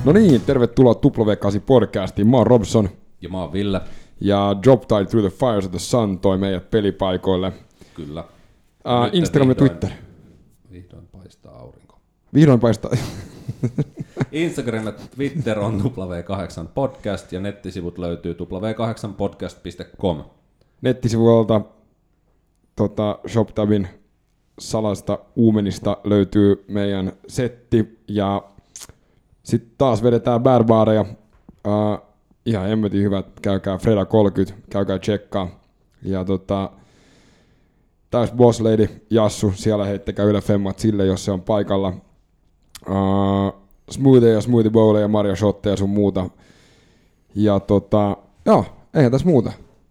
No niin, tervetuloa W8 podcastiin. Mä oon Robson. Ja mä oon Ville. Ja Job Tied Through the Fires of the Sun toi meidät pelipaikoille. Kyllä. Instagram ja Twitter. Vihdoin paistaa aurinko. Vihdoin paistaa. Instagram ja Twitter on W8 podcast ja nettisivut löytyy w8podcast.com. Nettisivuilta ShopTabin salasta uumenista löytyy meidän setti ja sitten taas vedetään bärbaareja. Ihan hemmetin hyvät, käykää Freda 30, käykää tsekkaa. Ja täys Boss Lady Jassu, siellä heittäkää Yle Femmat sille, jos se on paikalla. Smoothie ja Smoothie Bowl ja Mario Shotteja ja sun muuta. Ja joo, eihän tässä muuta.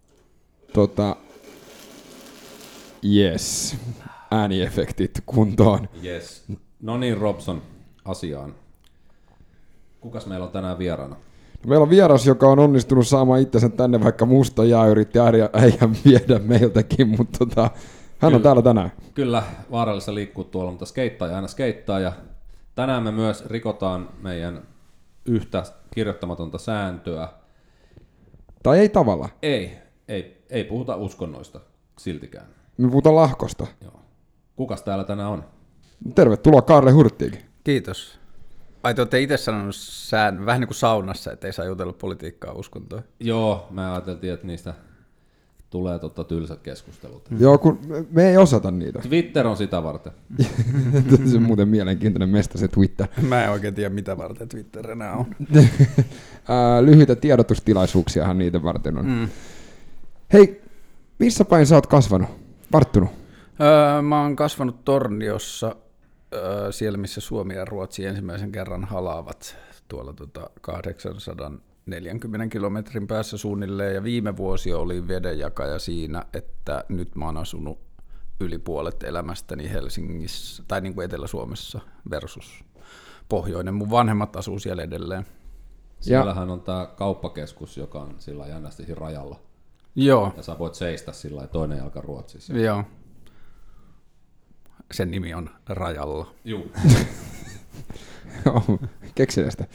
Yes, ääniefektit kuntoon. Yes. No niin, Robson, asiaan. Kukas meillä on tänään vieraana? Meillä on vieras, joka on onnistunut saamaan itsensä tänne, vaikka musta jää yritti äijän viedä meiltäkin, mutta hän on täällä tänään. Kyllä, vaarallista liikkuu tuolla, mutta skeittaa ja aina skeittaa. Ja tänään me myös rikotaan meidän yhtä kirjoittamatonta sääntöä. Tai ei tavalla. Ei puhuta uskonnoista siltikään. Me puhutaan lahkosta. Joo. Kukas täällä tänään on? Tervetuloa Kaarle Hurttiikin. Kiitos. Ai te olette itse sanonut vähän niin kuin saunassa, että ei saa jutella politiikkaa uskontoa. Joo, me ajateltiin, että niistä tulee tylsät keskustelut. Joo, kun me ei osata niitä. Twitter on sitä varten. Se on muuten mielenkiintoinen mesta se Twitter. Mä en oikein tiedä, mitä varten Twitter enää on. Lyhyitä tiedotustilaisuuksiahan niitä varten on. Hei, missä päin sä oot kasvanut, varttunut? Mä oon kasvanut Torniossa, siellä missä Suomi ja Ruotsi ensimmäisen kerran halaavat tuolla 840 kilometrin päässä suunnilleen, ja viime vuosi oli vedenjakaja siinä, että nyt mä oon asunut yli puolet elämästäni Helsingissä, tai niin kuin Etelä-Suomessa versus pohjoinen. Mun vanhemmat asuu siellä edelleen. Siellähän on tää kauppakeskus, joka on sillä jännästi rajalla. Joo. Ja sä voit seistä sillä toinen jalka Ruotsissa. Joo. Sen nimi on Rajalla. Juu. Keksineestä.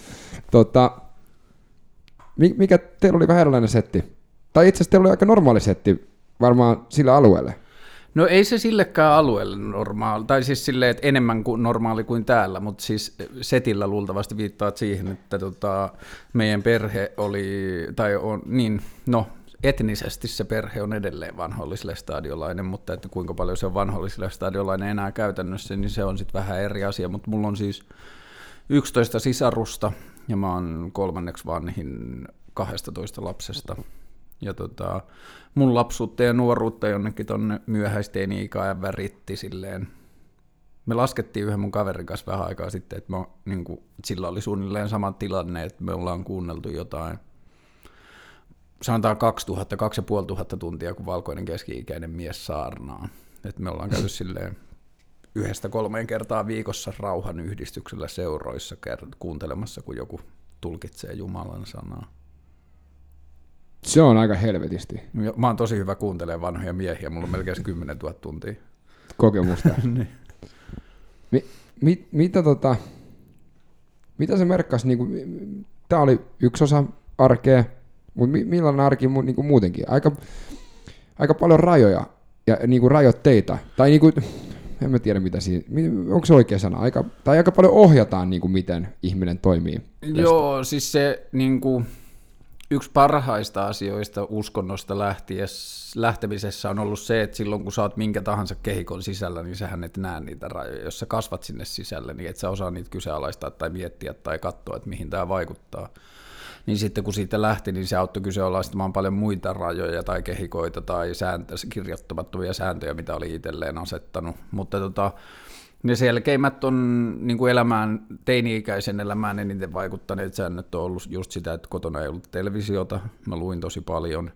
Mikä teillä oli vähän erilainen setti? Tai itse asiassa teillä oli aika normaali setti varmaan sillä alueelle. No ei se sillekään alueelle normaali, tai siis silleen, että enemmän kuin normaali kuin täällä, mutta siis setillä luultavasti viittaat siihen, että meidän perhe oli, tai on niin, no etnisesti se perhe on edelleen vanhollislestadiolainen, mutta että kuinka paljon se on vanhollislestadiolainen enää käytännössä, niin se on sitten vähän eri asia, mutta mulla on siis 11 sisarusta, ja mä oon kolmanneksi vanhin 12 lapsesta. Ja mun lapsuutta ja nuoruutta jonnekin tonne myöhäisteini-ikaan väritti silleen. Me laskettiin yhden mun kaverin kanssa vähän aikaa sitten, että sillä oli suunnilleen sama tilanne, että me ollaan kuunneltu jotain, sanotaan 2500 tuntia, kun valkoinen keski-ikäinen mies saarnaa. Että me ollaan käyty silleen 1-3 kertaa viikossa rauhan yhdistyksellä seuroissa kuuntelemassa, kun joku tulkitsee Jumalan sanaa. Se on aika helvetisti. Mä oon tosi hyvä kuuntelemaan vanhoja miehiä, mulla on melkein 10 000 tuntia. Kokemusta. Niin. Mitä se merkkasi? Tämä oli yksi osa arkea, mutta millainen arki muutenkin? Aika paljon rajoja ja rajoitteita. Tai en mä tiedä mitä siinä, onko se oikea sana? Aika paljon ohjataan miten ihminen toimii. Joo, siis se yksi parhaista asioista uskonnosta lähtemisessä on ollut se, että silloin kun sä oot minkä tahansa kehikon sisällä, niin sähän et näe niitä rajoja. Jos sä kasvat sinne sisälle, niin et sä osaa niitä kyseenalaistaa tai miettiä tai katsoa, että mihin tämä vaikuttaa. Niin sitten kun siitä lähti, niin se auttoi kyseenalaistamaan paljon muita rajoja tai kehikoita tai kirjoittamattomia sääntöjä, mitä oli itselleen asettanut. Mutta ne selkeimmät on elämään, teini-ikäisen elämään eniten vaikuttaneet säännöt on ollut just sitä, että kotona ei ollut televisiota. Mä luin tosi paljon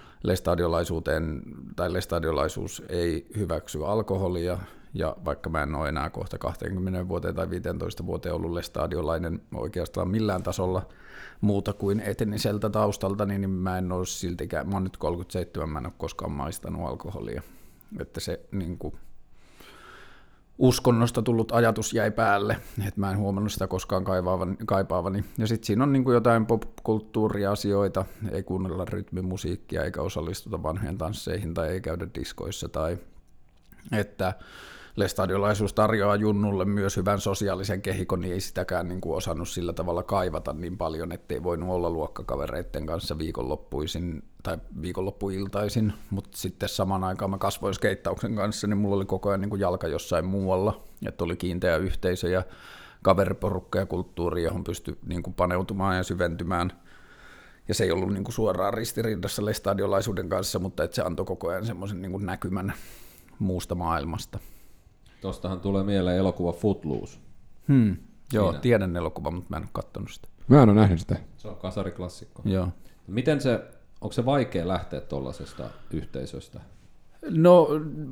lestadiolaisuus ei hyväksy alkoholia. Ja vaikka mä en ole enää kohta 20 vuoteen tai 15 vuoteen ollut lestadiolainen oikeastaan millään tasolla muuta kuin etniseltä taustalta, niin mä en ole siltikään, mä oon nyt 37, mä en ole koskaan maistanut alkoholia. Että se uskonnosta tullut ajatus jäi päälle, että mä en huomannut sitä koskaan kaipaavani. Ja sitten siinä on niin kuin jotain popkulttuuriasioita, ei kuunnella rytmimusiikkia eikä osallistuta vanhojen tansseihin tai ei käydä diskoissa tai että lestadiolaisuus tarjoaa junnulle myös hyvän sosiaalisen kehikon, niin ei sitäkään niin kuin osannut sillä tavalla kaivata niin paljon, ettei voinut olla luokkakavereiden kanssa viikonloppuisin tai viikonloppuiltaisin, mutta sitten samaan aikaan mä kasvoin skeittauksen kanssa, niin mulla oli koko ajan niin kuin jalka jossain muualla, että oli kiinteä yhteisö ja kaveriporukka ja kulttuuri, johon pystyi niin kuin paneutumaan ja syventymään. Ja se ei ollut niin kuin suoraan ristiriidassa lestadiolaisuuden kanssa, mutta että se antoi koko ajan semmoisen niin kuin näkymän muusta maailmasta. Tuostahan tulee mieleen elokuva Footloose. Joo, tiedän elokuva, mutta mä en ole katsonut sitä. Mä en ole nähnyt sitä. Se on kasariklassikko. Joo. Onko se vaikea lähteä tuollaisesta yhteisöstä? No,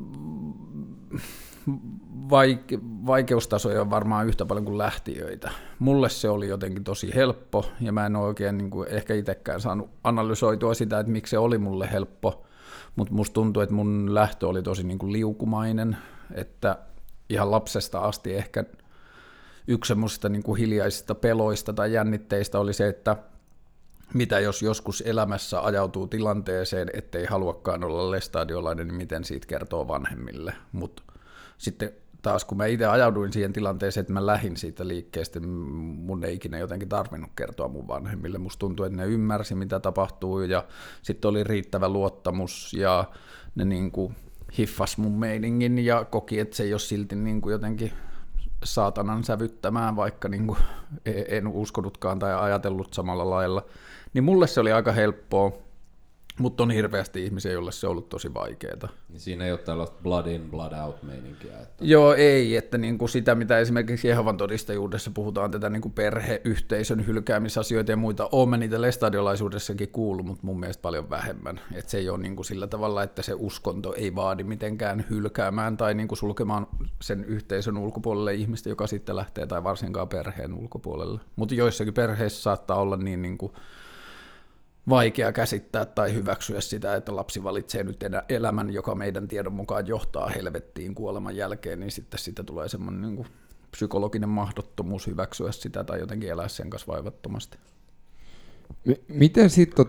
vaikeustasoja on varmaan yhtä paljon kuin lähtiöitä. Mulle se oli jotenkin tosi helppo, ja mä en ole oikein niin kuin ehkä itsekään saanut analysoitua sitä, että miksi se oli mulle helppo, mutta musta tuntuu, että mun lähtö oli tosi niin kuin liukumainen, että ihan lapsesta asti ehkä yksi semmoisista niin kuin hiljaisista peloista tai jännitteistä oli se, että mitä jos joskus elämässä ajautuu tilanteeseen, ettei haluakaan olla lestadiolainen, niin miten siitä kertoo vanhemmille. Mutta sitten taas kun mä itse ajauduin siihen tilanteeseen, että mä lähdin siitä liikkeestä, mun ei ikinä jotenkin tarvinnut kertoa mun vanhemmille. Musta tuntui, että ne ymmärsi, mitä tapahtuu, ja sitten oli riittävä luottamus, ja ne niin kuin hiffas mun meiningin, ja koki, että se ei ole silti niin kuin jotenkin saatanan sävyttämään, vaikka niin kuin en uskonutkaan tai ajatellut samalla lailla. Niin mulle se oli aika helppoa, mutta on hirveästi ihmisiä, joille se on ollut tosi vaikeaa. Niin siinä ei ole tällaista blood in, blood out meininkiä. Että... Joo, ei, että niin kuin sitä, mitä esimerkiksi Jehovan todistajuudessa puhutaan, tätä niin kuin perheyhteisön hylkäämisasioita ja muita, olen mä niitä lestadiolaisuudessakin kuullut, mutta mun mielestä paljon vähemmän. Että se ei ole niin kuin sillä tavalla, että se uskonto ei vaadi mitenkään hylkäämään tai niin kuin sulkemaan sen yhteisön ulkopuolelle ihmistä, joka sitten lähtee, tai varsinkaan perheen ulkopuolelle. Mutta joissakin perheissä saattaa olla niin kuin vaikea käsittää tai hyväksyä sitä, että lapsi valitsee nyt elämän, joka meidän tiedon mukaan johtaa helvettiin kuoleman jälkeen, niin sitten siitä tulee semmoinen niin kuin psykologinen mahdottomuus hyväksyä sitä tai jotenkin elää sen kanssa vaivattomasti. Miten sitten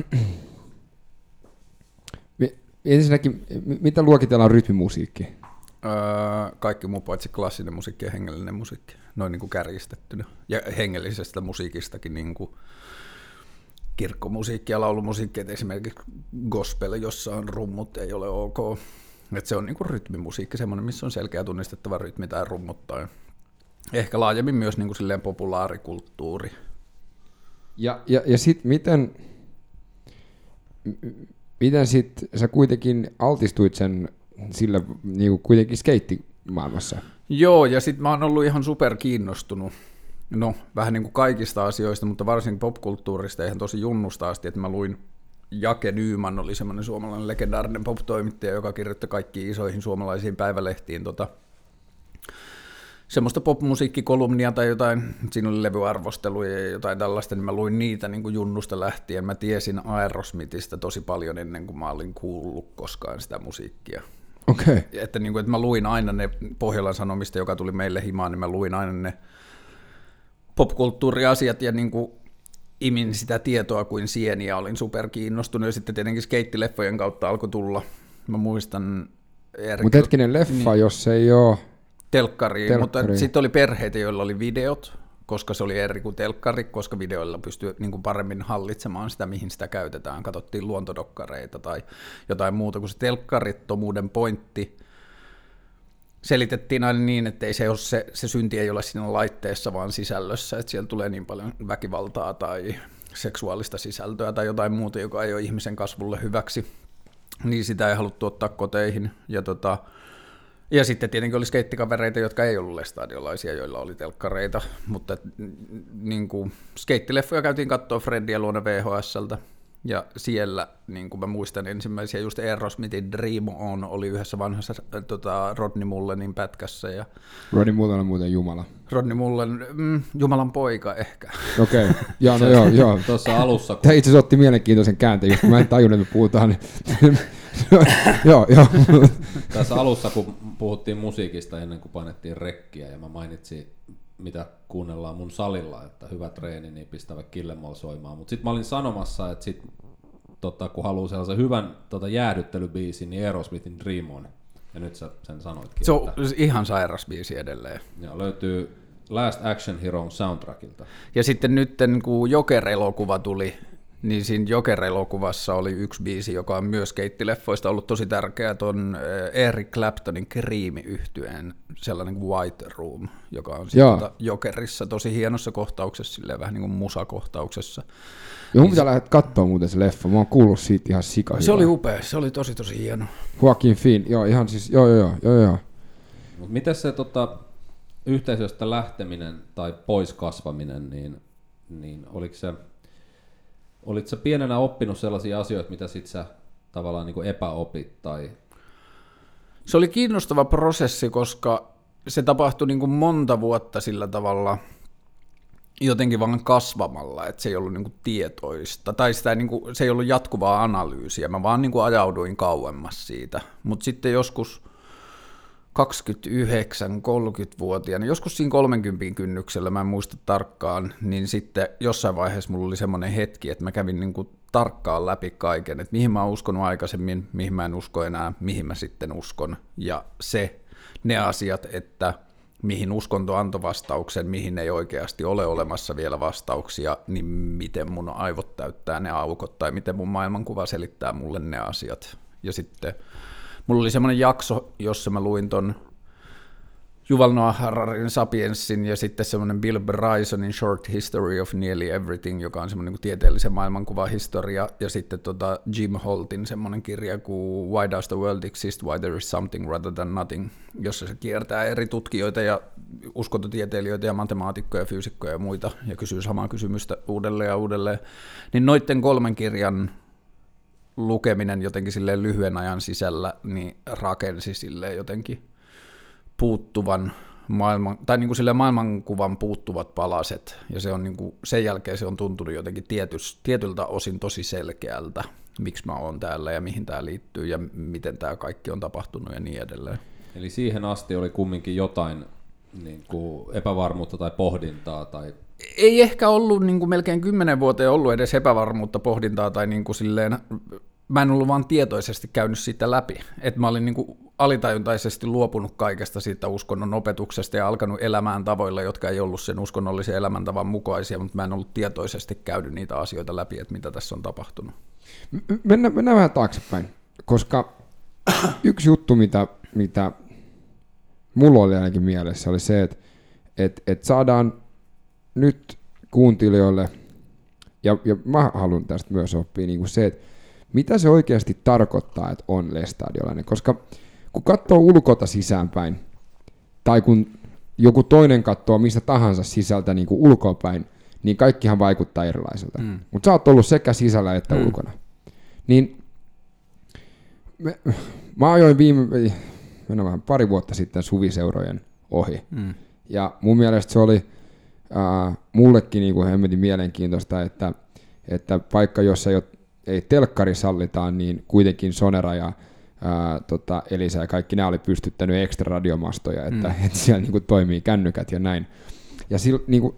ensinnäkin, mitä luokitellaan rytmimusiikki? Kaikki muu paitsi klassinen musiikki ja hengellinen musiikki, noin niin kuin kärjistettynä. Ja hengellisestä musiikistakin niin kuin kirkkomusiikki ja laulumusiikki, että esimerkiksi gospel, jossa on rummut, ei ole ok. Että se on niin kuin rytmimusiikki, semmoinen, missä on selkeä tunnistettava rytmi tai rummut tai ehkä laajemmin myös niin kuin silleen populaarikulttuuri. Ja sitten miten sit sä kuitenkin altistuit sen sillä niin kuin kuitenkin skeittimaailmassa? Joo, ja sitten mä oon ollut ihan super kiinnostunut. No, vähän niin kuin kaikista asioista, mutta varsinkin popkulttuurista ihan tosi junnusta asti, että mä luin Jake Nyman, oli semmoinen suomalainen legendaarinen pop-toimittaja, joka kirjoitti kaikkiin isoihin suomalaisiin päivälehtiin semmoista popmusiikkikolumnia tai jotain, siinä oli levyarvosteluja ja jotain tällaista, niin mä luin niitä niin kuin junnusta lähtien. Mä tiesin Aerosmithistä tosi paljon ennen kuin mä olin kuullut koskaan sitä musiikkia. Okay. Että, niin kuin, että mä luin aina ne Pohjolan Sanomista, joka tuli meille himaan, niin mä luin aina ne popkulttuuriasiat ja niin kuin imin sitä tietoa kuin sieniä, olin superkiinnostunut ja sitten tietenkin skeittileffojen kautta alkoi tulla. Mä muistan... Mutta hetkinen leffa, niin, jos ei ole... Telkkari, mutta sitten oli perheitä, joilla oli videot, koska se oli eri kuin telkkari, koska videoilla pystyy niin kuin paremmin hallitsemaan sitä, mihin sitä käytetään. Katsottiin luontodokkareita tai jotain muuta, kun se telkkarittomuuden pointti selitettiin aina niin, että ei se synti ei ole siinä laitteessa, vaan sisällössä, että siellä tulee niin paljon väkivaltaa tai seksuaalista sisältöä tai jotain muuta, joka ei ole ihmisen kasvulle hyväksi, niin sitä ei haluttu ottaa koteihin. Ja sitten tietenkin oli skeittikavereita, jotka ei ollut lestadiolaisia, joilla oli telkkareita, mutta niin kuin skeittileffoja käytiin katsoa Freddiä luona VHS:ltä. Ja siellä, niin kuin mä muistan ensimmäisiä, just Aerosmithin Dream On oli yhdessä vanhassa Rodney Mullenin pätkässä. Ja Rodney Mullen on muuten Jumala. Rodney Mullen, Jumalan poika ehkä. Okei, joo. Tuossa alussa. Tämä itse asiassa otti mielenkiintoisen käänteen, just mä en tajunnut, että me puhutaan. Joo. Tässä alussa, kun puhuttiin musiikista ennen kuin painettiin rekkiä, ja mä mainitsin, mitä kuunnellaan mun salilla, että hyvä treeni, niin pistävä Kill 'Em All soimaan. Mutta sitten mä olin sanomassa, että kun haluaa sellaisen hyvän jäähdyttelybiisin, niin Aerosmithin Dream On. Ja nyt sä sen sanoitkin. Se on ihan sairas biisi edelleen. Ja löytyy Last Action Hero soundtrackilta. Ja sitten nyt, kun Joker-elokuva tuli, niin siinä Joker-elokuvassa oli yksi biisi, joka on myös keittileffoista ollut tosi tärkeä, ton Eric Claptonin Cream-yhtyeen sellainen kuin White Room, joka on Jokerissa tosi hienossa kohtauksessa, silleen vähän niin kuin musakohtauksessa. Joo, mun pitää lähteä katsoa muuten se leffa, mä oon kuullut siitä ihan sika. Se oli upea, se oli tosi hieno. Joaquin Phoenix, joo ihan siis, joo. Mut miten se yhteisöstä lähteminen tai pois kasvaminen, niin olitko sä pienenä oppinut sellaisia asioita, mitä sit sä tavallaan niin kuin epäopit? Tai... Se oli kiinnostava prosessi, koska se tapahtui niin kuin monta vuotta sillä tavalla jotenkin vaan kasvamalla, että se ei ollut niin kuin tietoista, tai sitä niin kuin, se ei ollut jatkuvaa analyysiä, mä vaan niin kuin ajauduin kauemmas siitä, mutta sitten joskus 29-30-vuotiaana, joskus siinä 30 kynnyksellä, mä en muista tarkkaan, niin sitten jossain vaiheessa mulla oli semmoinen hetki, että mä kävin niin kuin tarkkaan läpi kaiken, että mihin mä oon uskonut aikaisemmin, mihin mä en usko enää, mihin mä sitten uskon, ja ne asiat, että mihin uskonto antoi vastauksen, mihin ei oikeasti ole olemassa vielä vastauksia, niin miten mun aivot täyttää ne aukot, tai miten mun maailmankuva selittää mulle ne asiat. Ja sitten mulla oli semmoinen jakso, jossa mä luin ton Yuval Noah Hararin Sapiensin ja sitten semmoinen Bill Brysonin Short History of Nearly Everything, joka on semmoinen tieteellisen maailmankuvahistoria, ja sitten Jim Holtin semmoinen kirja kuin Why Does the World Exist? Why There is Something Rather Than Nothing, jossa se kiertää eri tutkijoita ja uskontotieteilijöitä ja matemaatikkoja ja fyysikkoja ja muita, ja kysyy samaa kysymystä uudelleen ja uudelleen. Niin noitten 3 kirjan lukeminen jotenkin silleen lyhyen ajan sisällä niin rakensi silleen jotenkin puuttuvan tai niin kuin silleen maailmankuvan puuttuvat palaset, ja se on niin kuin, sen jälkeen se on tuntunut jotenkin tietyltä osin tosi selkeältä, miksi mä oon täällä ja mihin tämä liittyy ja miten tämä kaikki on tapahtunut ja niin edelleen. Eli siihen asti oli kumminkin jotain niin kuin epävarmuutta tai pohdintaa? Tai... Ei ehkä ollut niin kuin melkein 10 vuoteen ollut edes epävarmuutta, pohdintaa tai niin kuin silleen, mä en ollut vaan tietoisesti käynyt siitä läpi, että mä olin niin kuin alitajuntaisesti luopunut kaikesta siitä uskonnon opetuksesta ja alkanut elämään tavoilla, jotka ei ollut sen uskonnollisen elämäntavan mukaisia, mutta mä en ollut tietoisesti käynyt niitä asioita läpi, että mitä tässä on tapahtunut. Mennään vähän taaksepäin, koska yksi juttu, mitä mulla oli ainakin mielessä, oli se, että saadaan nyt kuuntelijoille, ja mä haluan tästä myös oppia, niin kuin se, että mitä se oikeasti tarkoittaa, että on lestadiolainen, koska kun katsoo ulkota sisäänpäin, tai kun joku toinen katsoo mistä tahansa sisältä niin kuin ulkoapäin, niin kaikkihan vaikuttaa erilaiselta. Mutta sä oot ollut sekä sisällä että ulkona. Niin mä ajoin pari vuotta sitten suviseurojen ohi. Ja mun mielestä se oli mullekin niin kuin hemmetin mielenkiintoista, että paikka, jossa ei telkkari sallitaan, niin kuitenkin Sonera ja Elisa ja kaikki nämä oli pystyttänyt ekstra radiomastoja, että siellä niin kuin toimii kännykät ja näin. Ja niin kuin,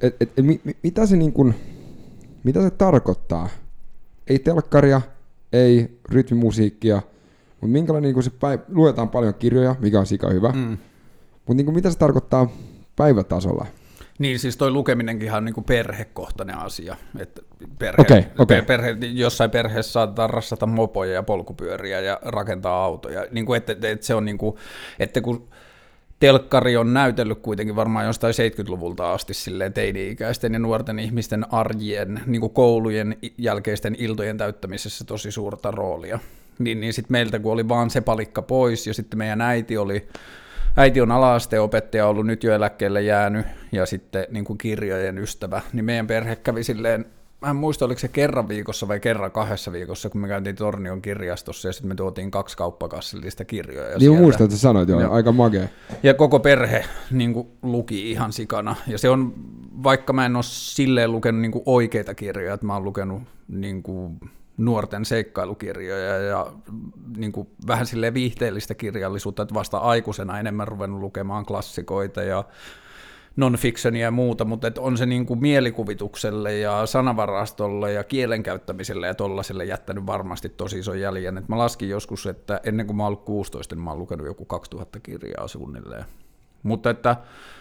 mitä se tarkoittaa? Ei telkkaria, ei rytmimusiikkia, mutta minkälainen niin se luetaan paljon kirjoja, mikä on sika hyvä, mutta niin mitä se tarkoittaa päivätasolla? Niin, siis toi lukeminenkin on niinku perhekohtainen asia. Että jossain perheessä saatetaan rassata mopoja ja polkupyöriä ja rakentaa autoja. Niinku, että se on niinku, että kun telkkari on näytellyt kuitenkin varmaan jostain 70-luvulta asti silleen teini-ikäisten ja nuorten ihmisten arjien, niinku koulujen jälkeisten iltojen täyttämisessä tosi suurta roolia. Niin sitten meiltä kun oli vaan se palikka pois ja sitten meidän äiti on ala-asteen opettaja ollut, nyt jo eläkkeelle jäänyt, ja sitten niin kuin kirjojen ystävä, niin meidän perhe kävi silleen, mä en muista, oliko se kerran viikossa vai kerran 2 viikossa, kun me käytiin Tornion kirjastossa, ja sitten me tuotiin 2 kauppakassillista kirjoja. Niin muistan, että sä sanoit, joo, aika magea. Ja koko perhe niin kuin luki ihan sikana, ja se on, vaikka mä en ole silleen lukenut niin kuin oikeita kirjoja, että mä oon lukenut niin kuin nuorten seikkailukirjoja ja niin kuin vähän silleen viihteellistä kirjallisuutta, että vasta aikuisena enemmän ruvennut lukemaan klassikoita ja non-fictionia ja muuta, mutta että on se niin kuin mielikuvitukselle ja sanavarastolle ja kielenkäyttämiselle ja tollaselle jättänyt varmasti tosi ison jäljen. Et mä laskin joskus, että ennen kuin mä oon ollut 16, niin mä oon lukenut joku 2000 kirjaa suunnilleen. Mutta että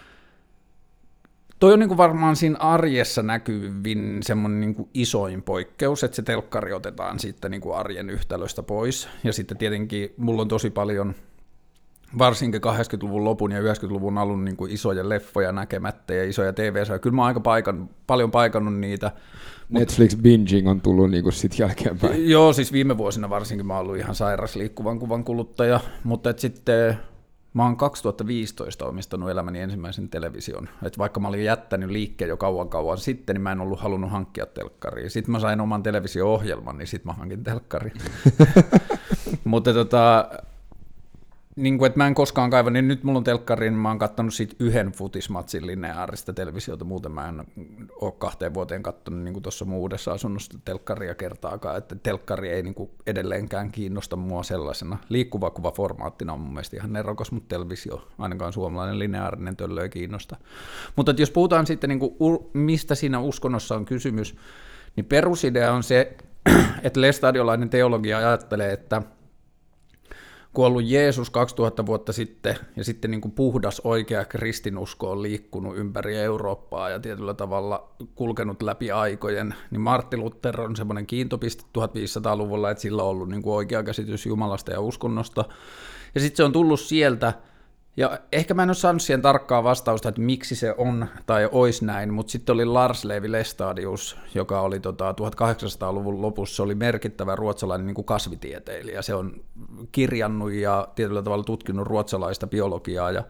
toi on niin kuin varmaan siinä arjessa näkyvin semmoinen niin kuin isoin poikkeus, että se telkkari otetaan siitä niin kuin arjen yhtälöstä pois. Ja sitten tietenkin mulla on tosi paljon, varsinkin 80-luvun lopun ja 90-luvun alun niin kuin isoja leffoja näkemättä ja isoja TV-sarjoja. Kyllä mä oon aika paljon paikannut niitä. Netflix binging on tullut niin kuin sit jälkeenpäin. Joo, siis viime vuosina varsinkin mä oon ollut ihan sairas liikkuvan kuvan kuluttaja, mutta sitten mä oon 2015 omistanut elämäni ensimmäisen television. Et vaikka mä olin jättänyt liikkeen jo kauan sitten, niin mä en ollut halunnut hankkia telkkaria. Sitten mä sain oman televisio-ohjelman, niin sitten mä hankin telkkarin. Mutta niin kuin, että mä en koskaan kaiva, niin nyt mulla on telkkari, niin mä oon kattonut siitä yhden futismatsin lineaarista televisiota, muuten mä en ole 2 vuoteen kattonut niin kuin tuossa mun uudessa asunnossa telkkaria kertaakaan, että telkkari ei niin kuin edelleenkään kiinnosta mua sellaisena. Liikkuva kuva formaattina on mun mielestä ihan nerokas, mutta televisio, ainakaan suomalainen lineaarinen töllö ei kiinnosta. Mutta jos puhutaan sitten, niin kuin, mistä siinä uskonnossa on kysymys, niin perusidea on se, että lestadiolainen teologia ajattelee, että kun on ollut Jeesus 2000 vuotta sitten, ja sitten niin kuin puhdas oikea kristinusko on liikkunut ympäri Eurooppaa ja tietyllä tavalla kulkenut läpi aikojen, niin Martti Luther on semmoinen kiintopiste 1500-luvulla, että sillä on ollut niin kuin oikea käsitys Jumalasta ja uskonnosta, ja sitten se on tullut sieltä, ja ehkä mä en ole saanut siihen tarkkaa vastausta, että miksi se on tai olisi näin, mutta sitten oli Lars Levi Lestadius, joka oli 1800-luvun lopussa, oli merkittävä ruotsalainen niin kuin kasvitieteilijä. Se on kirjannut ja tietyllä tavalla tutkinut ruotsalaista biologiaa ja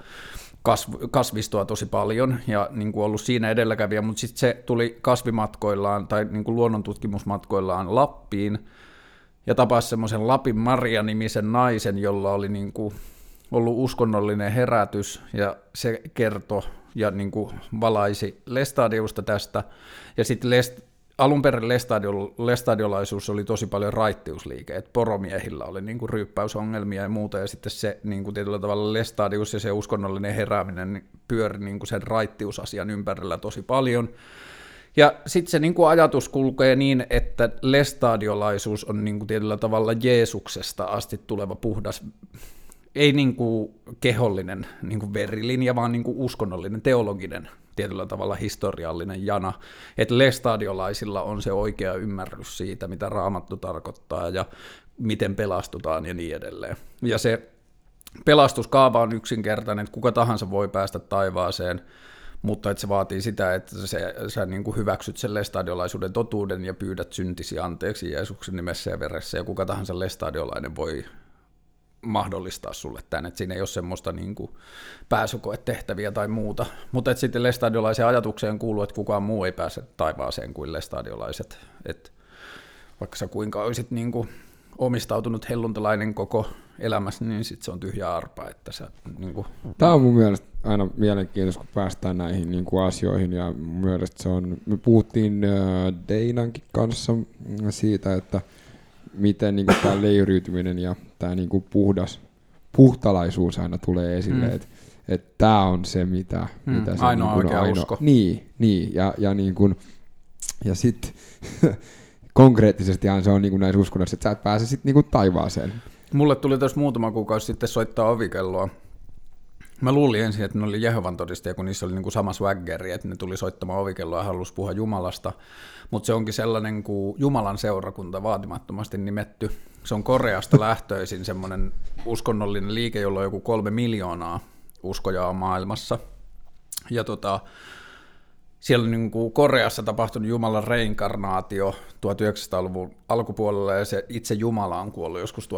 kasvistoa tosi paljon ja niin kuin ollut siinä edelläkävijä, mutta sitten se tuli kasvimatkoillaan tai niin kuin luonnontutkimusmatkoillaan Lappiin ja tapasi semmoisen Lapin Maria-nimisen naisen, jolla oli niin kuin ollut uskonnollinen herätys, ja se kertoi ja niin kuin valaisi Lestadiusta tästä, ja sitten alun perin lestadiolaisuus oli tosi paljon raittiusliike, että poromiehillä oli niin kuin ryyppäysongelmia ja muuta, ja sitten se niin kuin tietyllä tavalla Lestadius ja se uskonnollinen herääminen pyöri niin kuin sen raittiusasian ympärillä tosi paljon, ja sitten se niin kuin ajatus kulkee niin, että lestadiolaisuus on niin kuin tietyllä tavalla Jeesuksesta asti tuleva puhdas, ei niin kuin kehollinen niin kuin verilinja, vaan niin kuin uskonnollinen, teologinen, tietyllä tavalla historiallinen jana. Että lestadiolaisilla on se oikea ymmärrys siitä, mitä Raamattu tarkoittaa ja miten pelastutaan ja niin edelleen. Ja se pelastuskaava on yksinkertainen, että kuka tahansa voi päästä taivaaseen, mutta että se vaatii sitä, että sä niin kuin hyväksyt sen lestadiolaisuuden totuuden ja pyydät syntisi anteeksi Jeesuksen nimessä ja veressä, ja kuka tahansa lestadiolainen voi mahdollistaa sulle tämän, että siinä ei ole semmoista niin kuin pääsykoetehtäviä tai muuta, mutta että sitten lestadiolaiseen ajatukseen kuuluu, että kukaan muu ei pääse taivaaseen kuin lestadiolaiset, että vaikka sä kuinka olisit niin kuin omistautunut helluntalainen koko elämässä, niin sitten se on tyhjä arpa, että sä niin kuin... Tämä on mun mielestä aina mielenkiintoista, kun päästään näihin niin kuin asioihin, ja mun mielestä se on, me puhuttiin Deinankin kanssa siitä, että miten niin kuin tämä leiriytyminen ja tämä niin kuin puhtalaisuus aina tulee esille, että tämä on se, mitä se ainoa niin oikea usko. Niin, ja niin kuin, ja sitten konkreettisestihan se on niin kuin näissä uskonnoissa, että sä et pääse sitten niin kuin taivaaseen. Mulle tuli tuossa muutama kuukausi sitten soittaa ovikelloa. Mä luulin ensin, että ne oli Jehovan todistajia, kun niissä oli niin kuin sama swaggeri, että ne tuli soittamaan ovikelloa ja halusi puhua Jumalasta. Mutta se onkin sellainen kuin Jumalan seurakunta, vaatimattomasti nimetty. Se on Koreasta lähtöisin semmoinen uskonnollinen liike, jolla on joku 3 miljoonaa uskojaa maailmassa. Ja siellä on niin kuin Koreassa tapahtunut Jumalan reinkarnaatio 1900-luvun alkupuolella, ja se itse Jumala on kuollut joskus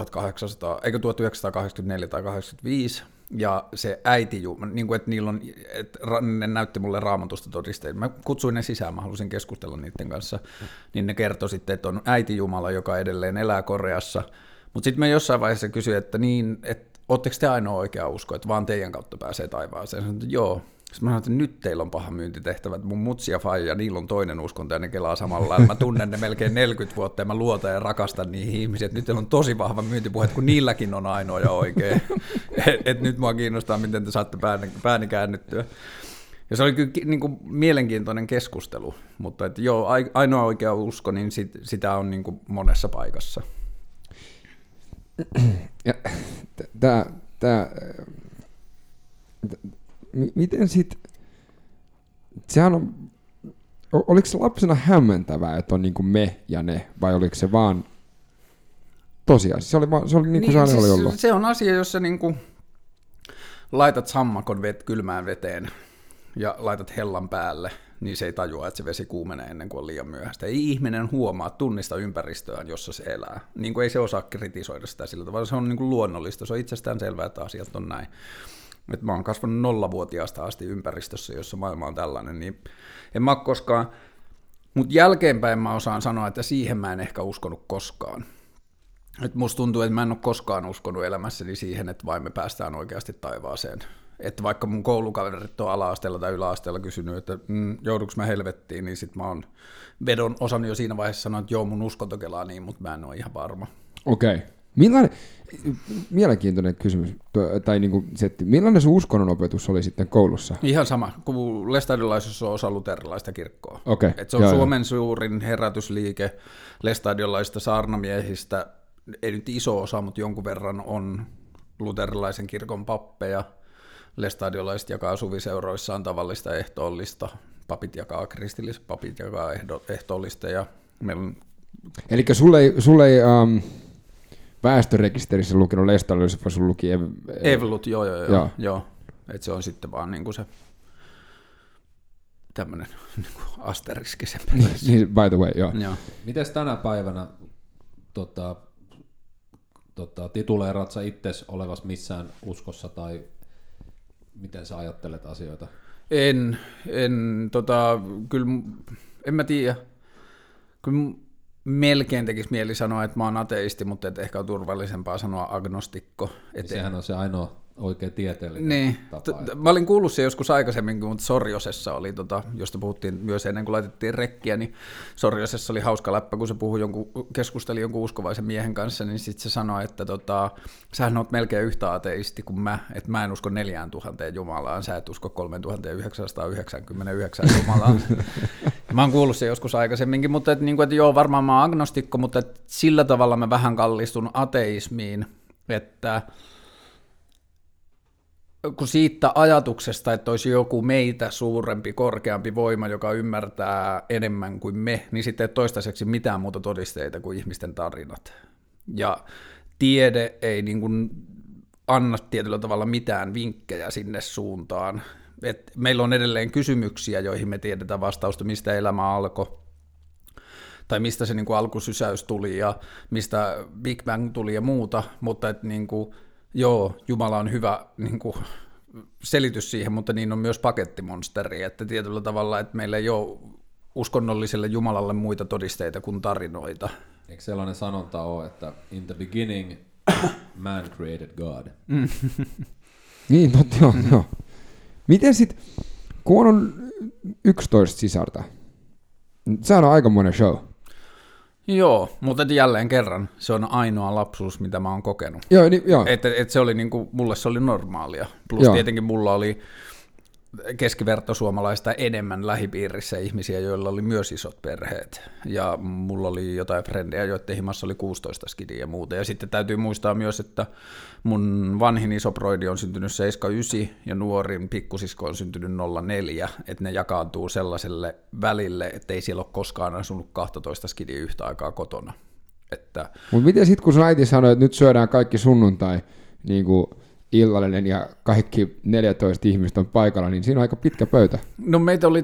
1984 tai 1985. Ja se äiti, niin kuin, että niillä on, että ne näytti mulle Raamatusta todisteita. Mä kutsuin ne sisään, mä halusin keskustella niiden kanssa, niin ne kertoi sitten, että on äiti Jumala, joka edelleen elää Koreassa. Mutta sitten mä jossain vaiheessa kysyin, että niin, että ootteko te ainoa oikea usko, että vaan teidän kautta pääsee taivaaseen? Sanoin, että joo. Sitten mä sanoin, että nyt teillä on paha myyntitehtävä, että mun mutsi ja faija, niillä on toinen uskonto ja ne kelaa samalla lailla. Mä tunnen ne melkein 40 vuotta ja mä luotan ja rakastan niihin ihmisiä, että nyt teillä on tosi vahva myyntipuhe, kun niilläkin on ainoa ja oikein. Et nyt mua kiinnostaa, miten te saatte pääni käännyttyä. Ja se oli kyllä niin kuin mielenkiintoinen keskustelu, mutta että joo, ainoa oikea usko, niin sitä on niin kuin monessa paikassa. Ja, miten sitten, sehän on, oliko se lapsena hämmentävää, että on niin kuin me ja ne, vai oliko se vaan tosiasia? Se oli niin kuin se oli ollut. Se on asia, jos sä niin kuin laitat sammakon kylmään veteen ja laitat hellan päälle, niin se ei tajua, että se vesi kuumenee ennen kuin on liian myöhäistä. Ei ihminen huomaa, tunnista ympäristöään, jossa se elää. Niin kuin ei se osaa kritisoida sitä sillä tavalla, se on niin kuin luonnollista, se on itsestään selvää, että asiat on näin. Et mä oon kasvanut 0-vuotiaasta asti ympäristössä, jossa maailma on tällainen, niin en mä ole koskaan, mutta jälkeenpäin mä osaan sanoa, että siihen mä en ehkä uskonut koskaan. Et musta tuntuu, että mä en ole koskaan uskonut elämässäni siihen, että vain me päästään oikeasti taivaaseen. Että vaikka mun koulukaverit on ala-asteella tai yläasteella kysynyt, että jouduks mä helvettiin, niin sit mä oon vedon osannut jo siinä vaiheessa sanoa, että joo, mun uskonto kelaa niin, mutta mä en ole ihan varma. Okei. Mielenkiintoinen kysymys, tai niin kuin setti. Millainen sun uskonnonopetus oli sitten koulussa? Ihan sama, kun lestadiolaisuus on osa luterilaista kirkkoa. Okay. Et se on Suomen suurin herätysliike lestadiolaisista saarnamiehistä, ei nyt iso osa, mutta jonkun verran on luterilaisen kirkon pappeja. Lestadiolaiset jakaa suviseuroissaan tavallista ehtoollista, papit jakaa kristilliset, papit jakaa ehtoollista. Ja meillä on... Eli sulle ei väestörekisterissä lukenut lestadiolaiset, vaan sulla luki Evlut, joo. Et se on sitten vaan niinku se tämmöinen niinku asteriskisempi. Niin, by the way, joo. Mites tänä päivänä tituleeraat sä itses olevas missään uskossa tai miten sä ajattelet asioita? Kyllä, en mä tiedä. Kyllä melkein tekisi mieli sanoa, että mä oon ateisti, mutta et ehkä on turvallisempaa sanoa agnostikko. Sehän on se ainoa oikea tieteellinen tapa. Mä olin kuullut se joskus aikaisemmin, mutta Sorjosessa oli, josta puhuttiin myös ennen kuin laitettiin rekkiä, niin Sorjosessa oli hauska läppä, kun se keskusteli jonkun uskovaisen miehen kanssa, niin sitten se sanoi, että sähän oot melkein yhtä ateisti kuin mä, että mä en usko 4000 Jumalaan, sä et usko 3999 Jumalaan. Mä oon kuullut se joskus aikaisemminkin, mutta että joo, varmaan mä oon agnostikko, mutta sillä tavalla mä vähän kallistun ateismiin, että kun siitä ajatuksesta, että olisi joku meitä suurempi, korkeampi voima, joka ymmärtää enemmän kuin me, niin sitten ei toistaiseksi mitään muuta todisteita kuin ihmisten tarinat. Ja tiede ei niin kuin anna tietyllä tavalla mitään vinkkejä sinne suuntaan. Et meillä on edelleen kysymyksiä, joihin me tiedetään vastausta, mistä elämä alkoi, tai mistä se niin kuin alkusysäys tuli ja mistä Big Bang tuli ja muuta, mutta että niin kuin joo, Jumala on hyvä niin kuin selitys siihen, mutta niin on myös pakettimonsteri, että tietyllä tavalla, että meillä ei ole uskonnolliselle Jumalalle muita todisteita kuin tarinoita. Eikö sellainen sanonta ole, että in the beginning man created God? Niin, joo. Miten sitten, kun on 11 sisarta, sehän on aikamoinen show. Joo, mutta jälleen kerran se on ainoa lapsuus, mitä mä oon kokenut. Joo. Et se oli niinku, mulle se oli normaalia. Plus tietenkin mulla oli keskivertosuomalaista enemmän lähipiirissä ihmisiä, joilla oli myös isot perheet. Ja mulla oli jotain frendejä, joiden himassa oli 16 skidiä ja muuta. Ja sitten täytyy muistaa myös, että mun vanhin isoproidi on syntynyt 79 ja nuorin pikkusisko on syntynyt 04. Että ne jakaantuu sellaiselle välille, että ei siellä ole koskaan asunut 12 skidiä yhtä aikaa kotona. Mutta miten sitten, kun sun äiti sanoi, että nyt syödään kaikki sunnuntai niin kuin illallinen ja kaikki 14 ihmistä on paikalla, niin siinä on aika pitkä pöytä. No meitä oli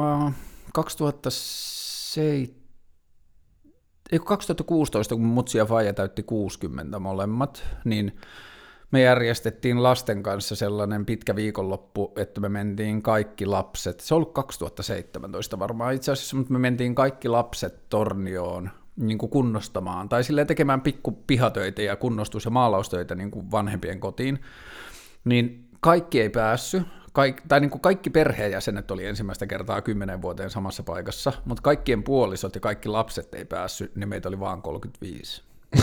2016, kun mutsi ja faija täytti 60 molemmat, niin me järjestettiin lasten kanssa sellainen pitkä viikonloppu, että me mentiin kaikki lapset, se on ollut 2017 varmaan itse asiassa, mutta me mentiin kaikki lapset Tornioon niin kuin kunnostamaan, tai silleen tekemään pikku pihatöitä ja kunnostus- ja maalaustöitä niin kuin vanhempien kotiin, niin kaikki ei päässyt, kaikki perheenjäsenet oli ensimmäistä kertaa 10 vuoteen samassa paikassa, mutta kaikkien puolisot ja kaikki lapset ei päässyt, niin meitä oli vaan 35.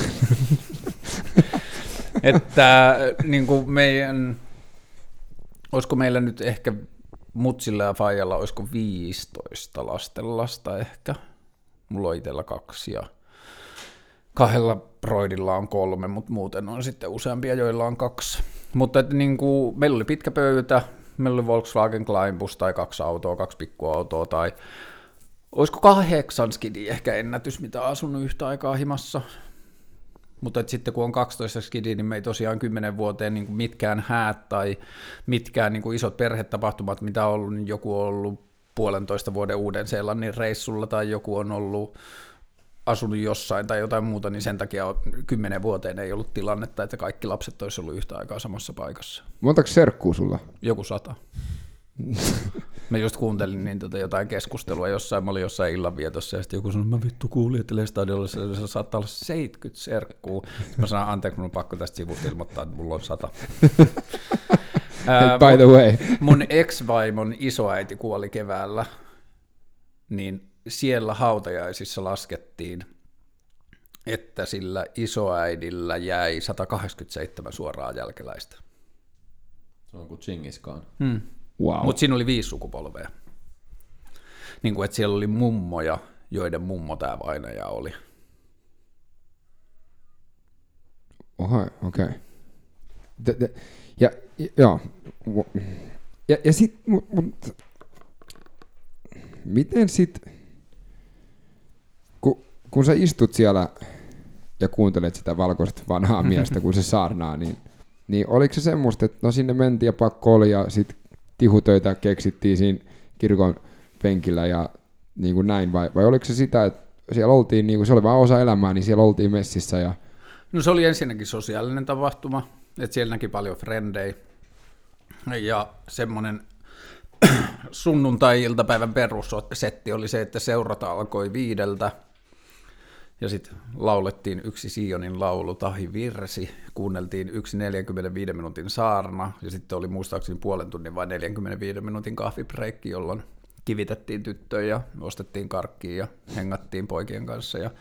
Että niin kuin olisiko meillä nyt ehkä mutsilla ja faijalla, olisiko 15 lastenlasta ehkä. Mulla on itsellä 2 ja 2 broidilla on 3, mutta muuten on sitten useampia, joilla on 2. Mutta niin kuin, meillä oli pitkä pöytä, meillä oli Volkswagen Kleinbus tai 2 autoa, 2 pikkuautoa tai olisiko 8 skidiä ehkä ennätys, mitä asunut yhtä aikaa himassa. Mutta sitten kun on 12 skidiä, niin me ei tosiaan 10 vuoteen niin kuin mitkään häät tai mitkään niin kuin isot perhetapahtumat, mitä on ollut, niin joku on ollut 1,5 vuoden Uuden-Seelannin reissulla tai joku on ollut asunut jossain tai jotain muuta, niin sen takia 10 vuoteen ei ollut tilannetta, että kaikki lapset olisi ollut yhtä aikaa samassa paikassa. Montako serkkuu sulla? Joku 100. Mä just kuuntelin niin jotain keskustelua jossain, mä olin jossain illanvietossa ja sitten joku sanoi, mä vittu kuulin, että Lestadiolla se saattaa olla 70 serkkuu. Mä sanoin, anteeksi, mun on pakko tästä sivusta ilmoittaa, että mulla on 100. By the way. Mun ex-vaimon isoäiti kuoli keväällä, niin siellä hautajaisissa laskettiin, että sillä isoäidillä jäi 187 suoraa jälkeläistä. Se on kuin Chingis Khan. Wow. Mutta siinä oli 5 sukupolvea. Niin kuin, että siellä oli mummoja, joiden mummo tämä vainaja oli. Oho, okei. Ja sit, miten sit, kun sä istut siellä ja kuuntelet sitä valkoista vanhaa miestä, kun se saarnaa, niin oliko se semmoista, että no sinne mentiin ja pakko oli ja sit tihutöitä keksittiin siinä kirkon penkillä ja niin kuin näin, vai oliko se sitä, että siellä oltiin, niin kuin se oli vaan osa elämää, niin siellä oltiin messissä ja... No se oli ensinnäkin sosiaalinen tapahtuma, että siellä näki paljon frendejä ja semmoinen sunnuntai-iltapäivän perussetti oli se, että seurata alkoi 5 ja sitten laulettiin yksi Sionin laulu tai virsi, kuunneltiin yksi 45 minuutin saarna ja sitten oli muistaakseni 0,5 tunnin vai 45 minuutin kahvibreikki, jolloin kivitettiin tyttöjä ja ostettiin karkkia ja hengattiin poikien kanssa ja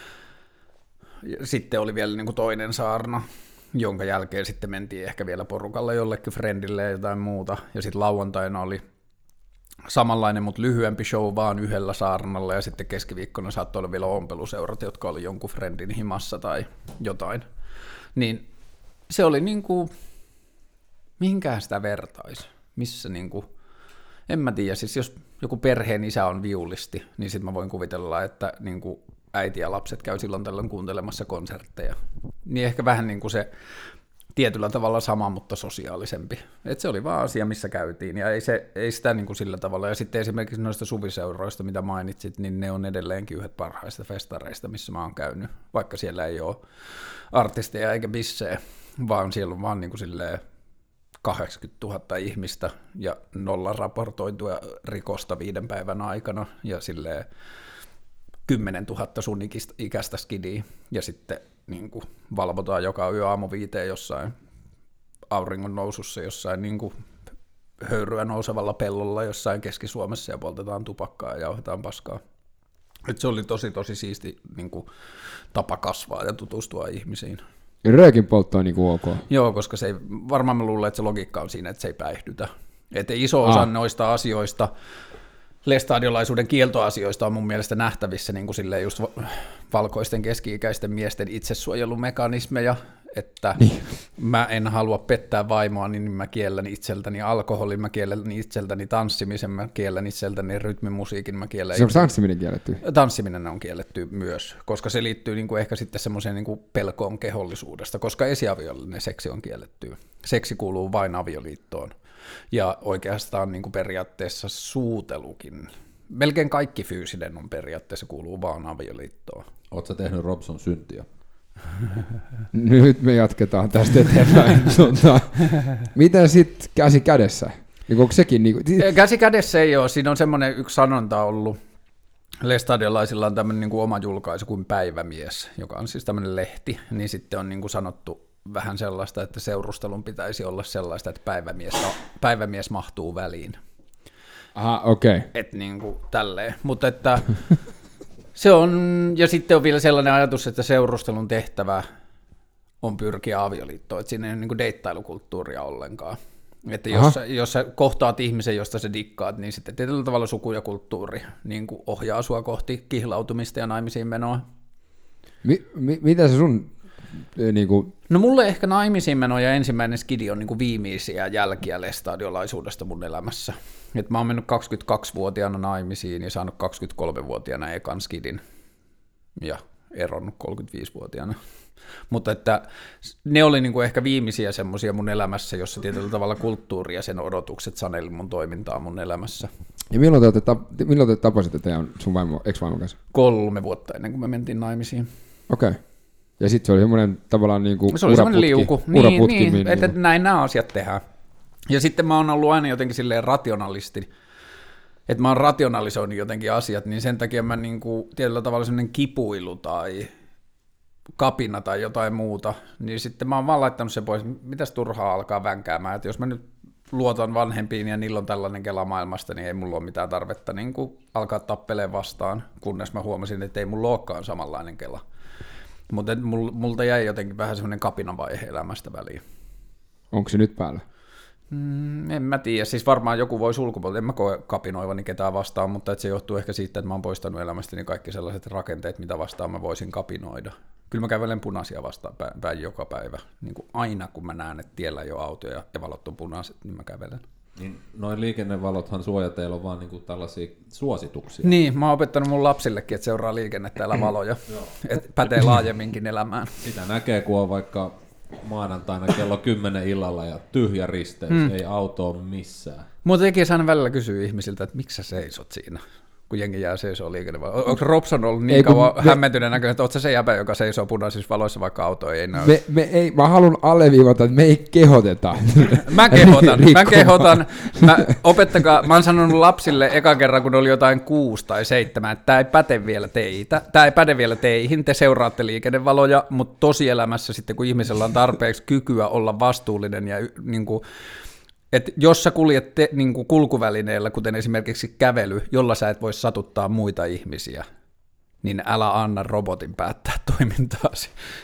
sitten oli vielä niin kuin toinen saarna, jonka jälkeen sitten mentiin ehkä vielä porukalla jollekin friendille ja jotain muuta ja sitten lauantaina oli samanlainen, mutta lyhyempi show vaan yhdellä saarnalla ja sitten keskiviikkona saattoi olla vielä ompeluseurat, jotka oli jonkun friendin himassa tai jotain. Niin se oli niin kuin, mihinkään sitä vertaisi, missä niin kuin, en mä tiedä, siis jos joku perheen isä on viulisti, niin sitten mä voin kuvitella, että niin kuin äiti ja lapset käy silloin tällöin kuuntelemassa konsertteja. Niin ehkä vähän niin kuin se tietyllä tavalla sama, mutta sosiaalisempi. Et se oli vaan asia, missä käytiin, ja ei sitä niin kuin sillä tavalla. Ja sitten esimerkiksi noista suviseuroista, mitä mainitsit, niin ne on edelleenkin yhdet parhaista festareista, missä mä oon käynyt, vaikka siellä ei ole artisteja eikä bissejä, vaan siellä on vaan niin kuin silleen 80 000 ihmistä ja 0 raportoitua rikosta 5 päivän aikana, ja silleen 10 000 sun ikäistä skidiä, ja sitten niin kuin valvotaan joka yö aamu 5 jossain auringon nousussa, jossain niin kuin höyryä nousevalla pellolla jossain Keski-Suomessa ja poltetaan tupakkaa ja jauhetaan paskaa. Et se oli tosi siisti niin kuin tapa kasvaa ja tutustua ihmisiin. Ja röökin poltto on niin kuin ok. Joo, koska se ei, varmaan mä luulen, että se logiikka on siinä, että se ei päihdytä. Että iso osa noista asioista, lestadiolaisuuden kieltoasioista on mun mielestä nähtävissä niin kuin silleen just valkoisten keski-ikäisten miesten itsesuojelumekanismeja, että mä en halua pettää vaimoa, niin mä kiellän itseltäni alkoholin, mä kiellän itseltäni tanssimisen, mä kiellän itseltäni rytmimusiikin, mä kiellän... Se on tanssiminen kielletty? Tanssiminen on kielletty myös, koska se liittyy niin kuin ehkä sitten semmoiseen niin kuin pelkoon kehollisuudesta, koska esiaviollinen seksi on kielletty. Seksi kuuluu vain avioliittoon. Ja oikeastaan niin kuin periaatteessa suutelukin. Melkein kaikki fyysinen on periaatteessa kuuluu vaan avioliittoon. Oletko sä tehnyt Robson syntiä? Nyt me jatketaan tästä eteenpäin. Miten sitten käsi kädessä? Onko sekin niinku... Käsi kädessä ei ole. Siinä on semmoinen yksi sanonta ollut. Lestadiolaisilla on tämmöinen niin kuin oma julkaisu kuin Päivämies, joka on siis tämmöinen lehti. Niin sitten on niin kuin sanottu vähän sellaista, että seurustelun pitäisi olla sellaista, että päivämies mahtuu väliin. Aha, okei. Okay. Että niin kuin tälleen, mutta että se on, ja sitten on vielä sellainen ajatus, että seurustelun tehtävä on pyrkiä avioliittoon, että siinä ei ole niin kuin deittailukulttuuria ollenkaan. Että jos sä kohtaat ihmisen, josta sä dikkaat, niin sitten tietyllä tavalla suku ja kulttuuri niin kuin ohjaa sua kohti kihlautumista ja naimisiin menoa. Mitä se sun... Niinku... No mulle ehkä naimisiin meno ja ensimmäinen skidi on niinku viimeisiä jälkiä lestadiolaisuudesta mun elämässä. Et mä oon mennyt 22-vuotiaana naimisiin ja saanut 23-vuotiaana ekan skidin ja eronnut 35-vuotiaana. Mutta että ne oli niinku ehkä viimeisiä semmoisia mun elämässä, jossa tietyllä tavalla kulttuuri ja sen odotukset saneli mun toimintaa mun elämässä. Ja milloin te tapasitte sun ex-vaimon kanssa? 3 vuotta ennen kuin me mentiin naimisiin. Okei. Okay. Ja sitten se oli semmoinen tavallaan niinku se oli semmoinen liuku. Niin, että niin. näin nämä asiat tehdään. Ja sitten mä oon ollut aina jotenkin silleen rationalisti, että mä oon rationalisoinut jotenkin asiat, niin sen takia mä niinku tietyllä tavalla semmoinen kipuilu tai kapina tai jotain muuta, niin sitten mä oon vaan laittanut sen pois, mitäs turhaa alkaa vänkäämään, että jos mä nyt luotan vanhempiin ja niillä on tällainen kela maailmasta, niin ei mulla ole mitään tarvetta niin kuin alkaa tappeleen vastaan, kunnes mä huomasin, että ei mulla olekaan samanlainen kela. Mutta multa jäi jotenkin vähän semmoinen kapinavaihe elämästä väliin. Onko se nyt päällä? En mä tiedä, siis varmaan joku voi ulkopuolella, en mä koe kapinoivani ketään vastaan, mutta se johtuu ehkä siitä, että mä oon poistanut elämästäni kaikki sellaiset rakenteet, mitä vastaan mä voisin kapinoida. Kyllä mä kävelen punaisia vastaan päin joka päivä, niin kuin aina kun mä näen, että tiellä ei ole autoja ja valot on punaiset, niin mä kävelen. Niin, noin liikennevalothan suojateilla on vaan niinku tällaisia suosituksia. Niin, mä oon opettanut mun lapsillekin, että seuraa liikennettä, älä valoja, että pätee laajemminkin elämään. Sitä näkee, kun on vaikka maanantaina kello 10 illalla ja tyhjä risteys, ei auto ole missään. Mutta tekee aina välillä kysyä ihmisiltä, että miksi sä seisot siinä, kun jengi jää seisoo liikennevaloissa. Onko Robson ollut niin kauan hämmentyneen näköinen, että oot sä se jäbä, joka seisoo punaisissa valoissa, vaikka auto ei näy? Mä haluan alleviivata, että me ei kehoteta. Mä kehotan. Mä oon sanonut lapsille eka kerran, kun oli jotain 6 tai 7, että tää ei päde vielä teihin, te seuraatte liikennevaloja, mutta tosielämässä sitten, kun ihmisellä on tarpeeksi kykyä olla vastuullinen ja niin kuin, että jos sä kuljet niin kuin kulkuvälineellä, kuten esimerkiksi kävely, jolla sä et voi satuttaa muita ihmisiä, niin älä anna robotin päättää toimintaasi.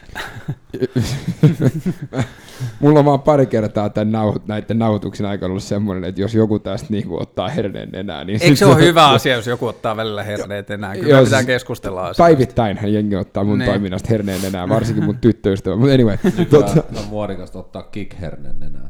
Mulla on vaan pari kertaa näiden nauhoituksen aikana ollut semmoinen, että jos joku tästä niin ottaa herneen nenää, niin... Eikö se ole hyvä asia, jos joku ottaa välillä herneet enää? Kyllä pitää keskustella asiasta. Päivittäinhän jengi ottaa mun toiminnasta herneen nenää, varsinkin mun tyttöystävä. Mutta anyway. On muodikasta ottaa kick-herneen nenää.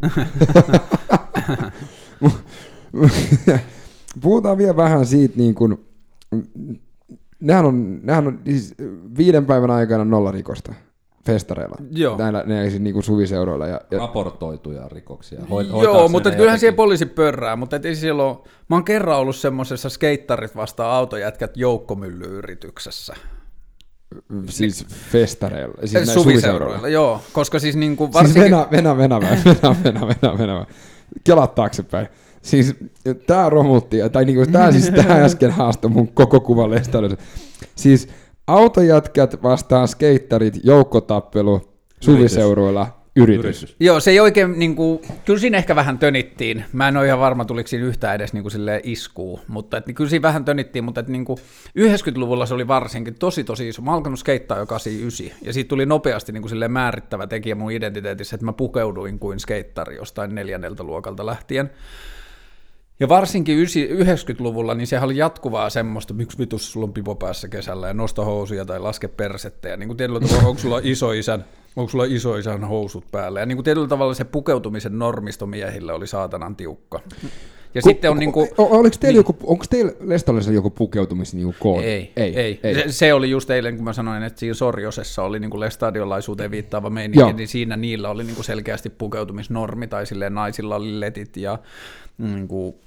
Puhutaan vielä vähän siitä, niin kuin... Nehän on siis 5 päivän aikana 0 rikosta festareilla. Joo. Näillä niin suviseuroilla. Ja... Raportoituja rikoksia. Joo, mutta kyllähän siellä poliisi pörrää, mutta ei siellä ole... Mä oon kerran ollut semmoisessa skeittarit vastaan autojätkät joukkomyllyyrityksessä. Siis festareilla? Siis suviseuroilla, joo. Koska siis niinku varsinkin... Siis venä. Kelaat taaksepäin. Siis tää romutti, tai niinku tää äsken haastoi mun koko kuvan lestailussa. Siis autojätkät vastaan skeittarit, joukkotappelu, suviseuroilla, yritys. Joo, se ei oikein, niinku, kyllä siinä ehkä vähän tönittiin. Mä en ole ihan varma, tuliko siinä yhtään edes niinku silleen iskuu, mutta kyllä siinä vähän tönittiin, mutta niinku 90-luvulla se oli varsinkin tosi iso. Mä oon alkanut skeittaa jo 89, ja siitä tuli nopeasti niinku silleen määrittävä tekijä mun identiteetissä, että mä pukeuduin kuin skeittari jostain 4. luokalta lähtien. Ja varsinkin 90-luvulla, niin sehän oli jatkuvaa semmoista, miksi vitus sulla on pipo päässä kesällä ja nosta housuja tai laske persettä. Ja niin kuin tietyllä tavalla, onko sulla isoisän housut päällä. Ja niin kuin tietyllä tavalla se pukeutumisen normisto miehillä oli saatanan tiukka. Ja sitten on niinku... Onko teillä Lestallissa joku pukeutumisen niinku koodi? Ei. Se oli just eilen, kun mä sanoin, että siinä Sorjosessa oli niinku lestadiolaisuuteen viittaava meininki, niin siinä niillä oli niinku selkeästi pukeutumisnormi, tai silleen naisilla oli letit ja niinku...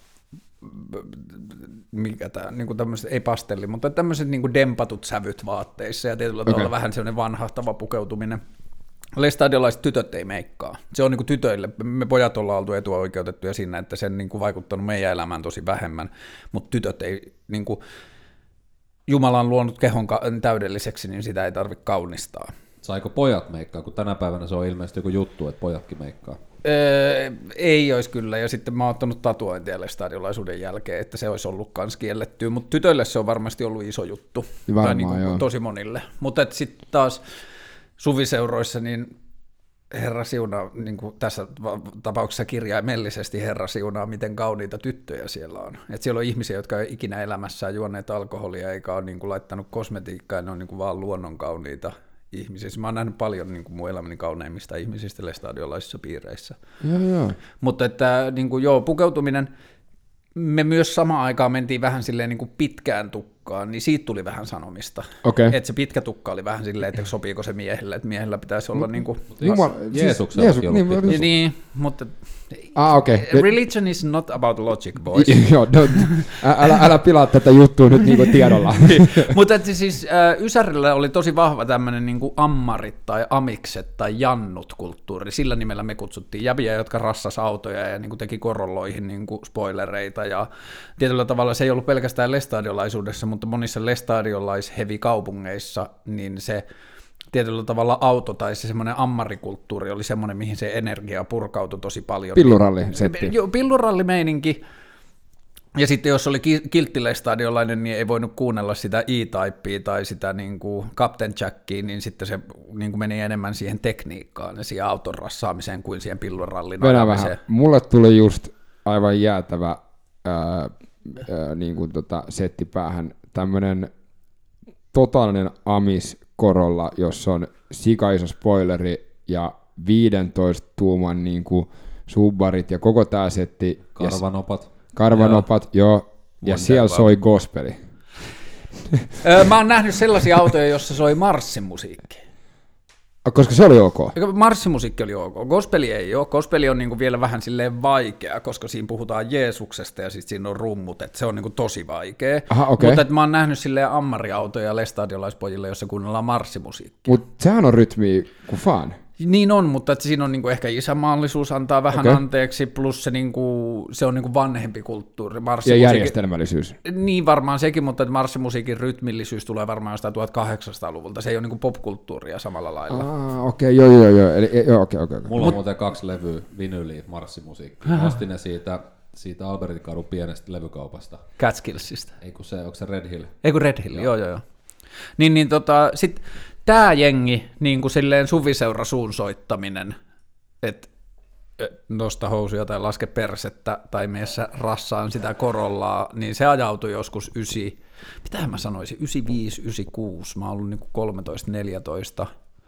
mikä tämä, niinku tämmöiset, ei pastelli, mutta tämmöiset niinku dempatut sävyt vaatteissa ja tietyllä tavalla vähän semmoinen vanhahtava pukeutuminen. Lestadiolaiset tytöt ei meikkaa. Se on niinku tytöille, me pojat ollaan oltu etuoikeutettuja siinä, että se on niinku vaikuttanut meidän elämään tosi vähemmän, mutta tytöt ei, niinku, Jumala on luonut kehon täydelliseksi, niin sitä ei tarvitse kaunistaa. Saiko pojat meikkaa, kun tänä päivänä se on ilmeisesti joku juttu, että pojatkin meikkaa? Ei olisi kyllä, ja sitten mä oon ottanut tatuointia stadiolaisuuden jälkeen, että se olisi ollut kans kiellettyä, mutta tytöille se on varmasti ollut iso juttu, varmaan, tai niin kuin joo. tosi monille. Mutta sitten taas suviseuroissa, niin Herra siunaa, niin kuin tässä tapauksessa kirjaimellisesti Herra siunaa, miten kauniita tyttöjä siellä on. Et siellä on ihmisiä, jotka ei ikinä elämässään juoneet alkoholia, eikä ole niin kuin laittanut kosmetiikkaa, ja ne on niin kuin vaan luonnon kauniita ihmisiä. Mä oon nähnyt paljon niin kuin mun elämäni kauneimmista ihmisistä lestadiolaisissa piireissä. Joo. Mutta että niin kuin, pukeutuminen, me myös samaan aikaan mentiin vähän silleen niin kuin pitkään tukkaan, niin siitä tuli vähän sanomista. Okei. Että se pitkä tukka oli vähän silleen, että sopiiko se miehelle, että miehellä pitäisi olla niin kuin... Jeesuksellakin ollut pitkä. Niin, mutta... Okei. Religion is not about logic, boys. Joo, älä pilaa tätä juttua nyt niinku tiedolla. Mutta että siis Ysärillä oli tosi vahva tämmöinen niinku ammarit tai amikset tai jannut kulttuuri. Sillä nimellä me kutsuttiin jäviä, jotka rassas autoja ja niinku teki korolloihin niinku spoilereita. Ja tietyllä tavalla se ei ollut pelkästään lestadiolaisuudessa, mutta monissa lestadiolais-heavy-kaupungeissa niin se tietyllä tavalla auto tai se semmoinen ammarikulttuuri oli semmoinen, mihin se energia purkautui tosi paljon. Pilluralli-setti. Joo, pillurallimeininki. Ja sitten jos oli kilttilestadiolainen, niin ei voinut kuunnella sitä E-Typea tai sitä niin kuin Captain Jackia, niin sitten se niin kuin meni enemmän siihen tekniikkaan ja siihen auton rassaamiseen kuin siihen pillurallin ajamiseen. Mulle tuli just aivan jäätävä niin kuin setti päähän. Tämmönen totaalinen Amis-korolla, jossa on sikaiso spoileri ja 15 tuuman niin kuin subbarit ja koko tää setti. Karvanopat, joo. Ja siellä soi gospeli. Mä oon nähnyt sellaisia autoja, joissa soi marssimusiikki. Koska se oli ok. Marssimusiikki oli ok. Gospeli ei ole. Gospeli on niinku vielä vähän silleen vaikea, koska siinä puhutaan Jeesuksesta ja sitten siinä on rummut, että se on niinku tosi vaikea. Aha, okay. Mutta mä oon nähnyt silleen ammariautoja lestadiolaispojille, jossa kuunnellaan marssimusiikkia. Mutta sehän on rytmiä kuin fan. Niin on, mutta että siinä on niinku ehkä isänmaallisuus antaa vähän anteeksi, plus se, niinku, se on niinku vanhempi kulttuuri. Ja järjestelmällisyys. Niin varmaan sekin, mutta että marssimusiikin rytmillisyys tulee varmaan jostain 1800-luvulta. Se ei ole niinku popkulttuuria samalla lailla. Okei. Mulla on muuten 2 levyä vinyliä marssimusiikkia. Ostin ne siitä Albertin kadun pienestä levykaupasta. Catskillsista. Onko se Red Hill? Red Hill, joo. Niin sit tää jengi, niin kuin silleen suviseura suun soittaminen, että nosta housuja tai laske persettä tai meessä rassaan sitä korollaa, niin se ajautui joskus 95, 96, mä oon ollut niin 13-14,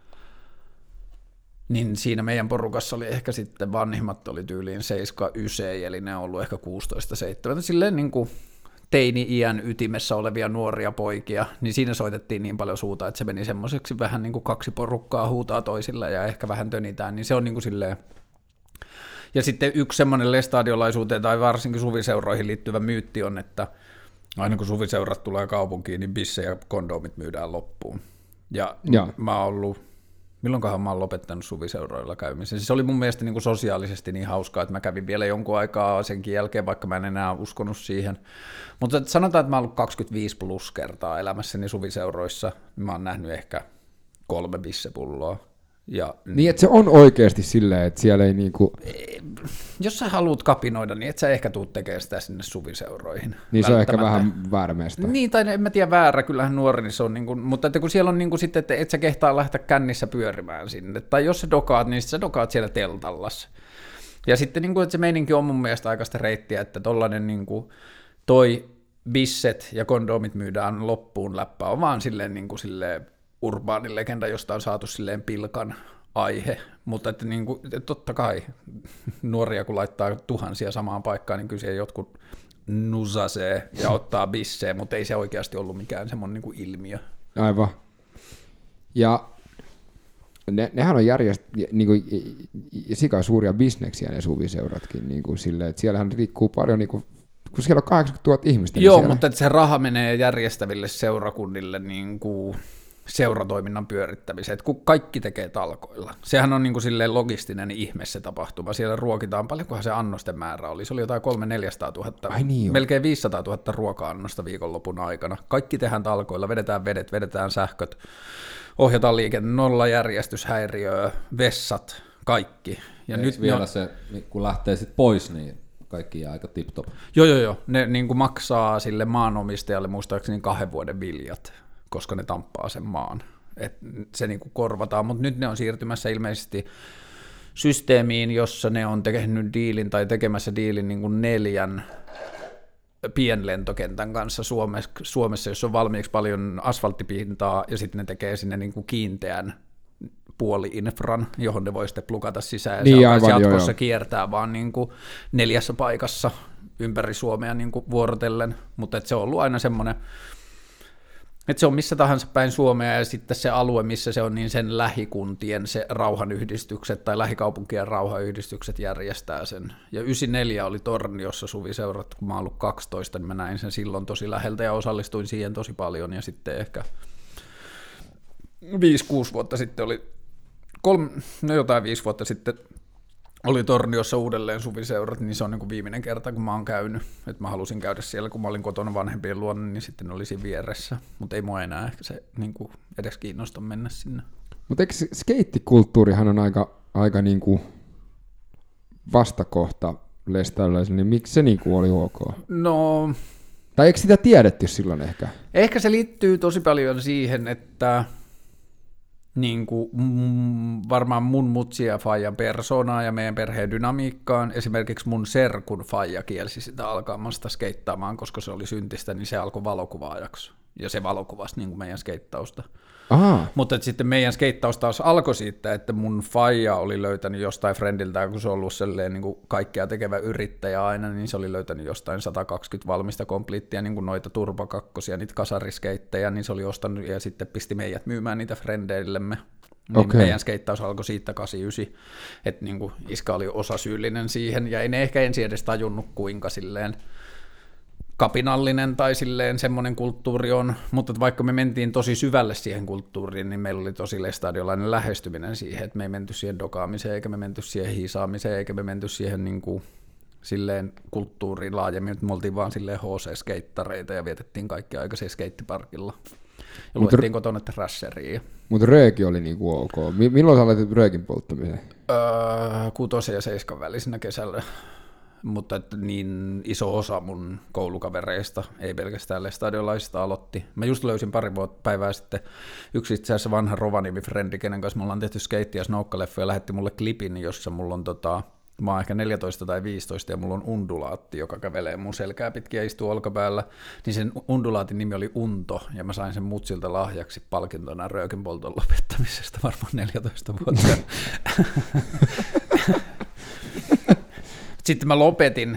niin siinä meidän porukassa oli ehkä sitten vanhimmat oli tyyliin 7-9, eli ne on ollut ehkä 16-17, silleen niin kuin teini-iän ytimessä olevia nuoria poikia, niin siinä soitettiin niin paljon suuta, että se meni semmoiseksi vähän niin kuin 2 porukkaa huutaa toisilla ja ehkä vähän tönitään, niin se on niin kuin silleen. Ja sitten yksi semmoinen lestadiolaisuuteen tai varsinkin suviseuroihin liittyvä myytti on, että aina kun suviseurat tulee kaupunkiin, niin bisse ja kondomit myydään loppuun. Ja mä oon ollut, milloinkohan mä oon lopettanut suviseuroilla käymisen. Se oli mun mielestä niin kuin sosiaalisesti niin hauskaa, että mä kävin vielä jonkun aikaa senkin jälkeen, vaikka mä en enää uskonut siihen. Mutta sanotaan, että mä oon ollut 25 plus kertaa elämässäni suviseuroissa. Mä oon nähnyt ehkä 3 bissepulloa. Niin, että se on oikeasti silleen, että siellä ei niinku... Jos sä haluat kapinoida, niin et sä ehkä tuu tekemään sitä sinne suviseuroihin. Niin se on ehkä vähän väärä mesta. Niin, tai en mä tiedä väärä, kyllähän nuori niin se on, niin kuin, mutta että kun siellä on niin kuin sitten, että et sä kehtaa lähteä kännissä pyörimään sinne, tai jos sä dokaat, niin sä dokaat siellä teltallas. Ja sitten niin kuin, että se meininki on mun mielestä aikaista reittiä, että tollainen niin kuin toi bisset ja kondomit myydään loppuun läppä on vaan silleen niin kuin silleen urbaani legenda, josta on saatu silleen pilkan aihe, mutta että niin kuin, totta kai nuoria kun laittaa tuhansia samaan paikkaan, niin kyllä siellä jotkut nusasee ja ottaa bissee, mutta ei se oikeasti ollut mikään semmoinen niin kuin ilmiö. Aivan. Ja nehän on niin sika suuria bisneksiä ne suviseuratkin, niin kuin silleen, että siellähän liikkuu paljon, niin kuin, kun siellä on 80 000 ihmistä. Joo, niin mutta että se raha menee järjestäville seurakunnille niin kuin seuratoiminnan pyörittämiseen, että kun kaikki tekee talkoilla. Sehän on niin kuin silleen logistinen ihme se tapahtuma. Siellä ruokitaan, paljonkohan se annosten määrä oli. Se oli jotain 300-400 000, niin melkein 500 000 ruoka-annosta viikonlopun aikana. Kaikki tehdään talkoilla, vedetään vedet, vedetään sähköt, ohjataan liikenne, nolla järjestyshäiriöä, vessat, kaikki. Ja nyt vielä se, kun lähtee sitten pois, niin kaikki jää aika tip-top. Joo. Ne niin kuin maksaa sille maanomistajalle muistaakseni 2 vuoden viljat, koska ne tamppaa sen maan. Et se niin kuin korvataan, mutta nyt ne on siirtymässä ilmeisesti systeemiin, jossa ne on tehnyt diilin tai tekemässä diilin niin kuin 4 pienlentokentän kanssa Suomessa, jossa on valmiiksi paljon asfalttipintaa, ja sitten ne tekee sinne niin kuin kiinteän puoli-infran, johon ne voi sitten plukata sisään, ja niin, se alkaisi jatkossa kiertää vaan niin kuin 4 paikassa ympäri Suomea niin kuin vuorotellen, mutta se on ollut aina semmoinen, että se on missä tahansa päin Suomea, ja sitten se alue, missä se on, niin sen lähikuntien se rauhanyhdistykset tai lähikaupunkien rauhanyhdistykset järjestää sen. Ja 94 oli Torniossa suviseurat, kun mä oon ollut 12, niin mä näin sen silloin tosi läheltä ja osallistuin siihen tosi paljon, ja sitten ehkä 5-6 vuotta sitten oli, 5 vuotta sitten oli Torniossa uudelleen suviseurat, niin se on niin kuin viimeinen kerta, kun mä oon käynyt. Että mä halusin käydä siellä, kun mä olin kotona vanhempien luona, niin sitten ne oli siinä vieressä. Mutta ei mua enää ehkä se niin kuin edes kiinnosta mennä sinne. Mutta eikö skeittikulttuurihan on aika niin kuin vastakohta lestadiolaisille, niin miksi se niin kuin oli ok? No, tai eikö sitä tiedetty silloin ehkä? Ehkä se liittyy tosi paljon siihen, että niin kuin varmaan mun mutsi ja faijan persoonaa ja meidän perheen dynamiikkaan. Esimerkiksi mun serkun faija kielsi sitä alkamasta skeittaamaan, koska se oli syntistä, niin se alkoi valokuvaajaksi. Ja se valokuvasi niin kuin meidän skeittausta. Aha. Mutta sitten meidän skeittaus taas alkoi siitä, että mun faija oli löytänyt jostain friendiltään, kun se on ollut niin kuin kaikkea tekevä yrittäjä aina, niin se oli löytänyt jostain 120 valmista kompliittia, niin kuin noita turbakakkosia, niitä kasariskeittejä, niin se oli ostanut ja sitten pisti meidät myymään niitä frendeillemme. Niin meidän skeittaus alkoi siitä 89, että niin kuin iskä oli osasyyllinen siihen, ja ei ne ehkä ensin edes tajunnut kuinka silleen kapinallinen tai silleen semmoinen kulttuuri on, mutta vaikka me mentiin tosi syvälle siihen kulttuuriin, niin meillä oli tosi lestadiolainen lähestyminen siihen, että me ei menty siihen dokaamiseen, eikä me menty siihen hiisaamiseen, eikä me menty siihen niin kuin silleen kulttuuriin laajemmin, että me oltiin vaan silleen HC-skeittareita ja vietettiin kaikki aika siellä skeittiparkilla. Ja luettiin kotona thrasheriin. Mutta rööki oli niinku ok. Milloin sä aloitit röökin polttamiseen? 6 ja 7 välisenä kesällä. Mutta niin iso osa mun koulukavereista, ei pelkästään lestadiolaisista, aloitti. Mä just löysin pari päivää sitten yksi itse asiassa vanha Rovaniemi-frendi, kenen kanssa me ollaan tehty skeitti- ja snoukkaleffoja, ja lähetti mulle klipin, jossa mulla on mä oon ehkä 14 tai 15 ja mulla on undulaatti, joka kävelee mun selkää pitkin ja istuu olkapäällä, niin sen undulaatin nimi oli Unto, ja mä sain sen mutsilta lahjaksi palkintona röökinpolton lopettamisesta varmaan 14 vuotta. Sitten mä lopetin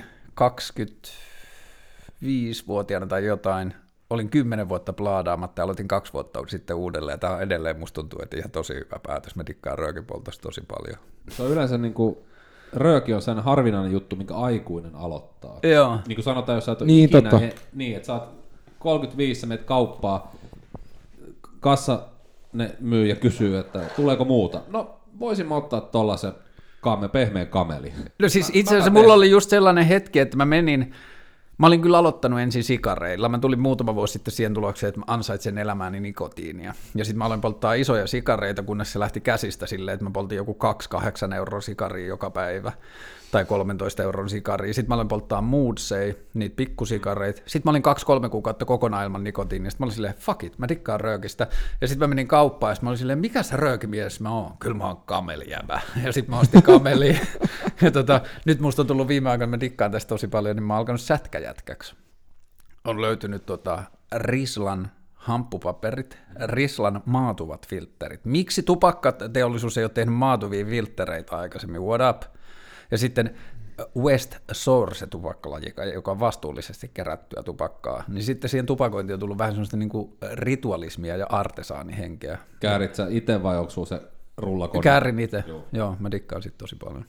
25-vuotiaana tai jotain. Olin 10 vuotta plaadaamatta ja aloitin 2 vuotta sitten uudelleen. Tämä on edelleen, musta tuntuu, että ihan tosi hyvä päätös. Mä dikkaan röökinpoltosta tosi paljon. Se on yleensä niin kuin, rööki on sen harvinainen juttu, minkä aikuinen aloittaa. Joo. Niin kuin sanotaan, jos sä et ole niin, ikinä, niin, että sä oot 35, sä menet kauppaa, kassa ne myy ja kysyy, että tuleeko muuta. No, voisin ottaa tollasen pehmeä kameli. No siis itse asiassa mulla oli just sellainen hetki, että mä olin kyllä aloittanut ensin sikareilla. Mä tulin muutama vuosi sitten siihen tulokseen, että mä ansaitsen elämääni nikotiinia. Ja sitten mä aloin polttaa isoja sikareita, kunnes se lähti käsistä silleen, että mä poltin joku 2-8 € sikaria joka päivä. Tai 13 € sikaria. Sitten mä aloin polttaa moodsei, niitä pikkusikareita. Sitten mä olin 2-3 kuukautta kokonaan ilman nikotiinia. Sitten mä olin silleen, fuck it, mä dikkaan röökistä. Ja sitten mä menin kauppaan ja mä olin silleen, mikä se röökimies mä oon? Kyllä mä oon kamelijäbä. Ja sitten mä ostin kamelia. Ja nyt musta on tullut viime aikoina, mä dikkaan tästä tosi paljon, niin mä oon alkanut sätkäjätkäksi. On löytynyt Rislan hamppupaperit, Rislan maatuvat filterit. Miksi tupakkateollisuus ei ole tehnyt maatuvia filtereitä aikaisemmin? What up? Ja sitten West Source tupakkalaji, joka on vastuullisesti kerättyä tupakkaa, niin sitten siihen tupakointiin on tullut vähän sellaista niin kuin ritualismia ja artesaanihenkeä. Käärit sä itse vai onko sulla se rullakone? Käärin itse, joo, mä dikkaan siitä tosi paljon.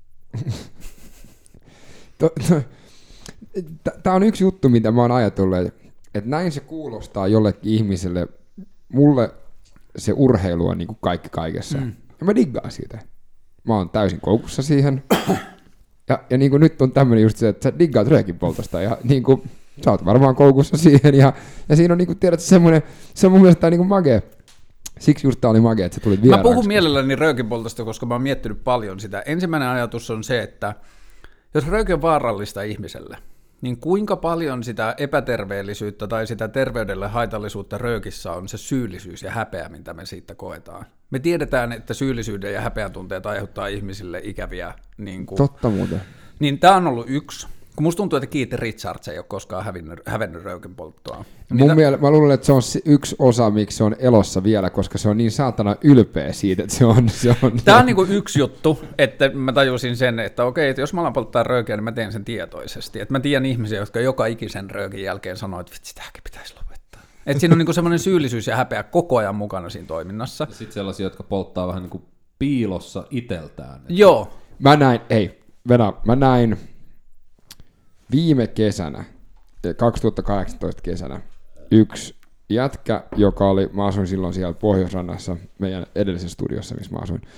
Tämä on yksi juttu, mitä mä oon ajatellut, että näin se kuulostaa jollekin ihmiselle. Mulle se urheilu on niin kuin kaikki kaikessa. Ja mä diggaan siitä. Mä oon täysin koukussa siihen. Ja niin kuin nyt on tämmöinen just se, että sä diggaat röökinpoltosta ja niin kuin, sä oot varmaan koukussa siihen. Ja siinä on niin kuin, tiedät, semmoinen, se on mun mielestä niin kuin makea. Siksi just tää oli magia, että sä tulit Mä vieraaksi. puhun mielelläni röökinpoltosta, koska mä oon miettinyt paljon sitä. Ensimmäinen ajatus on se, että jos rööki on vaarallista ihmiselle, niin kuinka paljon sitä epäterveellisyyttä tai sitä terveydelle haitallisuutta röökissä on se syyllisyys ja häpeä, mitä me siitä koetaan. Me tiedetään, että syyllisyyden ja häpeän tunteet aiheuttaa ihmisille ikäviä. Totta muuten. Niin tämä on ollut yksi. Kun musta tuntuu, että Keith Richards ei ole koskaan hävennyt röökin polttoa. Mä luulen, että se on yksi osa, miksi se on elossa vielä, koska se on niin saatana ylpeä siitä, että se on. Tämä on niinku yksi juttu, että mä tajusin sen, että okei, että jos mä alan polttaa röökiä, niin mä teen sen tietoisesti. Että mä tiedän ihmisiä, jotka joka ikisen röökin jälkeen sanoo, että vitsi, tämäkin pitäisi lopettaa. Että siinä on niinku semmoinen syyllisyys ja häpeä koko ajan mukana siinä toiminnassa. Sitten sellaisia, jotka polttaa vähän niin kuin piilossa iteltään. Joo. Mä näin viime kesänä, 2018 kesänä, yksi jätkä, joka oli, mä asuin silloin siellä Pohjoisrannassa, meidän edellisessä studiossa, missä mä asuin,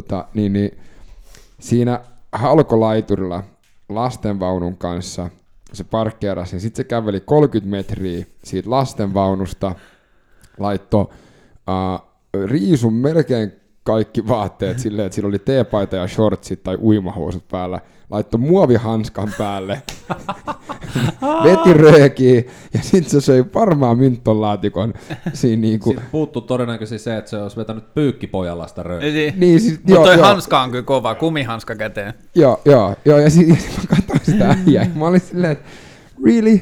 siinä halkolaiturilla lastenvaunun kanssa se parkkeerasi, ja sitten se käveli 30 metriä siitä lastenvaunusta, laittoi riisun melkein kaikki vaatteet silleen, että sillä oli teepaita ja shortsit tai uimahousut päällä, laittoi muovihanskan päälle, veti röökiä ja sitten se söi varmaan mynttonlaatikon siinä niinku. Sitten puuttuu todennäköisesti se, että se olisi vetänyt pyykkipojalla sitä röökiä. Niin, mutta toi hanska on kyllä kova, kumihanska käteen. Joo, ja sitten mä katsoin sitä äijää ja mä olin silleen, että really?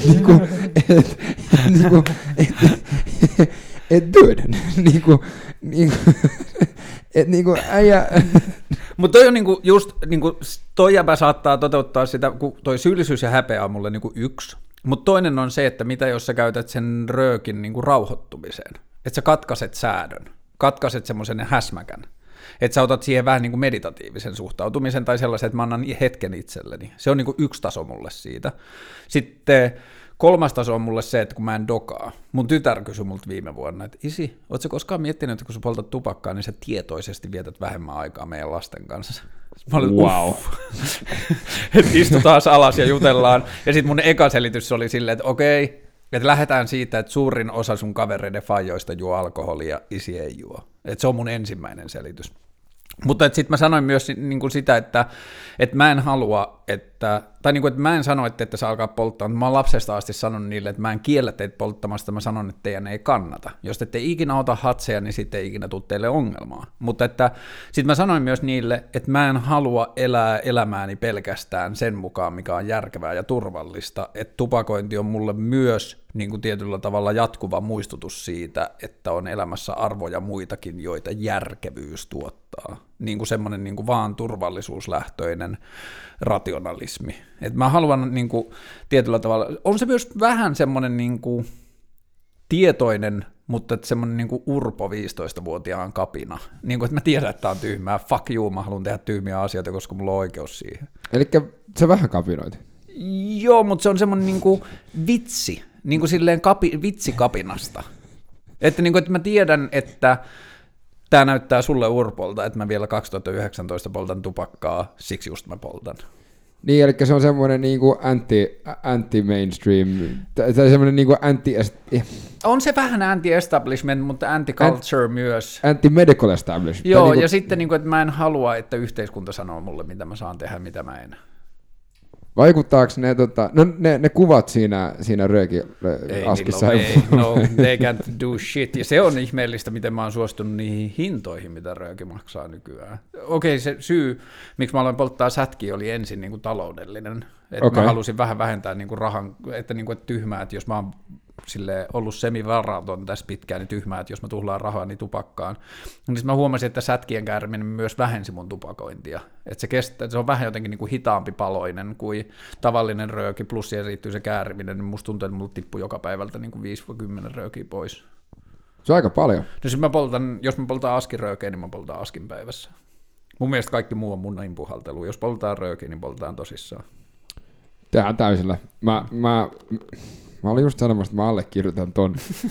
Dude, äijä. Mutta toi on just, toi jäbä saattaa toteuttaa sitä, kun toi syyllisyys ja häpeä on mulle yksi. Mutta toinen on se, että mitä jos sä käytät sen röökin rauhoittumiseen. Että sä katkaiset säädön, katkaiset semmoisen häsmäkän. Että sä otat siihen vähän meditatiivisen suhtautumisen tai sellaisen, että mä annan hetken itselleni. Se on yksi taso mulle siitä. Sitten 3. taso on mulle se, että kun mä en dokaa. Mun tytär kysyi multa viime vuonna, että isi, ootko sä koskaan miettinyt, että kun sä poltat tupakkaa, niin sä tietoisesti vietät vähemmän aikaa meidän lasten kanssa? Mä olin, wow. Että istutaan alas ja jutellaan. Ja sitten mun eka selitys oli silleen, että okei, että lähdetään siitä, että suurin osa sun kavereiden fajoista juo alkoholia, isi ei juo. Että se on mun ensimmäinen selitys. Mutta sitten mä sanoin myös sitä, että mä en halua, että mä en sano, että sä alkaa polttaa, mutta mä oon lapsesta asti sanonut niille, että mä en kiellä teitä polttamasta, mä sanon, että teidän ei kannata. Jos te ette ikinä ota hatseja, niin sitten ei ikinä tule teille ongelmaa. Mutta sitten mä sanoin myös niille, että mä en halua elää elämääni pelkästään sen mukaan, mikä on järkevää ja turvallista, että tupakointi on mulle myös tietyllä tavalla jatkuva muistutus siitä, että on elämässä arvoja muitakin, joita järkevyys tuottaa. Semmoinen vaan turvallisuuslähtöinen rationalismi. Et mä haluan tietyllä tavalla, on se myös vähän semmoinen tietoinen, mutta semmoinen urpo 15-vuotiaan kapina. Että mä tiedän, että tää on tyhmää, fuck you, mä haluan tehdä tyhmiä asioita, koska mulla on oikeus siihen. Elikkä se vähän kapinoit? Joo, mutta se on semmoinen vitsi, silleen vitsi kapinasta. Että mä tiedän, että tämä näyttää sulle urpolta, että mä vielä 2019 poltan tupakkaa, siksi just mä poltan. Niin, eli se on semmoinen anti-mainstream, tai semmoinen On se vähän anti-establishment, mutta anti-culture myös. Anti-medical establishment. Joo, ja sitten, että mä en halua, että yhteiskunta sanoo mulle, mitä mä saan tehdä, mitä mä en. Vaikuttaako ne kuvat siinä röökiaskissa? No, they can't do shit. Ja se on ihmeellistä, miten mä oon suostunut niihin hintoihin, mitä rööki maksaa nykyään. Okei, se syy, miksi mä aloin polttaa sätkiä, oli ensin taloudellinen. Että mä halusin vähän vähentää rahan, että tyhmää, että jos mä oon ollut semivaraton tässä pitkään, niin tyhmää, että jos mä tuhlaan rahaa niin tupakkaan. Niin mä huomasin, että sätkien kääriminen myös vähensi mun tupakointia. Että se on vähän jotenkin hitaampi paloinen kuin tavallinen rööki, plus siihen riittyy se kääriminen, niin musta tuntuu, että mulla tippuu joka päivältä 5-10 röökiä pois. Se on aika paljon. No jos mä poltan askiröökeä, niin mä poltan askin päivässä. Mun mielestä kaikki muu on munain puhaltelu. Jos poltaan röökiä, niin poltaan tosissaan. Tehdään täysillä. Mä olin just sanomassa, että mä allekirjoitan ton.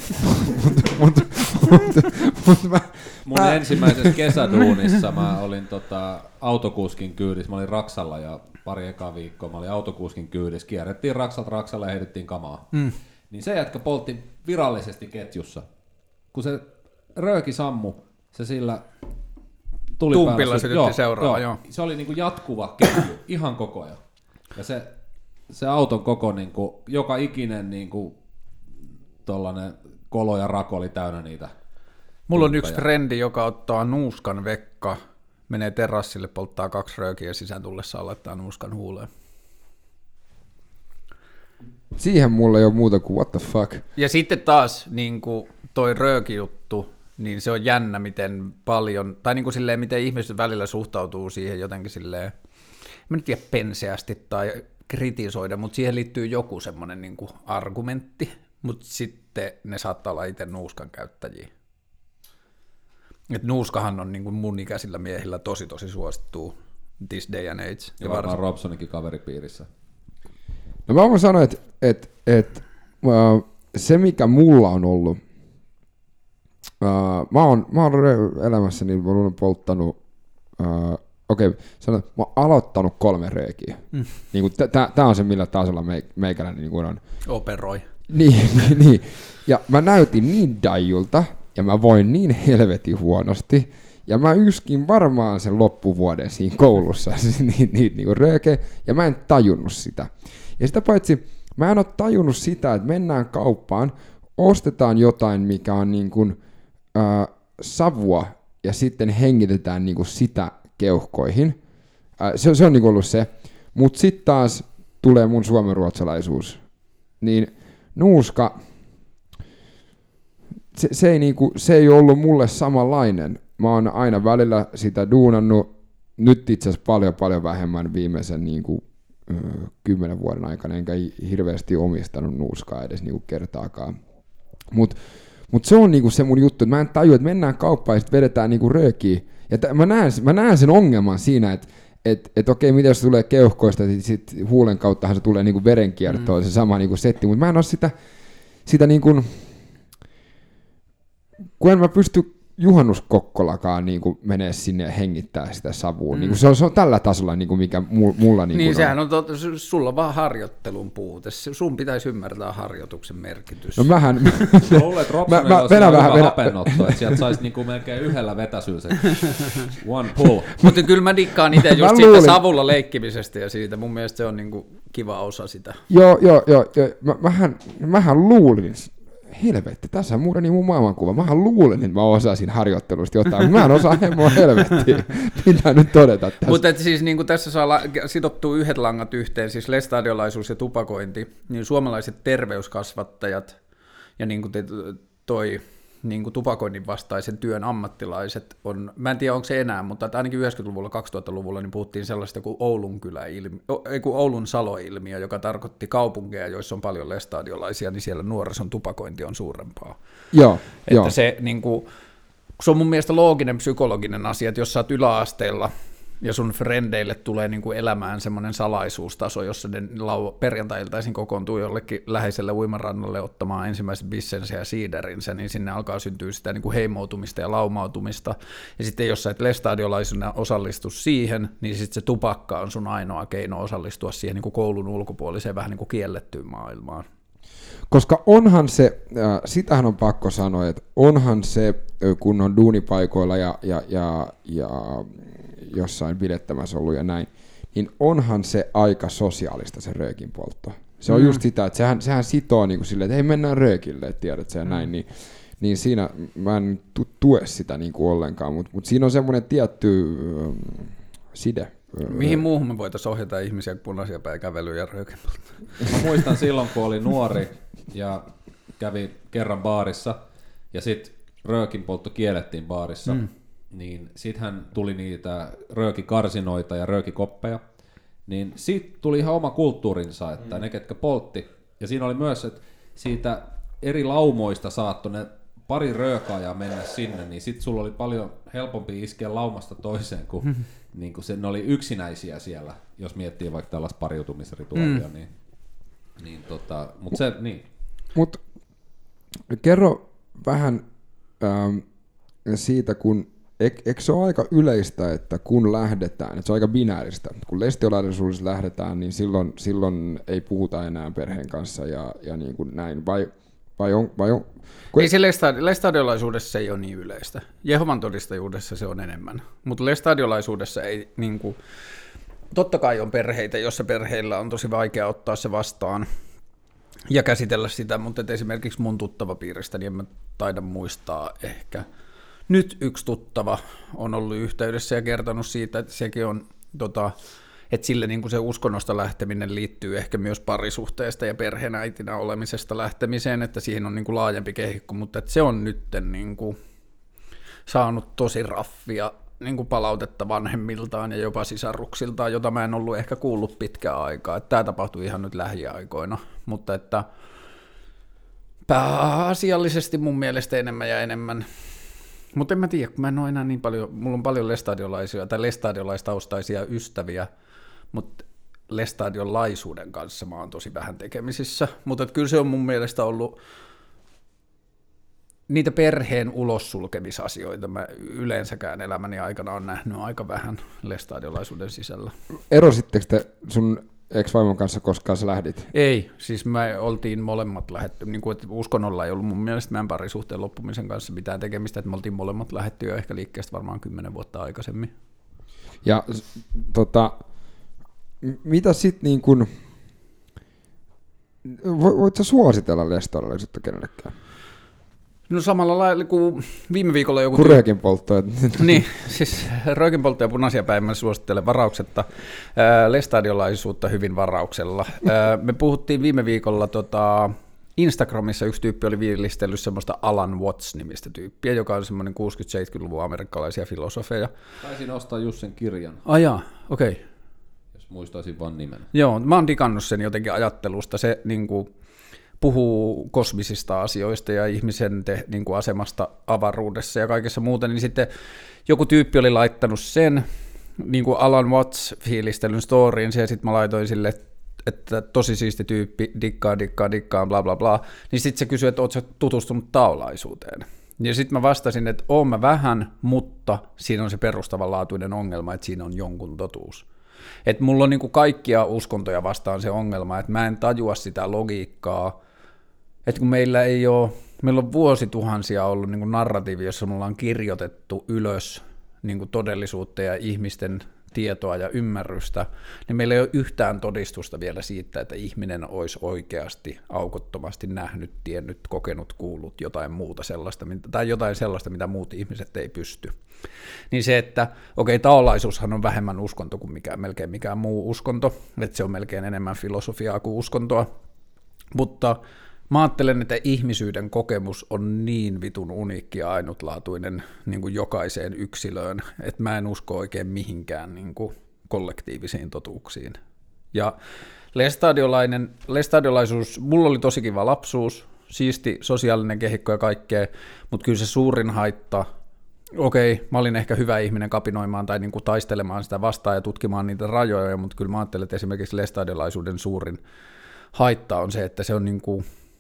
Mun ensimmäisessä kesäduunissa mä olin autokuskin kyydissä. Mä olin Raksalla ja pari ekaa viikkoa mä olin autokuskin kyydissä. Kierrettiin Raksalle ja heitettiin kamaa. Niin se jätkä poltti virallisesti ketjussa. Kun se rööki sammu, se sillä tumpilla sytytti seuraava, joo. Se oli niinku jatkuva ketju, ihan koko ajan. Ja se auton koko, niinku, joka ikinen niinku, tollanen kolo ja rako oli täynnä niitä. Mulla on yksi frendi, joka ottaa nuuskan vekka, menee terassille, polttaa 2 röökiä ja sisään tullessaan laittaa nuuskan huuleen. Siihen mulla ei ole muuta kuin what the fuck. Ja sitten taas niin kuin toi röökijuttu, niin se on jännä, miten paljon, tai niin kuin silleen, miten ihmiset välillä suhtautuu siihen jotenkin silleen, mä nyt tiedä penseästi tai kritisoida, mutta siihen liittyy joku semmoinen niin kuin argumentti, mutta sitten ne saattaa olla itse nuuskan käyttäjiä. Et nuuskahan on niin kuin mun ikäisillä miehillä tosi suosittuu this day and age. Ja varmaan Robsonikin kaveripiirissä. No mä voin sanoa, että se mikä mulla on ollut, mä oon elämässäni polttanut, sanon, mä oon aloittanut 3 röökiä. Niin tää on se, millä tasolla meikäläinen niin on. Operoi. Niin. Ja mä näytin niin daijulta, ja mä voin niin helvetin huonosti, ja mä yskin varmaan sen loppuvuoden siinä koulussa niin röökeä, ja mä en tajunnut sitä. Ja sitä paitsi, mä en ole tajunnut sitä, että mennään kauppaan, ostetaan jotain, mikä on niin kuin, savua, ja sitten hengitetään niin kuin sitä keuhkoihin. Se on niin kuin ollut se. Mutta sitten taas tulee mun suomenruotsalaisuus. Niin nuuska, se ei ollut mulle samanlainen. Mä oon aina välillä sitä duunannut, nyt itse asiassa paljon vähemmän viimeisen niin kuin 10 vuoden aikana, enkä hirveästi omistanut nuuskaa edes niinku kertaakaan. Mut se on niinku se mun juttu, että mä en tajua, että mennään kauppaan ja sit vedetään niinku röökiä. Ja mä näen sen ongelman siinä, että okei, miten se tulee keuhkoista, niin sit huulen kauttahan se tulee niinku verenkiertoon, se sama niinku setti, mutta mä en oo sitä niinku, kun en mä pysty juhannuskokkolakaan niin menee sinne ja hengittää sitä savua. Niin se on tällä tasolla, niin mikä mulla niin sehän on sulla on vaan harjoittelun puute. Sun pitäisi ymmärtää harjoituksen merkitys. No mähän... Mä luulen, että Robsonilla olisi hyvä hapenotto, että sieltä saisi niinku melkein yhdellä vetäsyllä se one pull. Mutta kyllä mä dikkaan itse just siitä savulla leikkimisestä ja siitä. Mun mielestä se on niinku kiva osa sitä. Joo. Mähän luulin... Helvetti, tässä on muurani mun maailmankuva. Mähän luulen, että mä osasin harjoittelusta jotain, mä en osaa hemmoa helvettiä. Pitää nyt todeta tässä. Mutta siis niin tässä saa sidottua yhdet langat yhteen, siis lestadiolaisuus ja tupakointi, niin suomalaiset terveyskasvattajat ja niin kuin toi niin kuin tupakoinnin vastaisen työn ammattilaiset on, mä en tiedä onko se enää, mutta ainakin 90-luvulla, 2000-luvulla niin puhuttiin sellaista kuin Oulun Salo-ilmiö, joka tarkoitti kaupunkeja, joissa on paljon lestadiolaisia, niin siellä nuorison tupakointi on suurempaa. Joo. Se, niin kuin, se on mun mielestä looginen psykologinen asia, että jos sä oot yläasteella ja sun frendeille tulee niin kuin elämään semmoinen salaisuustaso, jossa ne perjantai-iltaisin kokoontuu jollekin läheiselle uimarannalle ottamaan ensimmäiset bissensä ja siiderinsä, niin sinne alkaa syntyä sitä niin kuin heimoutumista ja laumautumista. Ja sitten jos sä et lestadiolaisena osallistu siihen, niin sitten se tupakka on sun ainoa keino osallistua siihen niin kuin koulun ulkopuoliseen vähän niin kuin kiellettyyn maailmaan. Koska onhan se, sitähän on pakko sanoa, että onhan se, kun on duunipaikoilla ja jossain bilettämässä ollut ja näin, niin onhan se aika sosiaalista se röökin poltto. Se on just sitä, että sehän sitoo niin kuin silleen, että hei mennään röökille, että tiedät sä näin, niin siinä mä en tue sitä niin kuin ollenkaan, mutta siinä on semmoinen tietty side. Mihin muuhun me voitaisiin ohjata ihmisiä punaisia päikävelyä ja röökin polttoa? Mä muistan silloin, kun oli nuori ja kävi kerran baarissa ja sitten röökin poltto kiellettiin baarissa. Niin sittenhän tuli niitä röökikarsinoita ja röökikoppeja, niin siitä tuli ihan oma kulttuurinsa, että ne ketkä poltti, ja siinä oli myös, että siitä eri laumoista saattoi ne pari röökaajaa mennä sinne, niin sitten sulla oli paljon helpompi iskeä laumasta toiseen, kun niin kun ne oli yksinäisiä siellä, jos miettii vaikka tällaista pariutumisrituaalia, mutta se, niin. Mut kerro vähän siitä, kun eikö se ole aika yleistä, että kun lähdetään, että se on aika binääristä, kun lestiolaisuudessa lähdetään, niin silloin ei puhuta enää perheen kanssa ja niin kuin näin, vai Vai on? Ei se lestadiolaisuudessa ei ole niin yleistä. Jehovan todistajuudessa se on enemmän. Mutta lestadiolaisuudessa ei niinku, totta kai on perheitä, jossa perheillä on tosi vaikea ottaa se vastaan ja käsitellä sitä, mutta esimerkiksi mun tuttavapiiristä, niin en mä taida muistaa ehkä. Nyt yksi tuttava on ollut yhteydessä ja kertonut siitä, että sekin on, että sille niin kuin se uskonnosta lähteminen liittyy ehkä myös parisuhteesta ja perheenäitinä olemisesta lähtemiseen, että siihen on niin kuin laajempi kehikko, mutta että se on nyt niin kuin saanut tosi raffia niin kuin palautetta vanhemmiltaan ja jopa sisaruksiltaan, jota mä en ollut ehkä kuullut pitkään aikaa. Että tämä tapahtui ihan nyt lähiaikoina, mutta että pääasiallisesti mun mielestä enemmän ja enemmän. Mutta en mä tiedä, kun mä en ole enää niin paljon, mulla on paljon lestadiolaisia tai lestadiolaistaustaisia ystäviä, mutta lestadiolaisuuden kanssa mä oon tosi vähän tekemisissä, mutta kyllä se on mun mielestä ollut niitä perheen ulossulkemisasioita mä yleensäkään elämäni aikana on nähnyt aika vähän lestadiolaisuuden sisällä. Erositteko te sun ex-vaimon kanssa koskaan sä lähdit? Ei, siis me oltiin molemmat lähetty, niin kuin, että uskonnolla ei ollut mun mielestä meidän parisuhteen loppumisen kanssa mitään tekemistä, että me oltiin molemmat lähetty jo ehkä liikkeestä varmaan 10 vuotta aikaisemmin. Ja mitä sitten niin kuin, voit sä suositella lestadiolaisuutta kenellekään? No samalla lailla kuin viime viikolla joku... Kun röökinpolttoja. Niin, siis röökinpoltto ja punaisia päivänä suosittelen varauksetta. Lestadiolaisuutta hyvin varauksella. Me puhuttiin viime viikolla Instagramissa yksi tyyppi oli viilistellyt semmoista Alan Watts-nimistä tyyppiä, joka on semmoinen 60-70-luvun amerikkalaisia filosofeja. Taisin ostaa just sen kirjan. Jaa, okei. Okay. Jos muistaisin vaan nimen. Joo, mä oon digannut sen jotenkin ajattelusta. Se niinku puhuu kosmisista asioista ja ihmisen niin kuin asemasta avaruudessa ja kaikessa muuta, niin sitten joku tyyppi oli laittanut sen niin kuin Alan Watts-fiilistelyn storyin, ja sitten mä laitoin sille, että tosi siisti tyyppi, dikkaa, bla bla bla, niin sitten se kysyi, että ootko sä tutustunut taolaisuuteen. Ja sitten mä vastasin, että oon mä vähän, mutta siinä on se perustavanlaatuinen ongelma, että siinä on jonkun totuus. Että mulla on niin kuin kaikkia uskontoja vastaan se ongelma, että mä en tajua sitä logiikkaa, että kun meillä on vuosituhansia ollut niin kuin narratiivi, jossa mulla on kirjoitettu ylös niin kuin todellisuutta ja ihmisten tietoa ja ymmärrystä, niin meillä ei ole yhtään todistusta vielä siitä, että ihminen olisi oikeasti aukottomasti nähnyt, tiennyt, kokenut, kuullut jotain muuta sellaista, tai jotain sellaista, mitä muut ihmiset ei pysty. Niin se, että taolaisuushan on vähemmän uskonto kuin melkein mikään muu uskonto, että se on melkein enemmän filosofiaa kuin uskontoa, mutta mä ajattelen, että ihmisyyden kokemus on niin vitun uniikki ja ainutlaatuinen niin kuin jokaiseen yksilöön, että mä en usko oikein mihinkään niin kuin kollektiivisiin totuuksiin. Ja lestadiolaisuus, mulla oli tosi kiva lapsuus, siisti sosiaalinen kehikko ja kaikkea, mutta kyllä se suurin haitta, mä olin ehkä hyvä ihminen kapinoimaan tai niin kuin taistelemaan sitä vastaan ja tutkimaan niitä rajoja, mutta kyllä mä ajattelen, että esimerkiksi lestadiolaisuuden suurin haitta on se, että se on niin kuin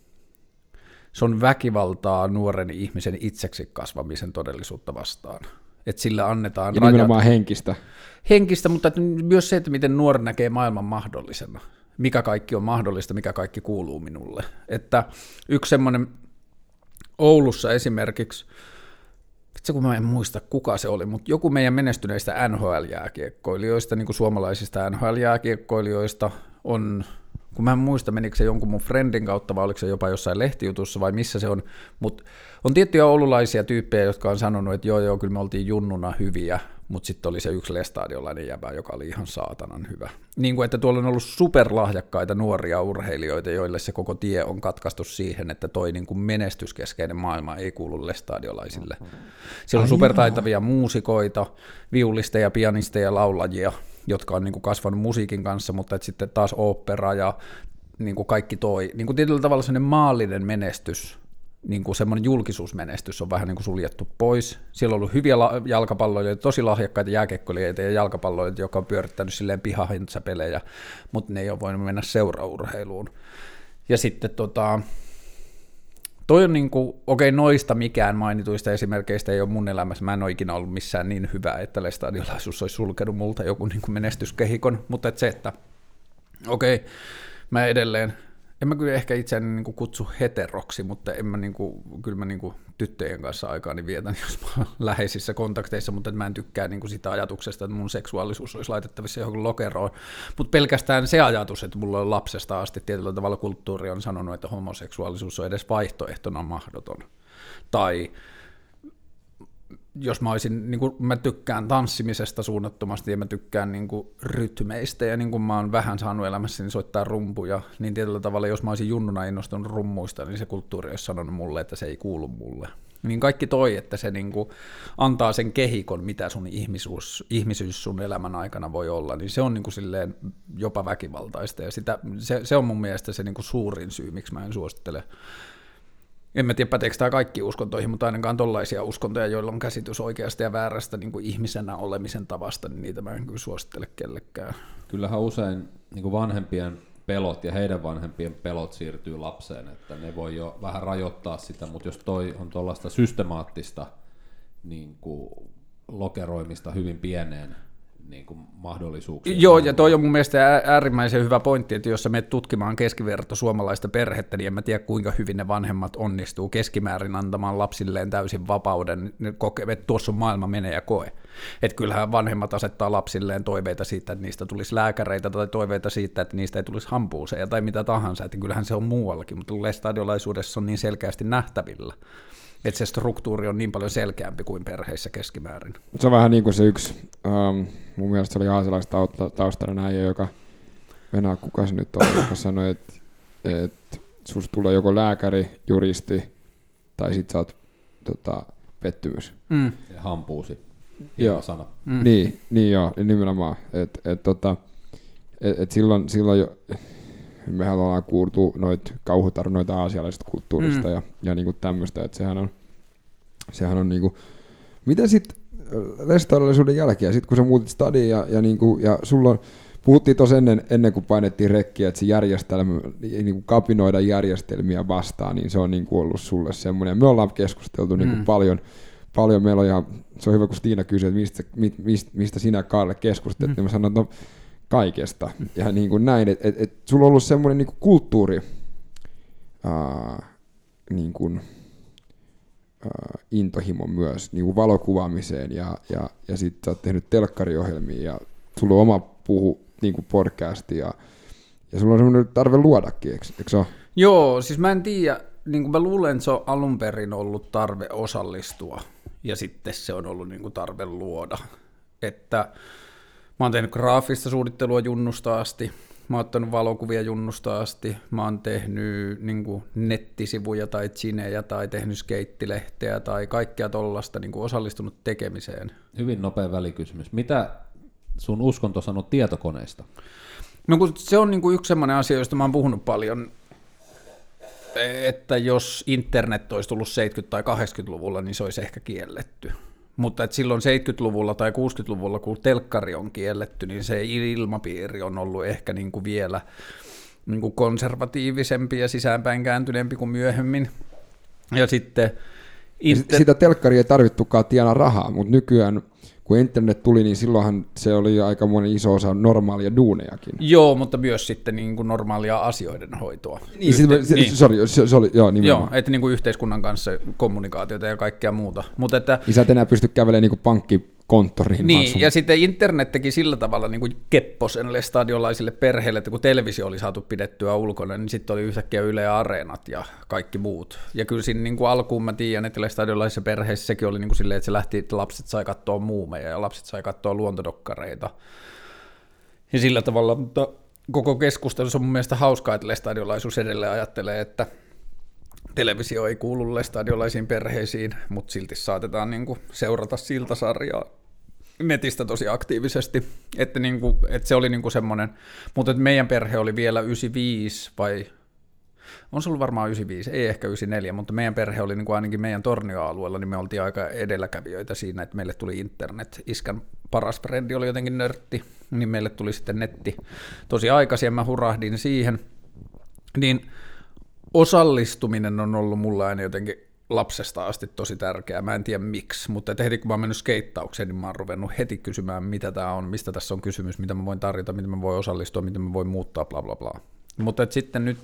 se on väkivaltaa nuoren ihmisen itseksi kasvamisen todellisuutta vastaan. Että sillä annetaan ja nimenomaan henkistä. Henkistä, mutta myös se, että miten nuori näkee maailman mahdollisena. Mikä kaikki on mahdollista, mikä kaikki kuuluu minulle. Että yksi semmoinen Oulussa esimerkiksi, itse kun mä en muista kuka se oli, mutta joku meidän menestyneistä NHL-jääkiekkoilijoista, niin kuin suomalaisista NHL-jääkiekkoilijoista on, kun mä en muista, menikö se jonkun mun friendin kautta, vai oliko se jopa jossain lehtijutussa, vai missä se on, mutta on tiettyjä oululaisia tyyppejä, jotka on sanonut, että joo, kyllä me oltiin junnuna hyviä, mutta sitten oli se yksi lestadiolainen jäbä, joka oli ihan saatanan hyvä. Niin kuin, että tuolla on ollut superlahjakkaita nuoria urheilijoita, joille se koko tie on katkaistu siihen, että toi niin kuin menestyskeskeinen maailma ei kuulu lestadiolaisille. Siellä on supertaitavia muusikoita, viulisteja, pianisteja, laulajia, jotka on niin kuin kasvanut musiikin kanssa, mutta sitten taas opera ja niin kuin kaikki toi, niin kuin tietyllä tavalla sellainen maallinen menestys, niin kuin semmoinen julkisuusmenestys on vähän niin kuin suljettu pois. Siellä on ollut hyviä jalkapalloilijoita, tosi lahjakkaita jääkiekkoilijoita ja jalkapalloilijoita, jotka on pyörittänyt silleen pihahintsäpelejä, mutta ne ei ole voinut mennä seuraurheiluun. Ja sitten toi on niin kuin, noista mikään mainituista esimerkkeistä ei ole mun elämässä. Mä en ole ikinä ollut missään niin hyvä, että lestadiolaisuus olisi sulkenut multa joku niin kuin menestyskehikon, mutta se, että mä edelleen En mä kyllä ehkä itseäni niin kuin kutsu heteroksi, mutta en mä, niin kuin, kyllä mä niin kuin tyttöjen kanssa aikaani vietän, jos mä olen läheisissä kontakteissa, mutta mä en tykkää niin kuin sitä ajatuksesta, että mun seksuaalisuus olisi laitettavissa johonkin lokeroon. Mutta pelkästään se ajatus, että mulla on lapsesta asti tietyllä tavalla kulttuuri on sanonut, että homoseksuaalisuus on edes vaihtoehtona mahdoton. Tai jos mä olisin, niin kuin mä tykkään tanssimisesta suunnattomasti ja mä tykkään niin kuin rytmeistä ja niin kuin mä oon vähän saanut elämässäni soittaa rumpuja, niin tietyllä tavalla jos mä olisin junnuna innostunut rummuista, niin se kulttuuri olisi sanonut mulle, että se ei kuulu mulle. Niin kaikki toi, että se niin kuin antaa sen kehikon, mitä sun ihmisyys sun elämän aikana voi olla, niin se on niin kuin silleen jopa väkivaltaista ja se on mun mielestä se niin kuin suurin syy, miksi mä en suosittele. En mä tiedä, päteekö tämä kaikki uskontoihin, mutta ainakaan tollaisia uskontoja, joilla on käsitys oikeasta ja väärästä niin kuin ihmisenä olemisen tavasta, niin niitä mä en kyllä suosittele kellekään. Kyllähän usein niin kuin vanhempien pelot ja heidän vanhempien pelot siirtyy lapseen, että ne voi jo vähän rajoittaa sitä, mutta jos toi on tuollaista systemaattista niin kuin lokeroimista hyvin pieneen niin kuin mahdollisuuksia. Joo, ja toi on mun mielestä äärimmäisen hyvä pointti, että jos sä menet tutkimaan keskiverto suomalaista perhettä, niin en mä tiedä kuinka hyvin ne vanhemmat onnistuu keskimäärin antamaan lapsilleen täysin vapauden, että tuossa on maailma menee ja koe. Että kyllähän vanhemmat asettaa lapsilleen toiveita siitä, että niistä tulisi lääkäreitä tai toiveita siitä, että niistä ei tulisi hampuuseja tai mitä tahansa, että kyllähän se on muuallakin, mutta stadiolaisuudessa on niin selkeästi nähtävillä. Että se struktuuri on niin paljon selkeämpi kuin perheissä keskimäärin. Se on vähän niin kuin se yksi, mun mielestä se oli aasialaistaustainen äijä, joka, enää kuka se nyt on, joka sanoi, että susta tulee joko lääkäri, juristi, tai sit sä oot pettymys. Ja hampuusi. Joo. Sana. Niin joo, nimenomaan. Et silloin jo, mehän ollaan kuultu noita kauhutarinoita aasialaisesta kulttuurista ja niinku tämmöistä, että sehän on niinku, mitä sitten lestadiolaisuuden jälkeen, sitten kun sä muutit stadiin ja sulla on, puhuttiin tuossa ennen kuin painettiin rekkiä, että se järjestelmä, niinku kapinoida järjestelmiä vastaan, niin se on niinku ollut sulle semmoinen, me ollaan keskusteltu niinku paljon, meillä on ihan, se on hyvä kun Stiina kysyi, että mistä sinä Kaarle keskustelet, niin mä sanon, että kaikesta. Ja niin kuin näin, että sulla on ollut semmoinen niin kuin kulttuuri niin kuin, intohimo myös niin kuin valokuvaamiseen ja sitten sä oot tehnyt telkkariohjelmia ja sulla on oma niin kuin podcasti ja sulla on semmoinen tarve luodakin, eikö se ole? Joo, siis mä en tiedä, niin kuin mä luulen, että se on alun perin ollut tarve osallistua ja sitten se on ollut niin kuin tarve luoda, että mä oon tehnyt graafista suunnittelua junnusta asti, mä oon ottanut valokuvia junnusta asti, mä oon tehnyt niin kuin nettisivuja tai zinejä tai tehnyt skeittilehteä tai kaikkea tollaista, niin kuin osallistunut tekemiseen. Hyvin nopea välikysymys. Mitä sun uskonto sanoo tietokoneista? No kun se on niin kuin yksi sellainen asia, josta mä oon puhunut paljon, että jos internet olisi tullut 70- tai 80-luvulla, niin se olisi ehkä kielletty. Mutta että silloin 70-luvulla tai 60-luvulla, kun telkkari on kielletty, niin se ilmapiiri on ollut ehkä niin kuin vielä niin kuin konservatiivisempi ja sisäänpäin kääntyneempi kuin myöhemmin. Ja sitten sitä telkkaria ei tarvittukaan tienaa rahaa, mutta nykyään kun internet tuli, niin silloinhan se oli aikamoinen iso osa normaalia duunejakin. Joo, mutta myös sitten niin kuin normaalia asioiden hoitoa. Niin, se oli, joo, nimenomaan. Joo, että niin kuin yhteiskunnan kanssa kommunikaatiota ja kaikkea muuta. Mutta että, sä et enää pysty kävelemään niin kuin pankkikonttoriin. Niin, ja sitten internet teki sillä tavalla niin kuin kepposelle stadiolaisille perheille, että kun televisio oli saatu pidettyä ulkona, niin sitten oli yhtäkkiä Yle Areenat ja kaikki muut. Ja kyllä siinä niin kuin alkuun mä tiedän, että stadiolaisissa perheissä sekin oli niin kuin silleen, että se lähti, että lapset sai katsoa muumeja ja lapset sai katsoa luontodokkareita. Ja sillä tavalla, mutta koko keskustelussa on mun mielestä hauskaa, että lestadiolaisuus edelleen ajattelee, että televisio ei kuulu lestadiolaisiin perheisiin, mutta silti saatetaan niin kuin seurata Siltasarjaa netistä tosi aktiivisesti, että, niin kuin, että se oli niin kuin semmoinen, mutta että meidän perhe oli vielä 95 vai on se ollut varmaan 95, ei ehkä 94, mutta meidän perhe oli niin kuin ainakin meidän Tornio-alueella, niin me oltiin aika edelläkävijöitä siinä, että meille tuli internet. Iskän paras frendi oli jotenkin nörtti, niin meille tuli sitten netti tosi aikaisin, mä hurahdin siihen, niin osallistuminen on ollut mulle aina jotenkin lapsesta asti tosi tärkeää. Mä en tiedä miksi, mutta heti kun mä oon mennyt skeittaukseen, niin mä oon ruvennut heti kysymään, mitä tää on, mistä tässä on kysymys, mitä mä voin tarjota, miten mä voin osallistua, miten mä voin muuttaa, bla bla bla. Mutta sitten nyt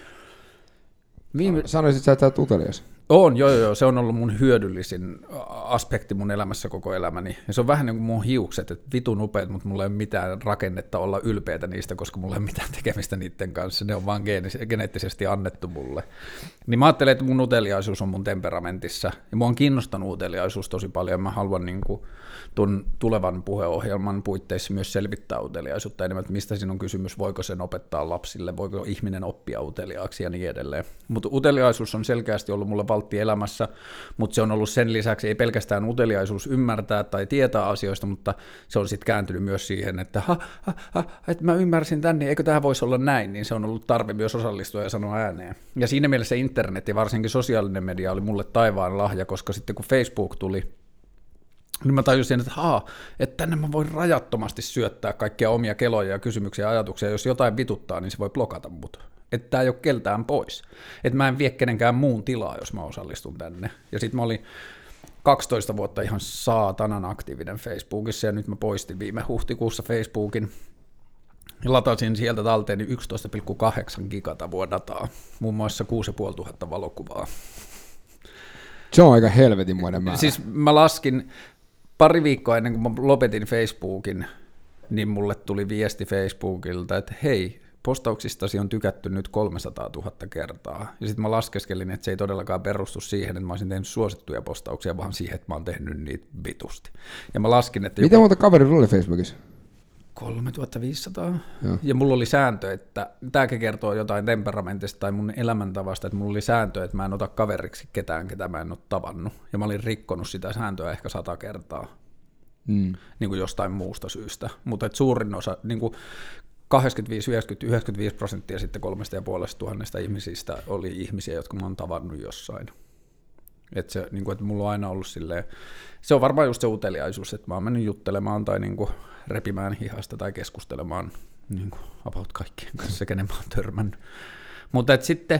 Sanoisit sä, että sä oot utelias? Joo, se on ollut mun hyödyllisin aspekti mun elämässä koko elämäni. Ja se on vähän niin kuin mun hiukset, että vitun upeat, mutta mulla ei ole mitään rakennetta olla ylpeitä niistä, koska mulla ei ole mitään tekemistä niiden kanssa. Ne on vaan geneettisesti annettu mulle. Niin mä ajattelen, että mun uteliaisuus on mun temperamentissa. Ja mua on kiinnostanut uteliaisuus tosi paljon. Mä haluan niin kuin tuon tulevan puheohjelman puitteissa myös selvittää uteliaisuutta enemmän, että mistä siinä on kysymys, voiko sen opettaa lapsille, voiko ihminen oppia uteliaaksi ja niin edelleen. Mutta uteliaisuus on selkeästi ollut mulle valtti elämässä, mutta se on ollut sen lisäksi ei pelkästään uteliaisuus ymmärtää tai tietää asioista, mutta se on sitten kääntynyt myös siihen, että että mä ymmärsin tän, niin eikö tämä voisi olla näin, niin se on ollut tarve myös osallistua ja sanoa ääneen. Ja siinä mielessä internet ja varsinkin sosiaalinen media oli mulle taivaan lahja, koska sitten kun Facebook tuli, niin mä tajusin, että tänne mä voin rajattomasti syöttää kaikkia omia keloja ja kysymyksiä ja ajatuksia. Jos jotain vituttaa, niin se voi blokata mut. Että tää ei ole keltään pois. Että mä en vie kenenkään muun tilaa, jos mä osallistun tänne. Ja sit mä olin 12 vuotta ihan saatanan aktiivinen Facebookissa, ja nyt mä poistin viime huhtikuussa Facebookin. Ja latasin sieltä talteeni 11,8 gigatavua dataa, muun muassa 6500 valokuvaa. Se on aika helvetinmoinen määrä. Siis mä laskin pari viikkoa ennen kuin mä lopetin Facebookin, niin mulle tuli viesti Facebookilta, että hei, postauksistasi on tykätty nyt 300 000 kertaa. Ja sitten mä laskeskelin, että se ei todellakaan perustu siihen, että mä olisin tehnyt suosittuja postauksia, vaan siihen, että mä oon tehnyt niitä vitusti. Ja mä laskin, että miten monta kaveria oli Facebookissa? 3500. Ja mulla oli sääntö, että tämäkin kertoo jotain temperamentista tai mun elämäntavasta, että mulla oli sääntö, että mä en ota kaveriksi ketään, ketä mä en ole tavannut. Ja mä olin rikkonut sitä sääntöä ehkä 100 kertaa, niin kuin jostain muusta syystä. Mutta suurin osa, niin kuin 85, 90, 95% sitten 3500 ihmisistä oli ihmisiä, jotka mä oon tavannut jossain. Että se, niin kuin, että mulla on aina ollut silleen, se on varmaan just se uteliaisuus, että mä oon mennyt juttelemaan tai niin kuin repimään hihasta tai keskustelemaan niin kuin about kaikkien kanssa, kenen mä oon törmännyt. Mutta sitten,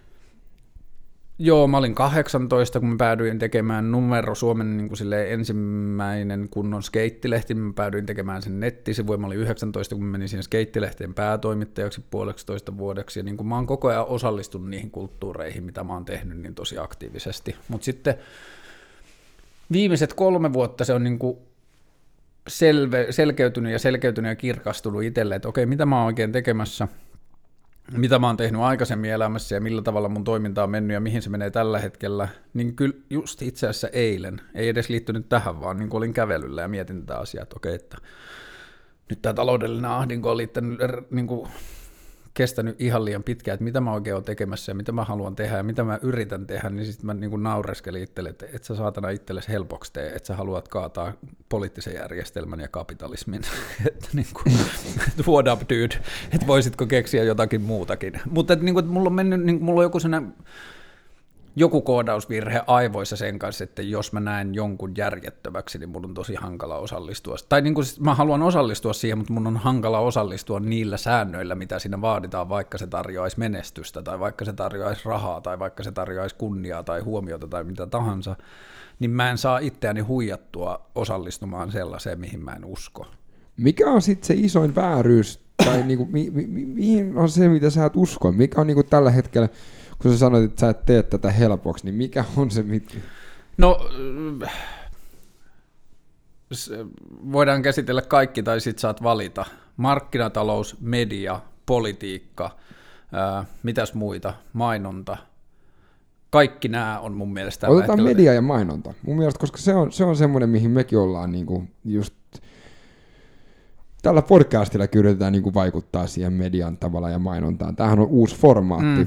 joo, mä olin 18, kun mä päädyin tekemään Numero, Suomen niin kuin ensimmäinen kunnon skeittilehti, mä päädyin tekemään sen nettisivuja, mä olin 19, kun mä menin siinä skeittilehteen päätoimittajaksi 1,5 vuodeksi, ja niin kuin mä oon koko ajan osallistunut niihin kulttuureihin, mitä mä oon tehnyt niin tosi aktiivisesti, mutta viimeiset 3 vuotta se on niin kuin selkeytynyt ja kirkastunut itselle, että okei, mitä mä oon oikein tekemässä, mitä mä oon tehnyt aikaisemmin elämässä ja millä tavalla mun toiminta on mennyt ja mihin se menee tällä hetkellä, niin kyllä just itse asiassa eilen, ei edes liittynyt tähän, vaan niin kuin olin kävelyllä ja mietin tätä asiaa, että okei, että nyt tämä taloudellinen ahdinko on niin kuin kestänyt ihan liian pitkään, että mitä mä oikein oon tekemässä ja mitä mä haluan tehdä ja mitä mä yritän tehdä, niin sitten mä niin kuin naureskelin itselle, että et sä saatana itsellesi helpoksi tee, että sä haluat kaataa poliittisen järjestelmän ja kapitalismin, että niin kuin, what up dude, että voisitko keksiä jotakin muutakin, mutta niin kuin, mulla on mennyt, niin kuin, mulla on joku koodausvirhe aivoissa sen kanssa, että jos mä näen jonkun järjettömäksi, niin mun on tosi hankala osallistua. Tai niin kuin mä haluan osallistua siihen, mutta mun on hankala osallistua niillä säännöillä, mitä siinä vaaditaan, vaikka se tarjoaisi menestystä, tai vaikka se tarjoaisi rahaa, tai vaikka se tarjoaisi kunniaa, tai huomiota, tai mitä tahansa, niin mä en saa itseäni huijattua osallistumaan sellaiseen, mihin mä en usko. Mikä on sitten se isoin vääryys, tai niinku, mihin on se, mitä sä et usko? Mikä on niinku tällä hetkellä, kun sä sanoit, että sä et tee tätä helpoksi, niin mikä on se, No, voidaan käsitellä kaikki, tai sit saat valita. Markkinatalous, media, politiikka, mitäs muita, mainonta. Kaikki nämä on mun mielestä... Otetaan media ja mainonta. Mun mielestä, koska se on semmoinen, mihin mekin ollaan niinku just... Tällä podcastilla yritetään niinku vaikuttaa siihen median tavalla ja mainontaan. Tämähän on uusi formaatti.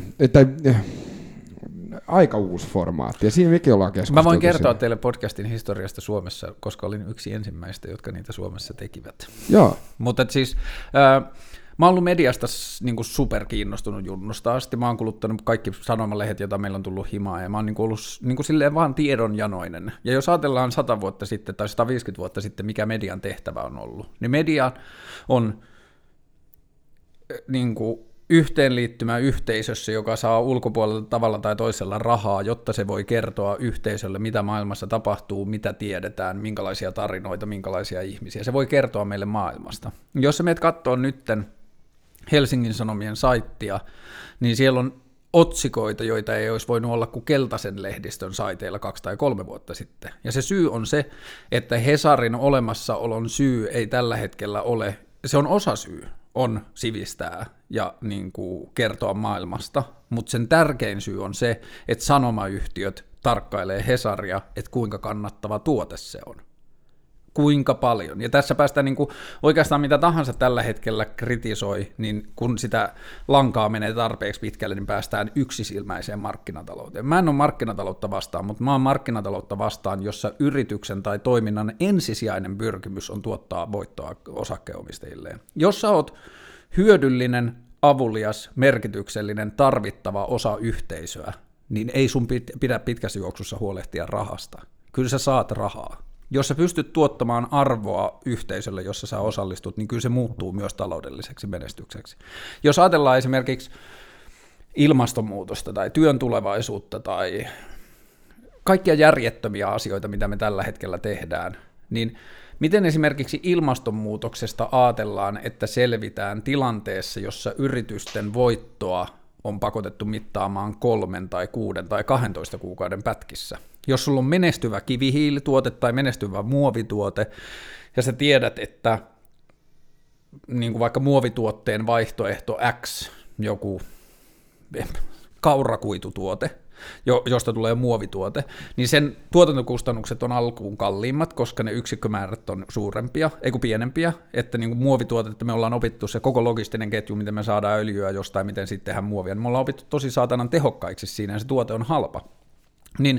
Aika uusi formaatti, ja siinä mekin ollaan keskusteltu. Mä voin kertoa teille podcastin historiasta Suomessa, koska olin yksi ensimmäistä, jotka niitä Suomessa tekivät. Joo. Mutta siis... Mä oon ollut mediasta niin kuin superkiinnostunut junnusta asti. Mä oon kuluttanut kaikki sanomalehdet, joita meillä on tullut himaa, ja mä oon niin kuin ollut niin kuin silleen vaan tiedonjanoinen. Ja jos ajatellaan 100 vuotta sitten tai 150 vuotta sitten, mikä median tehtävä on ollut, niin media on niin kuin yhteenliittymä yhteisössä, joka saa ulkopuolelta tavalla tai toisella rahaa, jotta se voi kertoa yhteisölle, mitä maailmassa tapahtuu, mitä tiedetään, minkälaisia tarinoita, minkälaisia ihmisiä. Se voi kertoa meille maailmasta. Jos sä meet katsoa nytten Helsingin Sanomien saittia, niin siellä on otsikoita, joita ei olisi voinut olla kuin keltaisen lehdistön saiteilla 2 tai 3 vuotta sitten. Ja se syy on se, että Hesarin olemassaolon syy ei tällä hetkellä ole, se on osasyy, on sivistää ja niin kuin kertoa maailmasta, mutta sen tärkein syy on se, että sanomayhtiöt tarkkailee Hesaria, että kuinka kannattava tuote se on. Kuinka paljon. Ja tässä päästään niin kuin oikeastaan mitä tahansa tällä hetkellä kritisoi, niin kun sitä lankaa menee tarpeeksi pitkälle, niin päästään yksisilmäiseen markkinatalouteen. Mä en ole markkinataloutta vastaan, mutta mä oon markkinataloutta vastaan, jossa yrityksen tai toiminnan ensisijainen pyrkimys on tuottaa voittoa osakkeenomistajilleen. Jos sä oot hyödyllinen, avulias, merkityksellinen, tarvittava osa yhteisöä, niin ei sun pidä pitkässä juoksussa huolehtia rahasta. Kyllä sä saat rahaa. Jos sä pystyt tuottamaan arvoa yhteisölle, jossa sä osallistut, niin kyllä se muuttuu myös taloudelliseksi menestykseksi. Jos ajatellaan esimerkiksi ilmastonmuutosta tai työn tulevaisuutta tai kaikkia järjettömiä asioita, mitä me tällä hetkellä tehdään, niin miten esimerkiksi ilmastonmuutoksesta ajatellaan, että selvitään tilanteessa, jossa yritysten voittoa on pakotettu mittaamaan 3 tai 6 tai 12 kuukauden pätkissä. Jos sulla on menestyvä kivihiilituote tai menestyvä muovituote, ja sä tiedät, että niin kuin vaikka muovituotteen vaihtoehto X, joku kaurakuitutuote, josta tulee muovituote, niin sen tuotantokustannukset on alkuun kalliimmat, koska ne yksikkömäärät on pienempiä, että niin kuin muovituotetta me ollaan opittu se koko logistinen ketju, miten me saadaan öljyä jostain, miten sitten tehdään muovia, niin me ollaan opittu tosi saatanan tehokkaiksi siinä, ja se tuote on halpa. Niin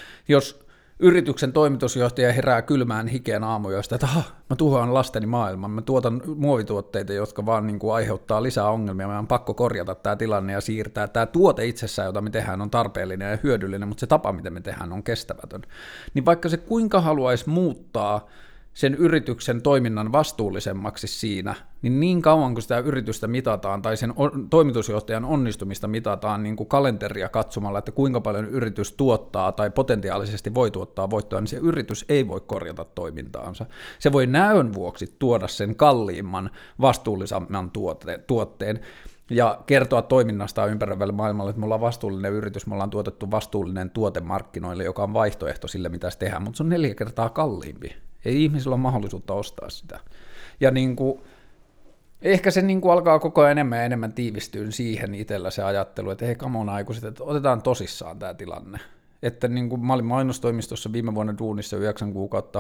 jos yrityksen toimitusjohtaja herää kylmään hikeen aamujoista, että mä tuhoan lasteni maailman, mä tuotan muovituotteita, jotka vaan niin kuin aiheuttaa lisää ongelmia, meidän on pakko korjata tämä tilanne ja siirtää. Tämä tuote itsessään, jota me tehdään, on tarpeellinen ja hyödyllinen, mutta se tapa, miten me tehdään, on kestämätön. Niin vaikka se kuinka haluaisi muuttaa sen yrityksen toiminnan vastuullisemmaksi siinä, niin kauan kuin sitä yritystä mitataan tai sen toimitusjohtajan onnistumista mitataan niin kuin kalenteria katsomalla, että kuinka paljon yritys tuottaa tai potentiaalisesti voi tuottaa voittoa, niin se yritys ei voi korjata toimintaansa. Se voi näön vuoksi tuoda sen kalliimman, vastuullisemman tuotteen ja kertoa toiminnastaan ympäröivälle maailmalle, että me ollaan vastuullinen yritys, me ollaan tuotettu vastuullinen tuote markkinoille, joka on vaihtoehto sille, mitä se tehdään, mutta se on 4 kertaa kalliimpi. Ei ihmisillä ole mahdollisuutta ostaa sitä. Ja niin kuin, ehkä se niin kuin alkaa koko ajan enemmän ja enemmän tiivistyä siihen itsellä se ajattelu, että hei, come on aikuiset, että otetaan tosissaan tämä tilanne. Että niin kuin mä olin mainostoimistossa viime vuonna duunissa 9 kuukautta,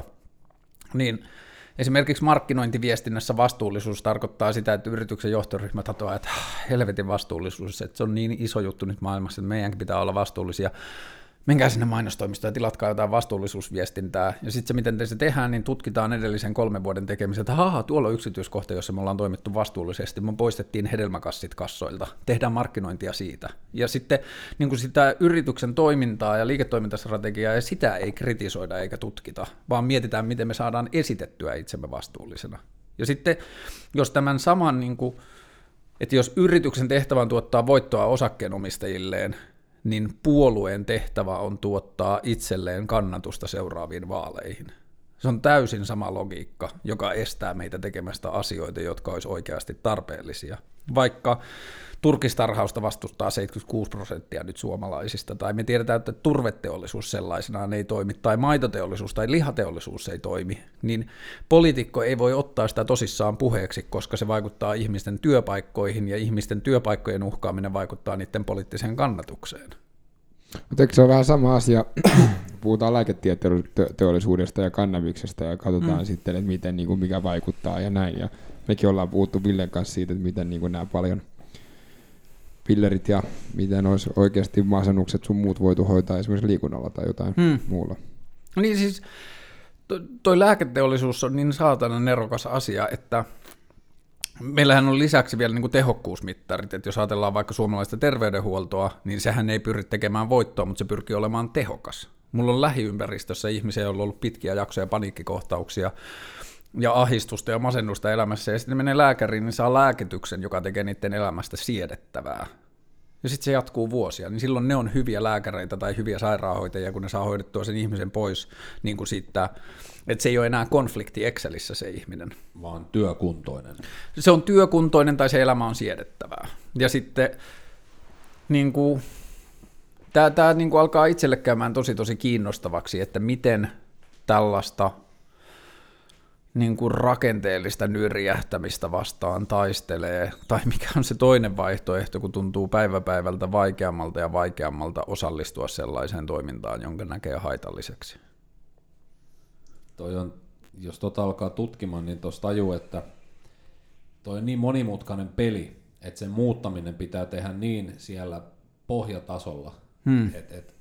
niin esimerkiksi markkinointiviestinnässä vastuullisuus tarkoittaa sitä, että yrityksen johtoryhmä tatoaa, että helvetin vastuullisuus, että se on niin iso juttu nyt maailmassa, että meidänkin pitää olla vastuullisia. Menkää sinne mainostoimistoon ja tilatkaa jotain vastuullisuusviestintää. Ja sitten se, miten se tehdään, niin tutkitaan edellisen 3 vuoden tekemisen, että tuolla on yksityiskohta, jossa me ollaan toimittu vastuullisesti. Me poistettiin hedelmäkassit kassoilta. Tehdään markkinointia siitä. Ja sitten niin kuin sitä yrityksen toimintaa ja liiketoimintastrategiaa, ja sitä ei kritisoida eikä tutkita, vaan mietitään, miten me saadaan esitettyä itsemme vastuullisena. Ja sitten, jos tämän saman, niin kuin, että jos yrityksen tehtävä on tuottaa voittoa osakkeenomistajilleen, niin puolueen tehtävä on tuottaa itselleen kannatusta seuraaviin vaaleihin. Se on täysin sama logiikka, joka estää meitä tekemästä asioita, jotka olisi oikeasti tarpeellisia. Vaikka turkistarhausta vastustaa 76% nyt suomalaisista, tai me tiedetään, että turveteollisuus sellaisenaan ei toimi, tai maitoteollisuus tai lihateollisuus ei toimi, niin poliitikko ei voi ottaa sitä tosissaan puheeksi, koska se vaikuttaa ihmisten työpaikkoihin, ja ihmisten työpaikkojen uhkaaminen vaikuttaa niiden poliittiseen kannatukseen. Mutta eikö se ole vähän sama asia, puhutaan lääketieteollisuudesta ja kannabiksesta, ja katsotaan sitten, että miten, niin kuin, mikä vaikuttaa ja näin, ja mekin ollaan puhuttu Villen kanssa siitä, että miten niin kuin nämä paljon pillerit ja miten olisi oikeasti masennukset sun muut voitu hoitaa esimerkiksi liikunnalla tai jotain muulla. Niin siis toi lääketeollisuus on niin saatana nerokas asia, että meillähän on lisäksi vielä niin kuin tehokkuusmittarit, että jos ajatellaan vaikka suomalaista terveydenhuoltoa, niin sehän ei pyri tekemään voittoa, mutta se pyrkii olemaan tehokas. Mulla on lähiympäristössä ihmisiä, joilla on ollut pitkiä jaksoja, paniikkikohtauksia ja ahdistusta ja masennusta elämässä, ja sitten menee lääkäriin, niin saa lääkityksen, joka tekee niiden elämästä siedettävää. ja sitten se jatkuu vuosia, niin silloin ne on hyviä lääkäreitä tai hyviä sairaanhoitajia, kun ne saa hoidettua sen ihmisen pois niin kuin siitä, että se ei ole enää konflikti Excelissä se ihminen. Vaan työkuntoinen. Se on työkuntoinen tai se elämä on siedettävää. Ja sitten niin kuin, tämä niin kuin alkaa itselle käymään tosi kiinnostavaksi, että miten tällaista niin kuin rakenteellista nyrjähtämistä vastaan taistelee, tai mikä on se toinen vaihtoehto, kun tuntuu päivä päivältä vaikeammalta ja vaikeammalta osallistua sellaiseen toimintaan, jonka näkee haitalliseksi. Toi on, jos alkaa tutkimaan, niin tuossa tajuu, että toi on niin monimutkainen peli, että sen muuttaminen pitää tehdä niin siellä pohjatasolla, että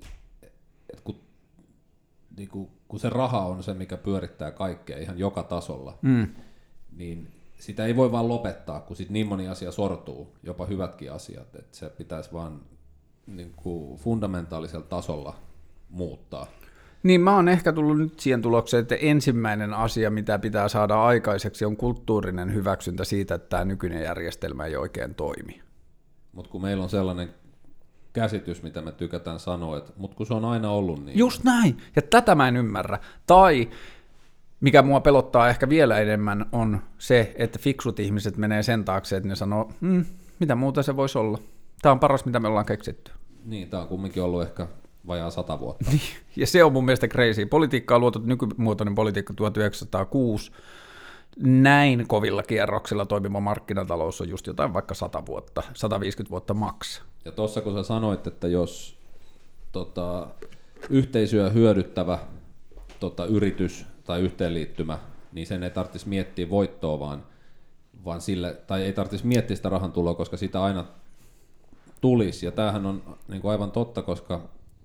kun se raha on se, mikä pyörittää kaikkea ihan joka tasolla, niin sitä ei voi vaan lopettaa, kun sit niin moni asia sortuu, jopa hyvätkin asiat, että se pitäisi vaan niin kuin fundamentaalisella tasolla muuttaa. Niin mä oon ehkä tullut nyt siihen tulokseen, että ensimmäinen asia, mitä pitää saada aikaiseksi, on kulttuurinen hyväksyntä siitä, että tämä nykyinen järjestelmä ei oikein toimi. Mutta kun meillä on sellainen käsitys, mitä me tykätään sanoa, että mutta kun se on aina ollut niin. Just näin, ja tätä mä en ymmärrä. Tai mikä mua pelottaa ehkä vielä enemmän on se, että fiksut ihmiset menee sen taakse, että ne sanoo, mitä muuta se voisi olla. Tämä on paras, mitä me ollaan keksitty. Niin, tämä on kumminkin ollut ehkä vajaa 100 vuotta. Ja se on mun mielestä crazy. Politiikka on luotu, nykymuotoinen politiikka 1906. Näin kovilla kierroksilla toimiva markkinatalous on just jotain vaikka 100 vuotta, 150 vuotta maks. Ja tuossa kun sä sanoit, että jos yhteisöä hyödyttävä yritys tai yhteenliittymä, niin sen ei tarvitsisi miettiä voittoa, vaan sille, tai ei tarvitsisi miettiä sitä rahan tuloa, koska sitä aina tulisi. Ja tämähän on niin kuin aivan totta, koska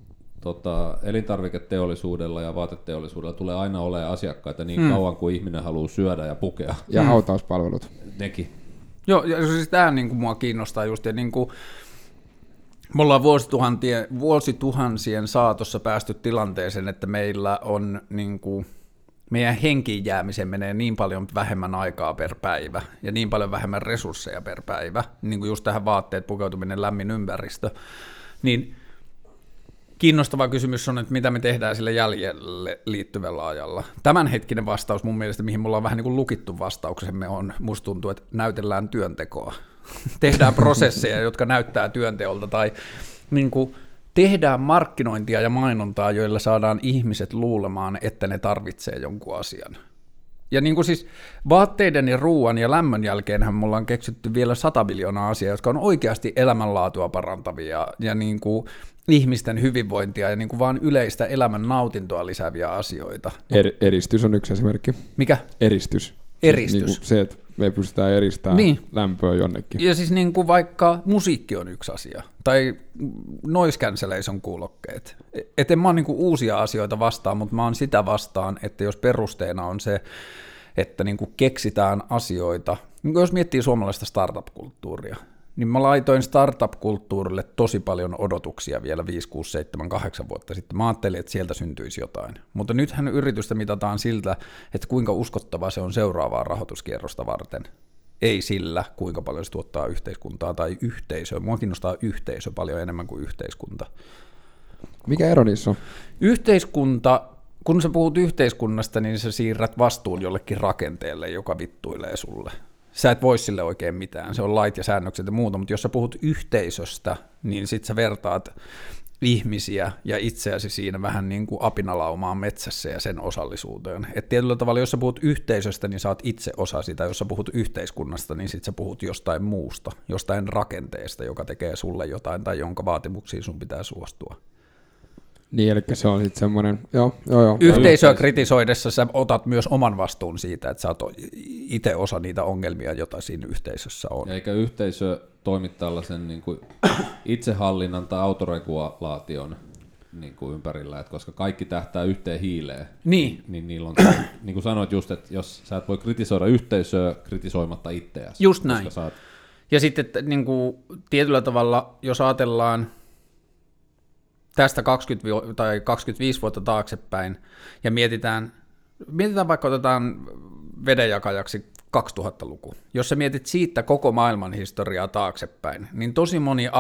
elintarviketeollisuudella ja vaateteollisuudella tulee aina olemaan asiakkaita niin kauan kuin ihminen haluaa syödä ja pukea. Ja hautauspalvelut. Nekin. Joo, ja siis tämä niin kuin mua kiinnostaa just, ja niin kuin me ollaan vuosituhansien saatossa päästy tilanteeseen, että meillä on niin kuin, meidän henkiin jäämiseen menee niin paljon vähemmän aikaa per päivä ja niin paljon vähemmän resursseja per päivä, niin kuin just tähän vaatteet, pukeutuminen, lämmin ympäristö, niin kiinnostava kysymys on, että mitä me tehdään sille jäljelle liittyvällä ajalla. Tämänhetkinen vastaus mun mielestä, mihin me ollaan vähän niin kuin lukittu vastauksemme, on, musta tuntuu, että näytellään työntekoa. Tehdään prosesseja, jotka näyttää työnteolta, tai niin kuin tehdään markkinointia ja mainontaa, joilla saadaan ihmiset luulemaan, että ne tarvitsee jonkun asian. Ja niin kuin siis vaatteiden ja ruoan ja lämmön jälkeenhän me ollaan keksitty vielä 100 miljoonaa asiaa, jotka on oikeasti elämänlaatua parantavia ja niin kuin ihmisten hyvinvointia ja niin kuin vaan yleistä elämän nautintoa lisääviä asioita. Eristys on yksi esimerkki. Mikä? Eristys. Eristys. Niin se, että me pystytään eristämään lämpöä jonnekin. Ja siis niin kuin vaikka musiikki on yksi asia, tai noise cancellation kuulokkeet. Et en mä ole niin kuin uusia asioita vastaan, mutta mä oon sitä vastaan, että jos perusteena on se, että niin kuin keksitään asioita, niin kuin jos miettii suomalaista startup-kulttuuria, niin mä laitoin startup-kulttuurille tosi paljon odotuksia vielä 5, 6, 7, 8 vuotta sitten. Mä ajattelin, että sieltä syntyisi jotain. Mutta nythän yritystä mitataan siltä, että kuinka uskottava se on seuraavaa rahoituskierrosta varten. Ei sillä, kuinka paljon se tuottaa yhteiskuntaa tai yhteisöä. Mua kiinnostaa yhteisö paljon enemmän kuin yhteiskunta. Mikä ero niissä on? Yhteiskunta, kun sä puhut yhteiskunnasta, niin sä siirrät vastuun jollekin rakenteelle, joka vittuilee sulle. Sä et voi sille oikein mitään, se on lait ja säännökset ja muuta, mutta jos sä puhut yhteisöstä, niin sit sä vertaat ihmisiä ja itseäsi siinä vähän niin kuin apinalaumaan metsässä ja sen osallisuuteen. Et tietyllä tavalla, jos sä puhut yhteisöstä, niin sä oot itse osa sitä, jos sä puhut yhteiskunnasta, niin sit sä puhut jostain muusta, jostain rakenteesta, joka tekee sulle jotain tai jonka vaatimuksiin sun pitää suostua. Niin, eli se on sitten semmoinen, joo. Yhteisöä kritisoidessa sä otat myös oman vastuun siitä, että sä oot itse osa niitä ongelmia, joita siinä yhteisössä on. Ja eikä yhteisö toimi tällaisen niin kuin itsehallinnan tai autoregulaation niin kuin ympärillä, että koska kaikki tähtää yhteen hiileen, niin niillä on, niin kuin sanoit just, että jos sä et voi kritisoida yhteisöä kritisoimatta itseäsi. Just näin. Ja sitten että, niin kuin, tietyllä tavalla, jos ajatellaan tästä 20 tai 25 vuotta taaksepäin ja mietitään vaikka otetaan vedenjakajaksi 2000-luku. Jos sä mietit siitä koko maailman historiaa taaksepäin, niin tosi moni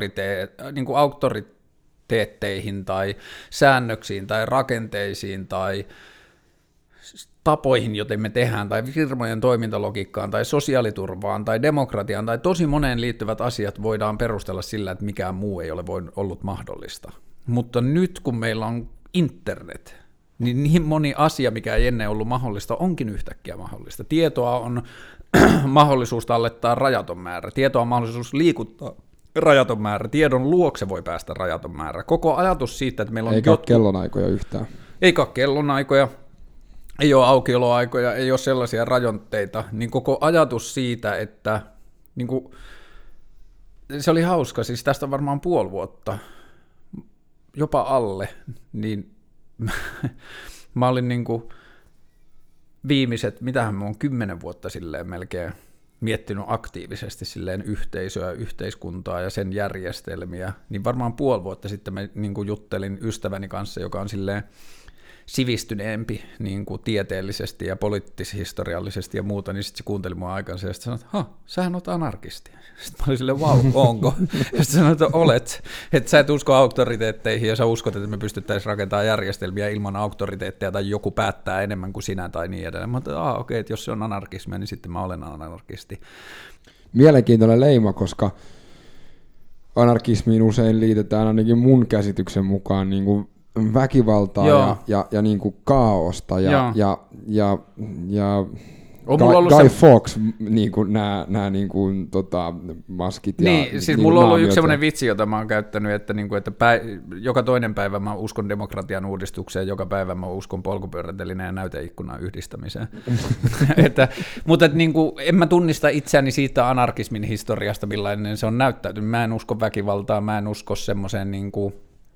auktoriteetteihin tai säännöksiin tai rakenteisiin tai tapoihin, joten me tehdään, tai firmojen toimintalogiikkaan, tai sosiaaliturvaan, tai demokratiaan, tai tosi moneen liittyvät asiat voidaan perustella sillä, että mikään muu ei ole ollut mahdollista. Mutta nyt, kun meillä on internet, niin moni asia, mikä ei ennen ollut mahdollista, onkin yhtäkkiä mahdollista. Tietoa on mahdollisuus tallettaa rajaton määrä, tietoa on mahdollisuus liikuttaa rajaton määrä, tiedon luokse voi päästä rajaton määrä. Koko ajatus siitä, että meillä on eikä ole kellonaikoja yhtään. Eikä ole kellonaikoja. Ei ole aukioloaikoja, ei ole sellaisia rajoitteita, niin koko ajatus siitä, että niin kuin, se oli hauska, siis tästä on varmaan puoli vuotta, jopa alle, niin mä olin niin kuin viimeiset, mitähän mä oon 10 vuotta silleen melkein miettinyt aktiivisesti silleen yhteisöä, yhteiskuntaa ja sen järjestelmiä, niin varmaan puoli vuotta sitten mä niin kuin juttelin ystäväni kanssa, joka on silleen sivistyneempi niin kuin tieteellisesti ja poliittis-historiallisesti ja muuta, niin sitten se kuunteli mua aikansa ja sitten sanoi, että sähän oot anarkisti. Sitten mä olin silleen, onko? Ja sitten sanoi, että olet, että sä et usko auktoriteetteihin ja sä uskot, että me pystyttäisiin rakentamaan järjestelmiä ilman auktoriteetteja tai joku päättää enemmän kuin sinä tai niin edelleen. Mä ajattelin, että okei, että jos se on anarkismia, niin sitten mä olen anarkisti. Mielenkiintoinen leima, koska anarkismiin usein liitetään ainakin mun käsityksen mukaan niin kuin väkivaltaa ja niin kuin kaaosta ja Guy Fawkes niin kuin nämä niin kuin maskit ja niin, siis mulla on ollut yksi sellainen vitsi, jota mä oon käyttänyt, että, niin kuin, että joka toinen päivä mä uskon demokratian uudistukseen, joka päivä mä uskon polkupyörätelineen ja näyteikkunan yhdistämiseen. Mutta niin kuin, en mä tunnista itseäni siitä anarkismin historiasta, millainen se on näyttäytynyt. Mä en usko väkivaltaa, mä en usko semmoiseen niin kuin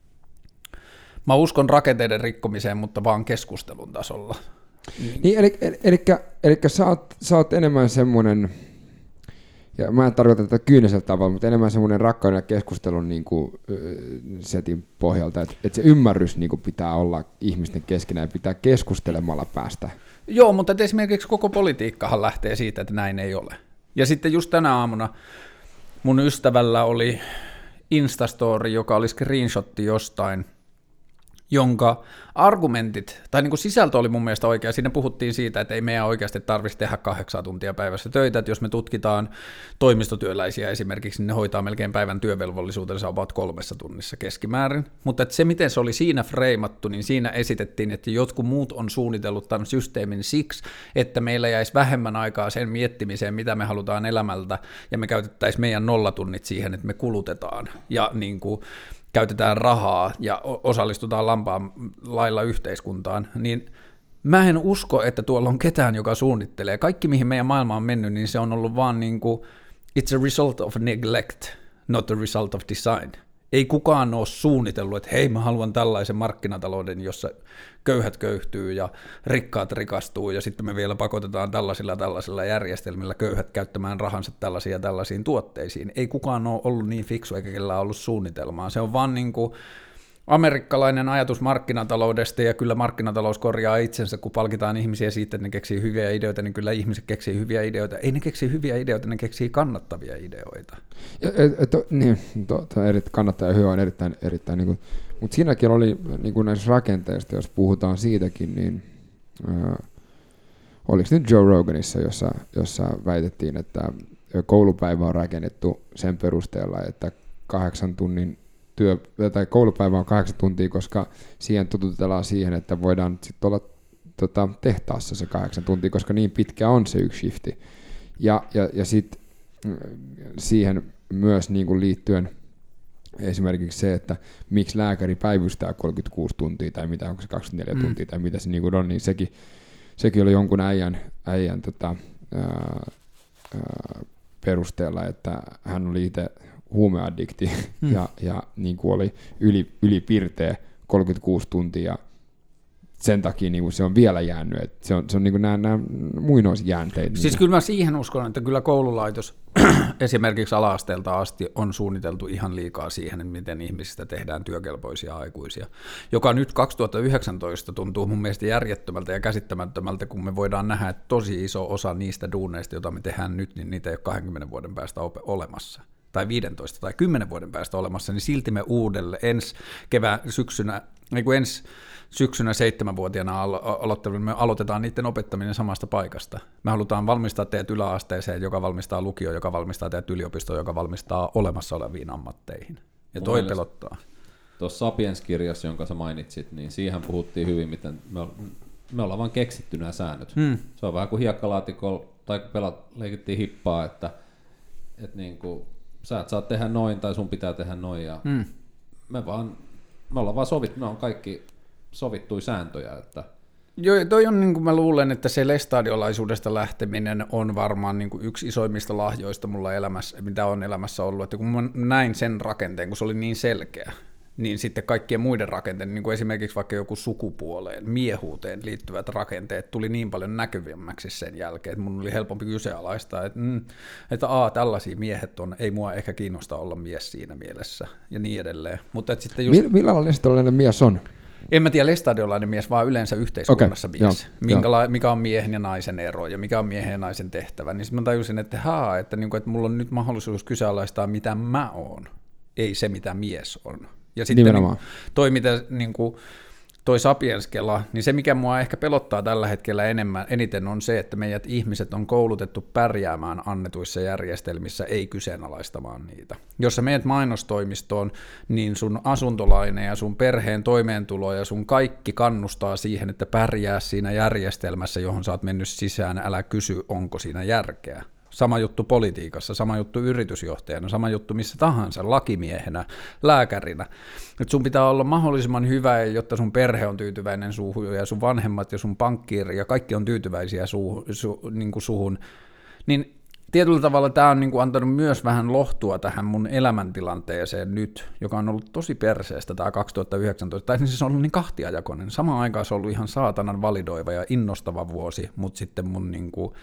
mä uskon rakenteiden rikkomiseen, mutta vaan keskustelun tasolla. Niin, eli sä oot enemmän semmoinen, ja mä en tarkoita tätä kyynisellä tavalla, mutta enemmän semmoinen rakkauden ja keskustelun niin kuin, setin pohjalta, että se ymmärrys niin kuin pitää olla ihmisten keskenään ja pitää keskustelemalla päästä. Joo, mutta esimerkiksi koko politiikkahan lähtee siitä, että näin ei ole. Ja sitten just tänä aamuna mun ystävällä oli Instastory, joka oli screenshotti jostain, jonka argumentit, tai niin kuin sisältö oli mun mielestä oikea. Siinä puhuttiin siitä, että ei meidän oikeasti tarvitsisi tehdä 8 tuntia päivässä töitä, että jos me tutkitaan toimistotyöläisiä esimerkiksi, niin ne hoitaa melkein päivän työvelvollisuutensa about 3 tunnissa keskimäärin. Mutta että se, miten se oli siinä freimattu, niin siinä esitettiin, että jotkut muut on suunnitellut tämän systeemin siksi, että meillä jäisi vähemmän aikaa sen miettimiseen, mitä me halutaan elämältä, ja me käytettäisiin meidän 0 tunnit siihen, että me kulutetaan, ja niin kuin käytetään rahaa ja osallistutaan lampaan lailla yhteiskuntaan, niin mä en usko, että tuolla on ketään, joka suunnittelee. Kaikki, mihin meidän maailma on mennyt, niin se on ollut vaan niin kuin, it's a result of neglect, not a result of design. Ei kukaan ole suunnitellut, että hei, mä haluan tällaisen markkinatalouden, jossa köyhät köyhtyy ja rikkaat rikastuu, ja sitten me vielä pakotetaan tällaisilla järjestelmillä köyhät käyttämään rahansa tällaisiin tuotteisiin. Ei kukaan ole ollut niin fiksu, eikä kellään ollut suunnitelmaa. Se on vaan niin kuin amerikkalainen ajatus markkinataloudesta, ja kyllä markkinatalous korjaa itsensä, kun palkitaan ihmisiä siitä, että ne keksii hyviä ideoita, niin kyllä ihmiset keksii hyviä ideoita. Ei ne keksii hyviä ideoita, ne keksii kannattavia ideoita. Niin, kannattaja hyvä on erittäin niin kuin, mutta siinäkin oli niin kuin näissä rakenteista, jos puhutaan siitäkin, niin oliko nyt Joe Roganissa, jossa väitettiin, että koulupäivä on rakennettu sen perusteella, että 8 tunnin tai koulupäivä on 8 tuntia, koska siihen totutellaan siihen, että voidaan sitten olla tehtaassa se 8 tuntia, koska niin pitkä on se yksi shifti. Ja sitten siihen myös niin kuin liittyen esimerkiksi se, että miksi lääkäri päivystää 36 tuntia tai mitä, onko se 24 tuntia tai mitä se niin kuin on, niin sekin oli jonkun äijän perusteella, että hän oli itse huumeaddikti ja niin kuin oli ylipirteä 36 tuntia sen takia niin kuin se on vielä jäänyt, että se on niin kuin nämä muinoisjäänteet. Siis kyllä mä siihen uskon, että kyllä koululaitos esimerkiksi ala-asteelta asti on suunniteltu ihan liikaa siihen, että miten ihmisistä tehdään työkelpoisia aikuisia, joka nyt 2019 tuntuu mun mielestä järjettömältä ja käsittämättömältä, kun me voidaan nähdä, että tosi iso osa niistä duuneista, joita me tehdään nyt, niin niitä ei ole 20 vuoden päästä olemassa. Tai 15 tai 10 vuoden päästä olemassa, niin silti me ensi syksynä 7-vuotiaana me aloitetaan niiden opettaminen samasta paikasta. Me halutaan valmistaa teidät yläasteeseen, joka valmistaa lukioon, joka valmistaa teidät yliopistoon, joka valmistaa olemassa oleviin ammatteihin. Ja toi pelottaa. Tuossa Sapiens-kirjassa, jonka sä mainitsit, niin siihen puhuttiin hyvin, miten me ollaan vaan keksitty nämä säännöt. Se on vähän kuin hiekkalaatikolla, tai kun leikittiin hippaa, että niin kuin, sä et saa tehdä noin, tai sun pitää tehdä noin, ja me ollaan vaan sovittu, ne on kaikki sovittuja sääntöjä. Että joo, toi on niin kuin mä luulen, että se lestadiolaisuudesta lähteminen on varmaan niin kuin yksi isoimmista lahjoista mulla elämässä, mitä on elämässä ollut, että kun mä näin sen rakenteen, kun se oli niin selkeä, niin sitten kaikkien muiden rakenteiden, niin kuin esimerkiksi vaikka joku sukupuoleen, miehuuteen liittyvät rakenteet tuli niin paljon näkyvämmäksi sen jälkeen, että mun oli helpompi kyseenalaistaa, että tällaisia miehet on, ei mua ehkä kiinnosta olla mies siinä mielessä, ja niin edelleen. Mutta että sitten just millä lailla lestadiolainen mies on? En mä tiedä lestadiolainen mies, vaan yleensä yhteiskunnassa mies. Joo. Mikä on miehen ja naisen ero ja mikä on miehen ja naisen tehtävä. Niin sitten mä tajusin, että mulla on nyt mahdollisuus kyseenalaistaa, mitä mä oon, ei se, mitä mies on. Ja sitten toi, mitä toi Sapiens-kela, niin se, mikä mua ehkä pelottaa tällä hetkellä eniten, on se, että meidät ihmiset on koulutettu pärjäämään annetuissa järjestelmissä, ei kyseenalaistamaan niitä. Jos sä meet mainostoimistoon, niin sun asuntolaine ja sun perheen toimeentulo ja sun kaikki kannustaa siihen, että pärjää siinä järjestelmässä, johon sä oot mennyt sisään, älä kysy, onko siinä järkeä. Sama juttu politiikassa, sama juttu yritysjohtajana, sama juttu missä tahansa, lakimiehenä, lääkärinä. Että sun pitää olla mahdollisimman hyvä, jotta sun perhe on tyytyväinen suhun ja sun vanhemmat ja sun pankkiiri ja kaikki on tyytyväisiä suhun. Niin tietyllä tavalla tämä on antanut myös vähän lohtua tähän mun elämäntilanteeseen nyt, joka on ollut tosi perseestä tämä 2019. Tai siis se on ollut niin kahtiajakoinen. Samaan aikaan se on ollut ihan saatanan validoiva ja innostava vuosi, mutta sitten mun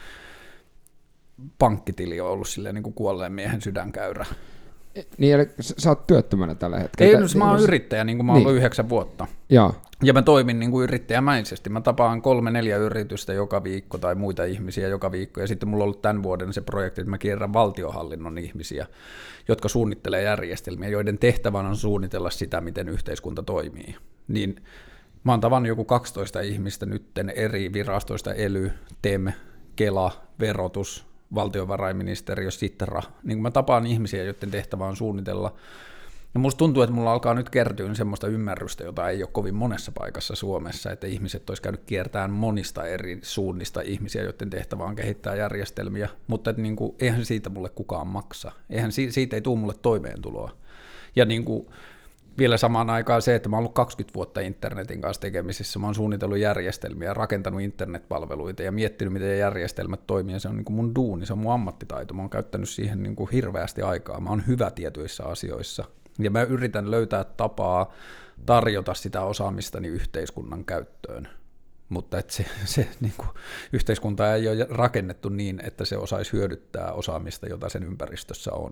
pankkitili on ollut silleen niin kuin kuolleen miehen sydänkäyrä. Niin, eli sä oot työttömänä tällä hetkellä. Ei, mä oon yrittäjä, niin kuin mä oon ollut 9 vuotta. Ja mä toimin niin kuin yrittäjämäisesti. Mä tapaan 3-4 yritystä joka viikko tai muita ihmisiä joka viikko. Ja sitten mulla on ollut tämän vuoden se projekti, että mä kierrän valtionhallinnon ihmisiä, jotka suunnittelee järjestelmiä, joiden tehtävänä on suunnitella sitä, miten yhteiskunta toimii. Niin mä oon tavannut joku 12 ihmistä nytten eri virastoista, ELY, TEM, Kela, verotus, valtiovarainministeriö, Sitra, niin kun mä tapaan ihmisiä, joiden tehtävä on suunnitella, ja musta tuntuu, että mulla alkaa nyt kertyä semmoista ymmärrystä, jota ei ole kovin monessa paikassa Suomessa, että ihmiset olisi käynyt kiertämään monista eri suunnista ihmisiä, joiden tehtävä on kehittää järjestelmiä, mutta että eihän siitä mulle kukaan maksa, siitä ei tule mulle toimeentuloa, ja vielä samaan aikaan se, että mä oon ollut 20 vuotta internetin kanssa tekemisissä, mä oon suunnitellut järjestelmiä, rakentanut internetpalveluita ja miettinyt, miten järjestelmät toimii, ja se on mun duuni, se on mun ammattitaito, mä oon käyttänyt siihen hirveästi aikaa, mä oon hyvä tietyissä asioissa, ja mä yritän löytää tapaa tarjota sitä osaamistani yhteiskunnan käyttöön, mutta että se yhteiskunta ei ole rakennettu niin, että se osaisi hyödyttää osaamista, jota sen ympäristössä on.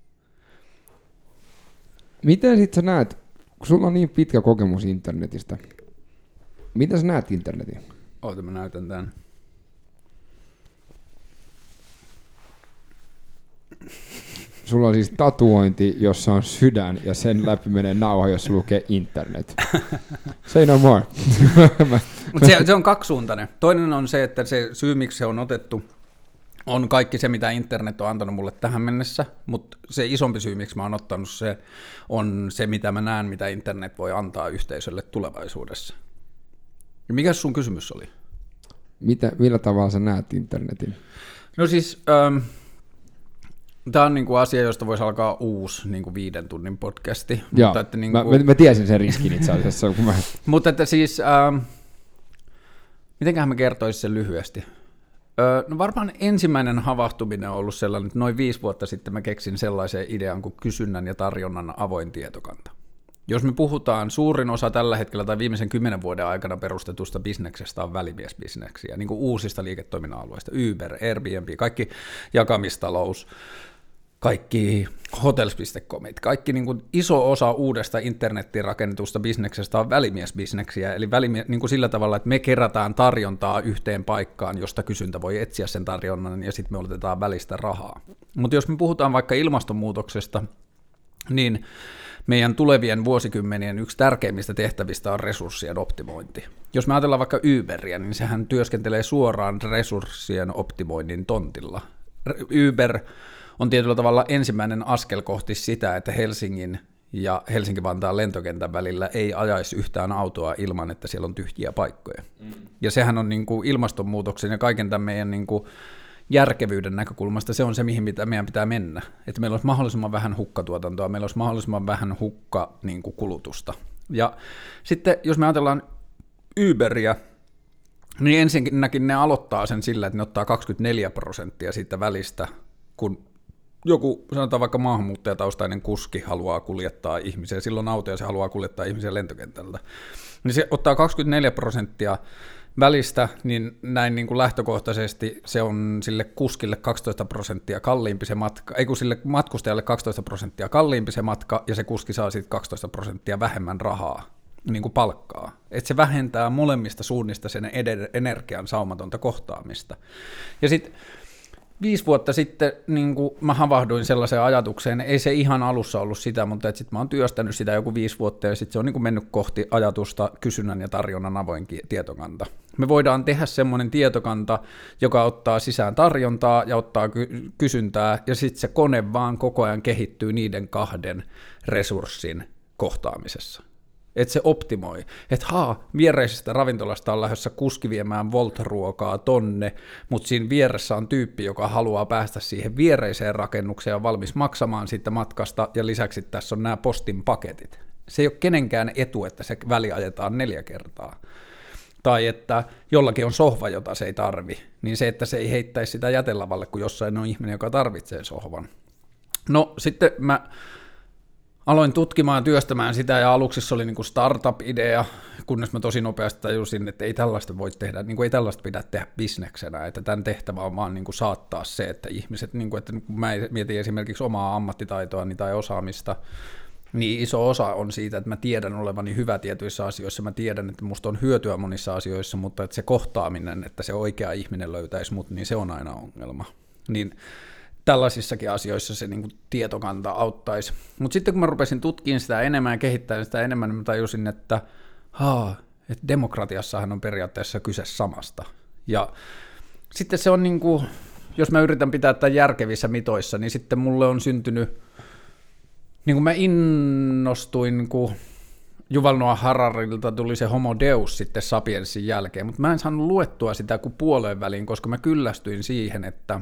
Miten sit sä näet, kun sulla on niin pitkä kokemus internetistä, miten sä näet internetin? Oota, mä näytän tän. Sulla on siis tatuointi, jossa on sydän ja sen läpi menee nauha, jossa lukee internet. Say no more. Se on kaksisuuntainen. Toinen on se, että se syy, miksi se on otettu, on kaikki se, mitä internet on antanut mulle tähän mennessä, mutta se isompi syy, miksi mä oon ottanut se, on se, mitä mä näen, mitä internet voi antaa yhteisölle tulevaisuudessa. Ja mikä sun kysymys oli? Millä tavalla sä näet internetin? No siis, tämä on asia, josta voisi alkaa uusi 5 tunnin podcasti. Joo, mutta että mä tiesin sen riskin itse asiassa. Mutta että siis, mitenköhän mä kertoisin sen lyhyesti? No varmaan ensimmäinen havahtuminen on ollut sellainen, että noin 5 vuotta sitten mä keksin sellaisen idean kuin kysynnän ja tarjonnan avoin tietokanta, Jos me puhutaan, suurin osa tällä hetkellä tai viimeisen 10 vuoden aikana perustetusta bisneksestä on välimiesbisneksiä, niin kuin uusista liiketoiminnan alueista, Uber, Airbnb, kaikki jakamistalous, kaikki hotels.comit, kaikki niin kuin iso osa uudesta internettiin rakennetusta bisneksestä on välimiesbisneksiä, eli niin kuin sillä tavalla, että me kerätään tarjontaa yhteen paikkaan, josta kysyntä voi etsiä sen tarjonnan, ja sitten me otetaan välistä rahaa. Mutta jos me puhutaan vaikka ilmastonmuutoksesta, niin meidän tulevien vuosikymmenien yksi tärkeimmistä tehtävistä on resurssien optimointi. Jos me ajatellaan vaikka Uberia, niin sehän työskentelee suoraan resurssien optimoinnin tontilla. Uber on tietyllä tavalla ensimmäinen askel kohti sitä, että Helsingin ja Helsinki-Vantaan lentokentän välillä ei ajaisi yhtään autoa ilman, että siellä on tyhjiä paikkoja. Ja sehän on niin kuin ilmastonmuutoksen ja kaiken tämän meidän niin kuin järkevyyden näkökulmasta se on se, mihin meidän pitää mennä. Että meillä olisi mahdollisimman vähän hukkatuotantoa, meillä olisi mahdollisimman vähän kulutusta. Ja sitten jos me ajatellaan Uberia, niin ensinnäkin ne aloittaa sen sillä, että ne ottaa 24% siitä välistä, kun joku, sanotaan vaikka maahanmuuttajataustainen kuski haluaa kuljettaa ihmisiä, silloin auto ja se haluaa kuljettaa ihmisiä lentokentältä, niin se ottaa 24% välistä, niin näin niin kuin lähtökohtaisesti se on sille kuskille 12% kalliimpi se matka, ei kun sille matkustajalle 12% kalliimpi se matka, ja se kuski saa sitten 12% vähemmän rahaa, niin kuin palkkaa. Että se vähentää molemmista suunnista sen energian saumatonta kohtaamista. Ja sitten 5 vuotta sitten niin kuin mä havahduin sellaiseen ajatukseen, ei se ihan alussa ollut sitä, mutta sitten mä oon työstänyt sitä joku 5 vuotta, ja sitten se on niin kuin mennyt kohti ajatusta kysynnän ja tarjonnan avoin tietokanta. Me voidaan tehdä semmoinen tietokanta, joka ottaa sisään tarjontaa ja ottaa kysyntää, ja sitten se kone vaan koko ajan kehittyy niiden 2 resurssin kohtaamisessa. Että se optimoi, että viereisestä ravintolasta on lähdössä kuski viemään Volt-ruokaa tonne, mutta siinä vieressä on tyyppi, joka haluaa päästä siihen viereiseen rakennukseen ja valmis maksamaan siitä matkasta, ja lisäksi tässä on nämä postin paketit. Se ei ole kenenkään etu, että se väli ajetaan 4 kertaa. Tai että jollakin on sohva, jota se ei tarvi, niin se, että se ei heittäisi sitä jätelavalle, kun jossain on ihminen, joka tarvitsee sohvan. No sitten mä aloin tutkimaan ja työstämään sitä, ja aluksi se oli niin kuin startup-idea, kunnes mä tosi nopeasti tajusin, että ei tällaista voi tehdä, niin kuin ei tällaista pidä tehdä bisneksenä, että tämän tehtävä on vaan niin kuin saattaa se, että ihmiset, niin kuin, että kun mä mietin esimerkiksi omaa ammattitaitoani tai osaamista, niin iso osa on siitä, että mä tiedän olevani hyvä tietyissä asioissa, mä tiedän, että musta on hyötyä monissa asioissa, mutta että se kohtaaminen, että se oikea ihminen löytäisi mut, niin se on aina ongelma. Niin tällaisissakin asioissa se niin kuin tietokanta auttaisi. Mutta sitten kun mä rupesin tutkimaan sitä enemmän ja kehittämään sitä enemmän, niin mä tajusin, että demokratiassahan on periaatteessa kyse samasta. Ja sitten se on niin kuin, jos mä yritän pitää tämän järkevissä mitoissa, niin sitten mulle on syntynyt, niin kuin mä innostuin, kun Yuval Noah Hararilta tuli se Homo Deus sitten Sapiensin jälkeen, mutta mä en saanut luettua sitä kuin puoleen väliin, koska mä kyllästyin siihen, että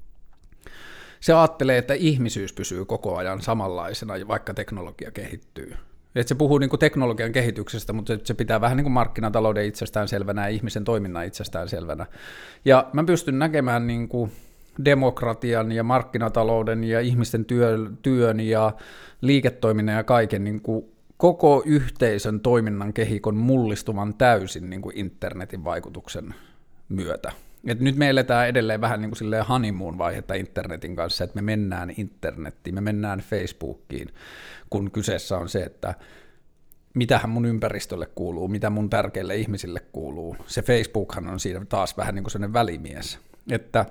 se ajattelee, että ihmisyys pysyy koko ajan samanlaisena, vaikka teknologia kehittyy. Että se puhuu niin kuin teknologian kehityksestä, mutta se pitää vähän niin kuin markkinatalouden itsestäänselvänä ja ihmisen toiminnan itsestäänselvänä. Ja mä pystyn näkemään niin kuin demokratian ja markkinatalouden ja ihmisten työn ja liiketoiminnan ja kaiken niin kuin koko yhteisön toiminnan kehikon mullistuvan täysin niin kuin internetin vaikutuksen myötä. Et nyt me eletään edelleen vähän niin kuin silleen honeymoon-vaihetta internetin kanssa, että me mennään internettiin, me mennään Facebookiin, kun kyseessä on se, että mitähän mun ympäristölle kuuluu, mitä mun tärkeille ihmisille kuuluu. Se Facebookhan on siinä taas vähän niin kuin sellainen välimies, että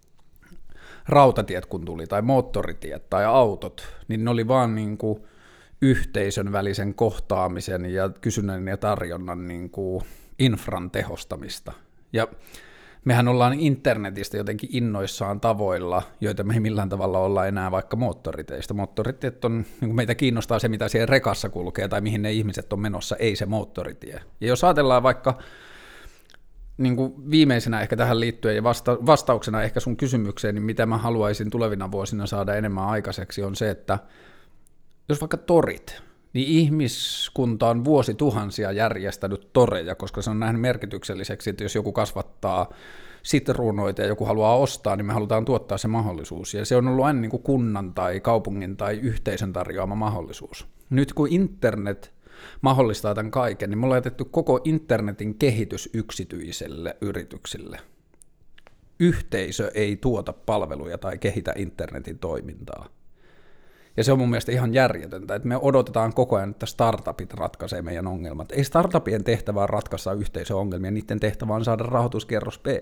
rautatiet kun tuli, tai moottoritiet, tai autot, niin ne oli vaan niin kuin yhteisön välisen kohtaamisen ja kysynnän ja tarjonnan niin kuin infran tehostamista. Ja mehän ollaan internetistä jotenkin innoissaan tavoilla, joita me ei millään tavalla olla enää vaikka moottoriteistä. Moottoritiet on, niin kuin meitä kiinnostaa se, mitä siellä rekassa kulkee tai mihin ne ihmiset on menossa, ei se moottoritie. Ja jos ajatellaan vaikka niin kuin viimeisenä ehkä tähän liittyen ja vastauksena ehkä sun kysymykseen, niin mitä mä haluaisin tulevina vuosina saada enemmän aikaiseksi on se, että jos vaikka torit, niin ihmiskunta on vuosituhansia järjestänyt toreja, koska se on nähnyt merkitykselliseksi, että jos joku kasvattaa sitruunoita ja joku haluaa ostaa, niin me halutaan tuottaa se mahdollisuus. Ja se on ollut aina niin kuin kunnan tai kaupungin tai yhteisön tarjoama mahdollisuus. Nyt kun internet mahdollistaa tämän kaiken, niin me ollaan jätetty koko internetin kehitys yksityiselle yrityksille. Yhteisö ei tuota palveluja tai kehitä internetin toimintaa. Ja se on mun mielestä ihan järjetöntä, että me odotetaan koko ajan, että startupit ratkaisee meidän ongelmat. Ei startupien tehtävä on ratkaista yhteisöongelmia, niiden tehtävä on saada rahoituskierros B.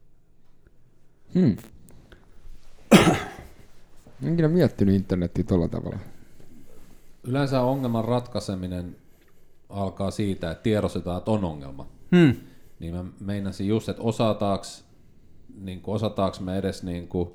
En ikinä miettinyt internetiä tuolla tavalla. Yleensä ongelman ratkaiseminen alkaa siitä, että tiedostetaan, että on ongelma. Niin mä meinasin just, että osataanko me edes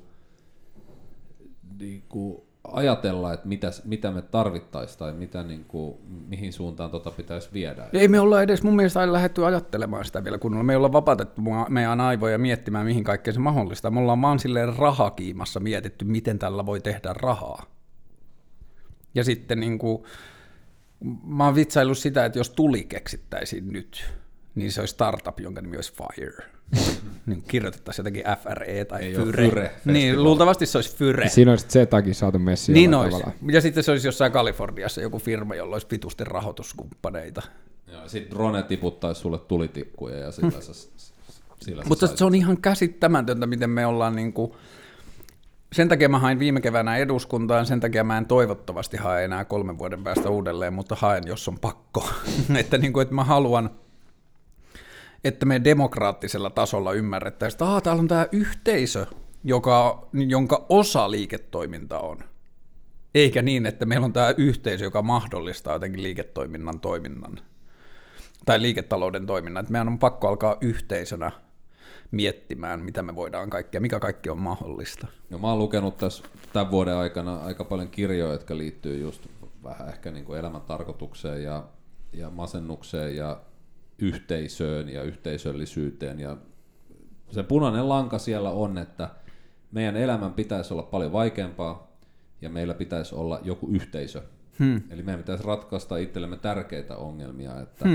ajatella, että mitä me tarvittaisiin tai mihin suuntaan pitäisi viedä. Ei me olla edes mun mielestä aina lähdetty ajattelemaan sitä vielä kunnolla. Me ei olla vapautettu meidän aivoja miettimään, mihin kaikkeen se mahdollista. Me ollaan vaan silleen rahakiimassa mietitty, miten tällä voi tehdä rahaa. Ja sitten mä oon vitsaillut sitä, että jos tuli keksittäisiin nyt, niin se olisi startup, jonka nimi olisi Fire. Niin kirjoitettaisiin jotenkin FRE tai ei Fyre. Niin, luultavasti se olisi Fyre. Siinä olisi Zetakin saatu messiin. Niin olisi. Ja sitten se olisi jossain Kaliforniassa joku firma, jolla olisi vitusti rahoituskumppaneita. Ja sitten drone tiputtaisi sulle tulitikkuja ja sillä mutta se on ihan käsittämätöntä, miten me ollaan sen takia mä hain viime keväänä eduskuntaan, sen takia mä en toivottavasti hae enää 3 vuoden päästä uudelleen, mutta haen, jos on pakko. että mä haluan, että me demokraattisella tasolla ymmärrettäisiin, että täällä on tämä yhteisö, jonka osa liiketoiminta on. Eikä niin, että meillä on tämä yhteisö, joka mahdollistaa jotenkin liiketoiminnan toiminnan tai liiketalouden toiminnan. Että meidän on pakko alkaa yhteisönä miettimään, mitä me voidaan kaikkea, mikä kaikki on mahdollista. No, mä oon lukenut tässä tämän vuoden aikana aika paljon kirjoja, jotka liittyy just vähän ehkä elämän tarkoitukseen ja masennukseen ja yhteisöön ja yhteisöllisyyteen. Ja se punainen lanka siellä on, että meidän elämän pitäisi olla paljon vaikeampaa ja meillä pitäisi olla joku yhteisö. Eli meidän pitäisi ratkaista itsellemme tärkeitä ongelmia.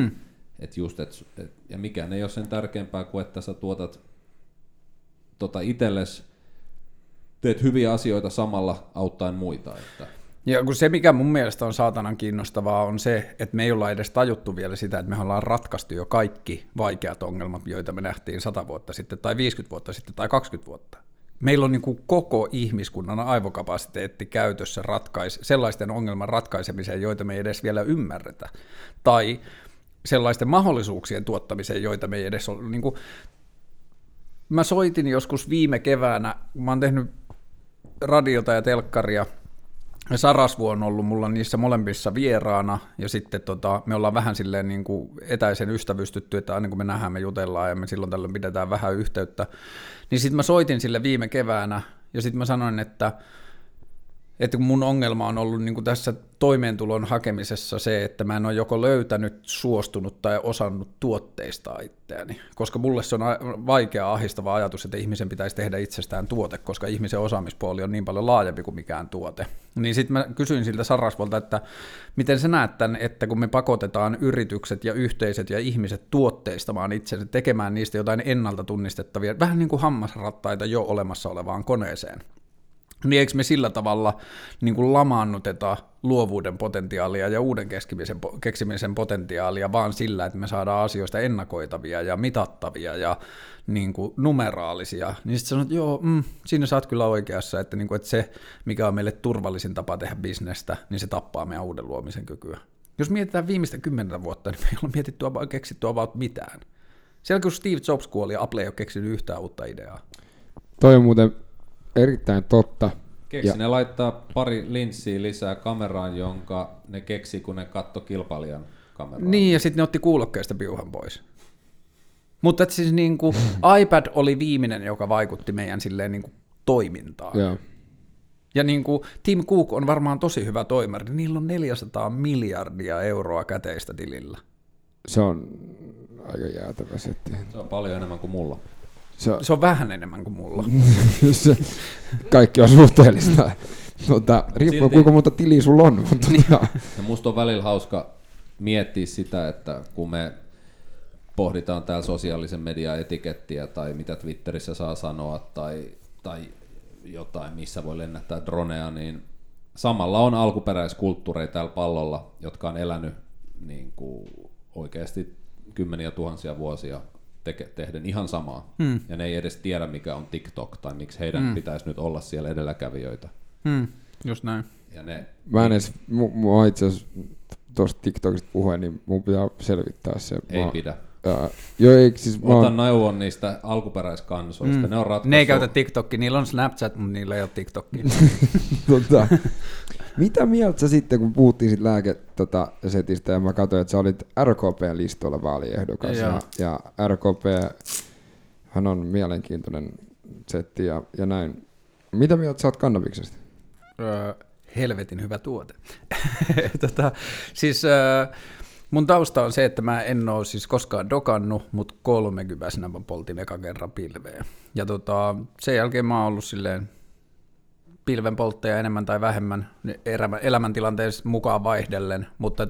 Ja mikään ei ole sen tärkeämpää kuin, että sä tuotat itsellesi, teet hyviä asioita samalla auttaen muita. Ja kun se, mikä mun mielestä on saatanan kiinnostavaa, on se, että me ei olla edes tajuttu vielä sitä, että me ollaan ratkaistu jo kaikki vaikeat ongelmat, joita me nähtiin 100 vuotta sitten, tai 50 vuotta sitten, tai 20 vuotta. Meillä on koko ihmiskunnan aivokapasiteetti käytössä sellaisten ongelman ratkaisemiseen, joita me ei edes vielä ymmärretä, tai sellaisten mahdollisuuksien tuottamiseen, joita me ei edes ole. Mä soitin joskus viime keväänä, mä oon tehnyt radiota ja telkkaria, ja Sarasvuo on ollut mulla niissä molemmissa vieraana, ja sitten me ollaan vähän silleen etäisen ystävystytty, että aina kun me nähdään, me jutellaan, ja me silloin tällöin pidetään vähän yhteyttä. Niin sitten mä soitin sille viime keväänä, ja sitten mä sanoin, että kun mun ongelma on ollut tässä toimeentulon hakemisessa se, että mä en ole joko löytänyt, suostunut tai osannut tuotteistaa itseäni, koska mulle se on vaikea ahistava ajatus, että ihmisen pitäisi tehdä itsestään tuote, koska ihmisen osaamispuoli on niin paljon laajempi kuin mikään tuote. Niin sitten mä kysyin siltä Sarasvolta, että miten sä näet tämän, että kun me pakotetaan yritykset ja yhteisöt ja ihmiset tuotteistamaan itsensä, tekemään niistä jotain ennalta tunnistettavia, vähän niin kuin hammasrattaita jo olemassa olevaan koneeseen. Niin eikö me sillä tavalla lamaannuteta luovuuden potentiaalia ja uuden keksimisen potentiaalia vaan sillä, että me saadaan asioista ennakoitavia ja mitattavia ja numeraalisia. Niin sitten sanot, että joo, siinä sä oot kyllä oikeassa, että se, mikä on meille turvallisin tapa tehdä bisnestä, niin se tappaa meidän uuden luomisen kykyä. Jos mietitään viimeistä 10 vuotta, niin me ei ole keksitty about mitään. Siellä kun Steve Jobs kuoli, Apple ei ole keksinyt yhtään uutta ideaa. Toi on muuten erittäin totta. Ne laittaa pari linssiä lisää kameraan, jonka ne keksi, kun ne katto kilpailijan kameraan. Niin, ja sitten ne otti kuulokkeista piuhan pois. Mutta siis iPad oli viimeinen, joka vaikutti meidän silleen toimintaan. Yeah. Ja Tim Cook on varmaan tosi hyvä toimari. Niillä on 400 miljardia euroa käteistä tilillä. Se on aika jäätävä setti. Se on paljon enemmän kuin mulla. Se on vähän enemmän kuin mulla. Kaikki on suhteellista. Riippuu kuinka monta tiliä sulla on. Mutta ja musta on välillä hauska miettiä sitä, että kun me pohditaan täällä sosiaalisen median etikettiä tai mitä Twitterissä saa sanoa tai jotain, missä voi lennättää dronea, niin samalla on alkuperäiskulttuureita tällä pallolla, jotka on elänyt niin kuin oikeasti kymmeniä tuhansia vuosia tehden ihan samaa. Ja ne ei edes tiedä, mikä on TikTok tai miksi heidän pitäisi nyt olla siellä edelläkävijöitä. Just näin. Ja ne, Mä en edes, mua itse asiassa tuosta TikTokista puhuen, niin mun pitää selvittää se. ei pidä. Joo, ei, siis Otan neuvon niistä alkuperäiskansoista. Ne on ratkaisu. Ne ei käytä TikTokkia, niillä on Snapchat, mutta niillä ei ole TikTokkia. Mitä mieltä sä sitten, kun puhuttiin sit lääkesetistä ja mä katsoin, että sä olit RKPn listoilla vaaliehdokas ja RKP hän on mielenkiintoinen setti ja näin. Mitä mieltä sä oot kannabiksesta? Helvetin hyvä tuote. Siis mun tausta on se, että mä en ole siis koskaan dokannut, mutta 30 mä poltin eka kerran pilveä. Ja sen jälkeen mä oon ollut silleen pilven polttaja enemmän tai vähemmän elämäntilanteen mukaan vaihdellen, mutta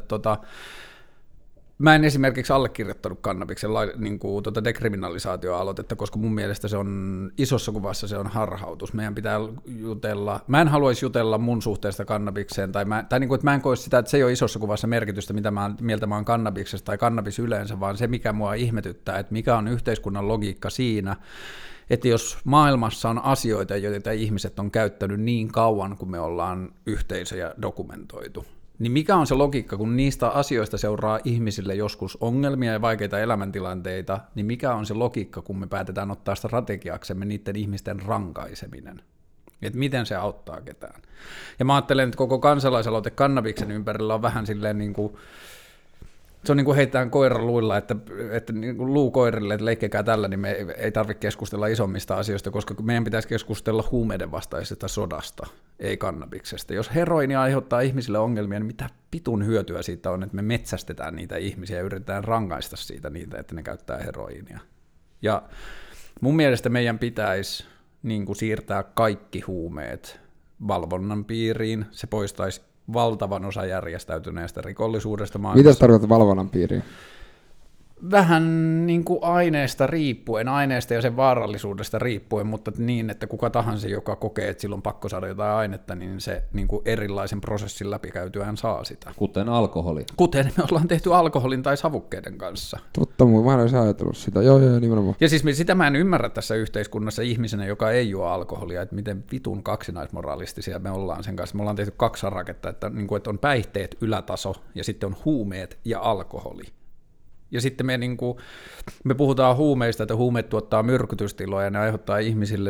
mä en esimerkiksi allekirjoittanut kannabiksen dekriminalisaatioaloitetta, koska mun mielestä se on isossa kuvassa se on harhautus. Meidän pitää jutella, mä en haluaisi jutella mun suhteesta kannabikseen, tai niin kuin, että mä en koe sitä, että se ei ole isossa kuvassa merkitystä, mitä mieltä mä oon kannabiksesta tai kannabis yleensä, vaan se, mikä mua ihmetyttää, että mikä on yhteiskunnan logiikka siinä, että jos maailmassa on asioita, joita ihmiset on käyttänyt niin kauan, kun me ollaan yhteisöjä dokumentoitu, niin mikä on se logiikka, kun niistä asioista seuraa ihmisille joskus ongelmia ja vaikeita elämäntilanteita, niin mikä on se logiikka, kun me päätetään ottaa strategiaksemme niiden ihmisten rankaiseminen? Että miten se auttaa ketään? Ja mä ajattelen, että koko kansalaisaloite kannabiksen ympärillä on vähän silleen niin kuin, se on niin kuin heitetään koiraluilla, että niin kuin luukoirille, että leikkekää tällä, niin me ei tarvitse keskustella isommista asioista, koska meidän pitäisi keskustella huumeiden vastaisesta sodasta, ei kannabiksesta. Jos heroini aiheuttaa ihmisille ongelmia, niin mitä pitun hyötyä siitä on, että me metsästetään niitä ihmisiä ja yritetään rangaista siitä niitä, että ne käyttää heroiinia. Ja mun mielestä meidän pitäisi niin kuin siirtää kaikki huumeet valvonnan piiriin, se poistaisi valtavan osa järjestäytyneestä rikollisuudesta maailmassa. Mitä tarkoittaa valvonnan piiriin? Vähän niin kuin aineesta ja sen vaarallisuudesta riippuen, mutta niin, että kuka tahansa, joka kokee, että silloin on pakko saada jotain ainetta, niin se niin kuin erilaisen prosessin läpikäytyään saa sitä. Kuten alkoholi. Kuten me ollaan tehty alkoholin tai savukkeiden kanssa. Totta, mä en olisi ajatellut sitä. Joo, nimenomaan. Ja siis sitä mä en ymmärrä tässä yhteiskunnassa ihmisenä, joka ei juo alkoholia, että miten vitun kaksinaismoralistisia me ollaan sen kanssa. Me ollaan tehty 2 haraketta, että, niin kuin, että on päihteet ylätaso ja sitten on huumeet ja alkoholi. Ja sitten me puhutaan huumeista, että huumeet tuottaa myrkytystiloja ja ne aiheuttaa ihmisille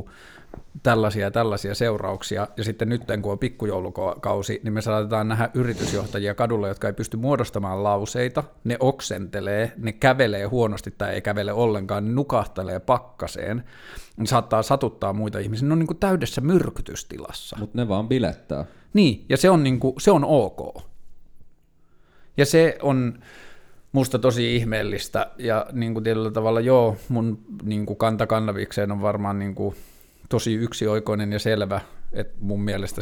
tällaisia seurauksia. Ja sitten nyt, kun on pikkujoulukausi, niin me saatetaan nähdä yritysjohtajia kadulla, jotka ei pysty muodostamaan lauseita. Ne oksentelee, ne kävelee huonosti tai ei kävele ollenkaan, ne nukahtelee pakkaseen. Ne saattaa satuttaa muita ihmisiä. Ne on niin kuin täydessä myrkytystilassa. Mutta ne vaan bilettää. Niin, ja se on ok. Ja se on musta tosi ihmeellistä, ja niin kuin tietyllä tavalla mun niin kuin kanta kannabikseen on varmaan niin kuin tosi yksioikoinen ja selvä, että mun mielestä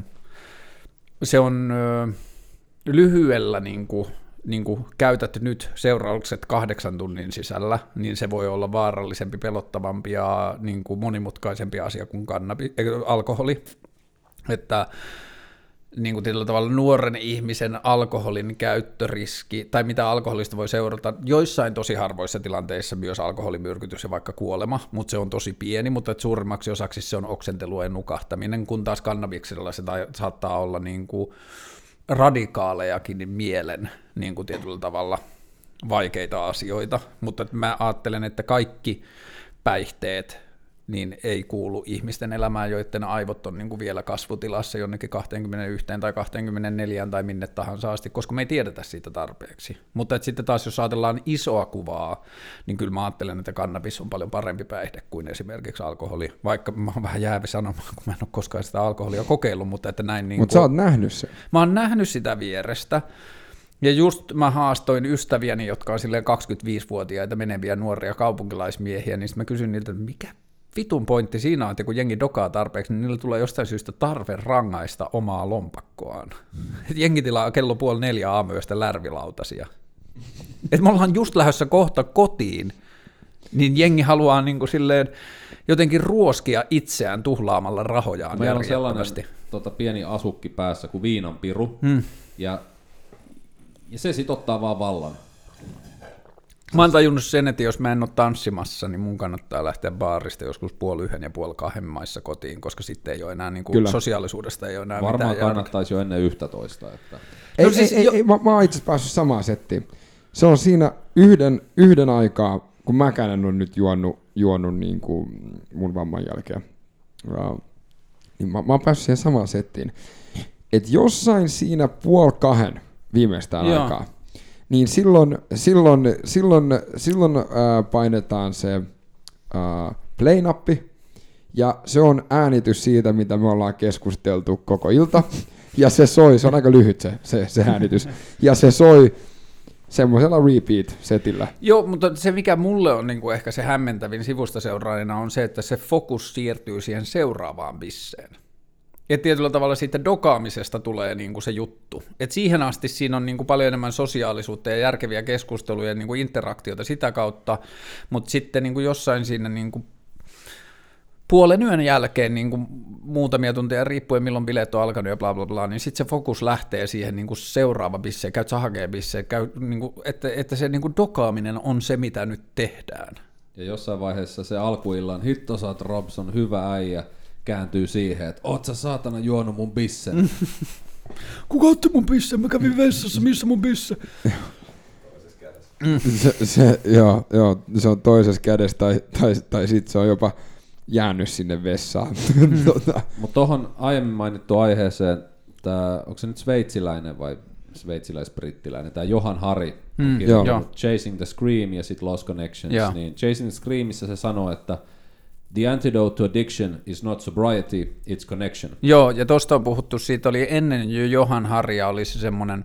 se on lyhyellä niin kuin käytät nyt seuraukset 8 tunnin sisällä, niin se voi olla vaarallisempi, pelottavampi ja niin kuin monimutkaisempi asia kuin alkoholi, että niin kuin tietyllä tavalla nuoren ihmisen alkoholin käyttöriski, tai mitä alkoholista voi seurata, joissain tosi harvoissa tilanteissa myös alkoholimyrkytys ja vaikka kuolema, mutta se on tosi pieni, mutta suurimmaksi osaksi se on oksentelua ja nukahtaminen, kun taas kannabiksella se saattaa olla niin kuin radikaalejakin mielen niin kuin tietyllä tavalla vaikeita asioita, mutta mä ajattelen, että kaikki päihteet niin ei kuulu ihmisten elämään, joiden aivot on niin kuin vielä kasvutilassa jonnekin 21 tai 24 tai minne tahansa asti, koska me ei tiedetä siitä tarpeeksi. Mutta sitten taas, jos ajatellaan isoa kuvaa, niin kyllä mä ajattelen, että kannabis on paljon parempi päihde kuin esimerkiksi alkoholi, vaikka mä oon vähän jäävi sanomaan, kun mä en ole koskaan sitä alkoholia kokeillut, mutta että näin niin. Mutta sä oot nähnyt sen. Mä oon nähnyt sitä vierestä. Ja just mä haastoin ystäviäni, jotka on silleen 25-vuotiaita meneviä nuoria kaupunkilaismiehiä, niin sitten mä kysyin niiltä, että mikä vitun pointti siinä on, että kun jengi dokaa tarpeeksi, niin niillä tulee jostain syystä tarve rangaista omaa lompakkoaan. Jengi tilaa kello 3:30 aamuyöstä lärvilautasia. Et me ollaan just lähdössä kohta kotiin, niin jengi haluaa niin kuin silleen jotenkin ruoskia itseään tuhlaamalla rahojaan Meillä on järjettömästi. sellainen pieni asukki päässä kuin viinanpiru, ja se sit ottaa vaan vallan. Mä oon tajunnut sen, että jos mä en ole tanssimassa, niin mun kannattaa lähteä baarista joskus 1:30 ja 1:30 maissa kotiin, koska sitten ei ole enää niin kuin sosiaalisuudesta ei ole enää varmaan mitään kannattaisi jo ennen 11. Että... Ei, mä oon itse asiassa päässyt samaan settiin. Se on siinä yhden aikaa, kun mäkään en ole nyt juonut niin kuin mun vamman jälkeen. Niin mä oon päässyt siihen samaan settiin. Että jossain siinä 1:30 viimeistään aikaa, niin silloin painetaan se play-nappi, ja se on äänitys siitä, mitä me ollaan keskusteltu koko ilta, ja se soi, se on aika lyhyt se äänitys, ja se soi semmoisella repeat-setillä. Joo, mutta se mikä mulle on niin kuin ehkä se hämmentävin sivusta seuraajana on se, että se fokus siirtyy siihen seuraavaan bisseen. Et tietyllä tavalla siitä dokaamisesta tulee niinku se juttu. Et siihen asti siinä on niinku paljon enemmän sosiaalisuutta ja järkeviä keskusteluja ja niinku interaktiota sitä kautta, mutta sitten niinku jossain siinä niinku puolen yön jälkeen niinku muutamia tunteja riippuen milloin bileet on alkanut ja bla bla bla, niin sitten se fokus lähtee siihen niinku seuraava bisseen, käyt sä hakee bisseen, niinku, että se niinku dokaaminen on se, mitä nyt tehdään. Ja jossain vaiheessa se alkuillan hitto sä oot Robson, hyvä äijä, kääntyy siihen, että oot sä saatana juonut mun bissen. Kuka otti mun bissen? Mä kävin vessassa, missä mun bisse? Se on toisessa kädessä tai sitten se on jopa jäänyt sinne vessaan. Mutta tuohon aiemmin mainittu aiheeseen, onko se nyt sveitsiläinen vai sveitsiläis-brittiläinen, tämä Johan Hari on kirjoittanut Chasing the Scream ja sitten Lost Connections, niin Chasing the Screamissa se sanoo, että the antidote to addiction is not sobriety, it's connection. Joo, ja tuosta on puhuttu, siitä oli ennen jo Johan Haria, oli se semmoinen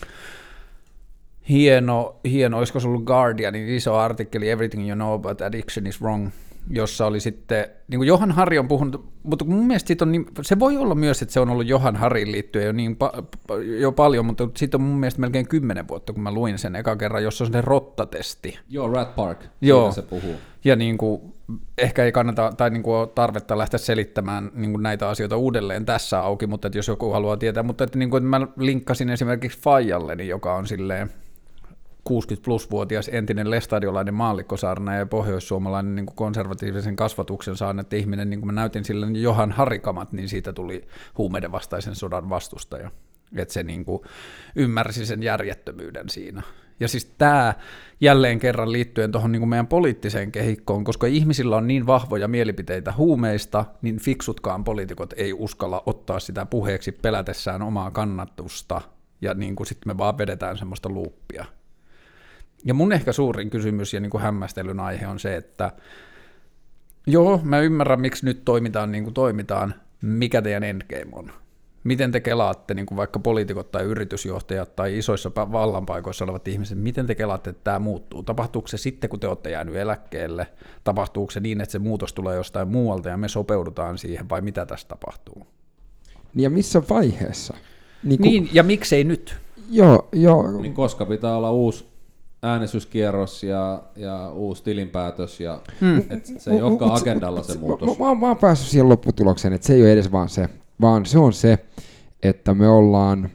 hieno, olisiko se ollut Guardianin iso artikkeli Everything You Know About Addiction is Wrong, jossa oli sitten, niin kuin Johan Hari on puhunut, mutta mun mielestä siitä on niin, se voi olla myös, että se on ollut Johan Hariin liittyen jo niin jo paljon, mutta siitä on mun mielestä melkein 10 vuotta, kun mä luin sen eka kerran, jossa on se rottatesti. Joo, Rat Park, joo, se puhuu. Ja niin kuin, ehkä ei kannata, tai niin kuin ole tarvetta lähteä selittämään niin kuin näitä asioita uudelleen tässä auki, mutta että jos joku haluaa tietää, mutta että, niin kuin, että mä linkkasin esimerkiksi Faijalleni, joka on silleen 60-plus-vuotias entinen lestadiolainen maallikkosaarna ja pohjoissuomalainen niin kuin konservatiivisen kasvatuksen saanut ihminen, niin kuin mä näytin sille Johan Harikamat, niin siitä tuli huumeiden vastaisen sodan vastustaja. Että se niin kuin ymmärsi sen järjettömyyden siinä. Ja siis tämä jälleen kerran liittyen tuohon niin kuin meidän poliittiseen kehikkoon, koska ihmisillä on niin vahvoja mielipiteitä huumeista, niin fiksutkaan poliitikot ei uskalla ottaa sitä puheeksi pelätessään omaa kannatusta, ja niin kuin sitten me vaan vedetään semmoista luuppia. Ja mun ehkä suurin kysymys ja niin kuin hämmästelyn aihe on se, että joo, mä ymmärrän, miksi nyt toimitaan niin kuin toimitaan, mikä teidän endgame on. Miten te kelaatte, niin kuin vaikka poliitikot tai yritysjohtajat tai isoissa vallanpaikoissa olevat ihmiset, miten te kelaatte, että tämä muuttuu? Tapahtuuko se sitten, kun te olette jäänyt eläkkeelle? Tapahtuuko se niin, että se muutos tulee jostain muualta ja me sopeudutaan siihen, vai mitä tässä tapahtuu? Ja missä vaiheessa? Niin, ja miksei nyt? Joo. Niin koska pitää olla uusi äänestyskierros ja uusi tilinpäätös, ja se ei olekaan agendalla se muutos. Mä oon päässyt siihen lopputulokseen, että se ei ole edes vaan se on se, että me ollaan,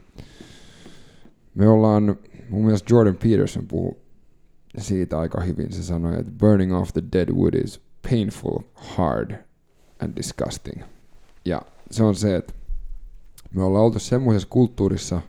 mun mielestä Jordan Peterson puhuu siitä aika hyvin, se sanoi, että burning off the dead wood is painful, hard and disgusting. Ja se on se, että me ollaan oltu semmoisessa kulttuurissa,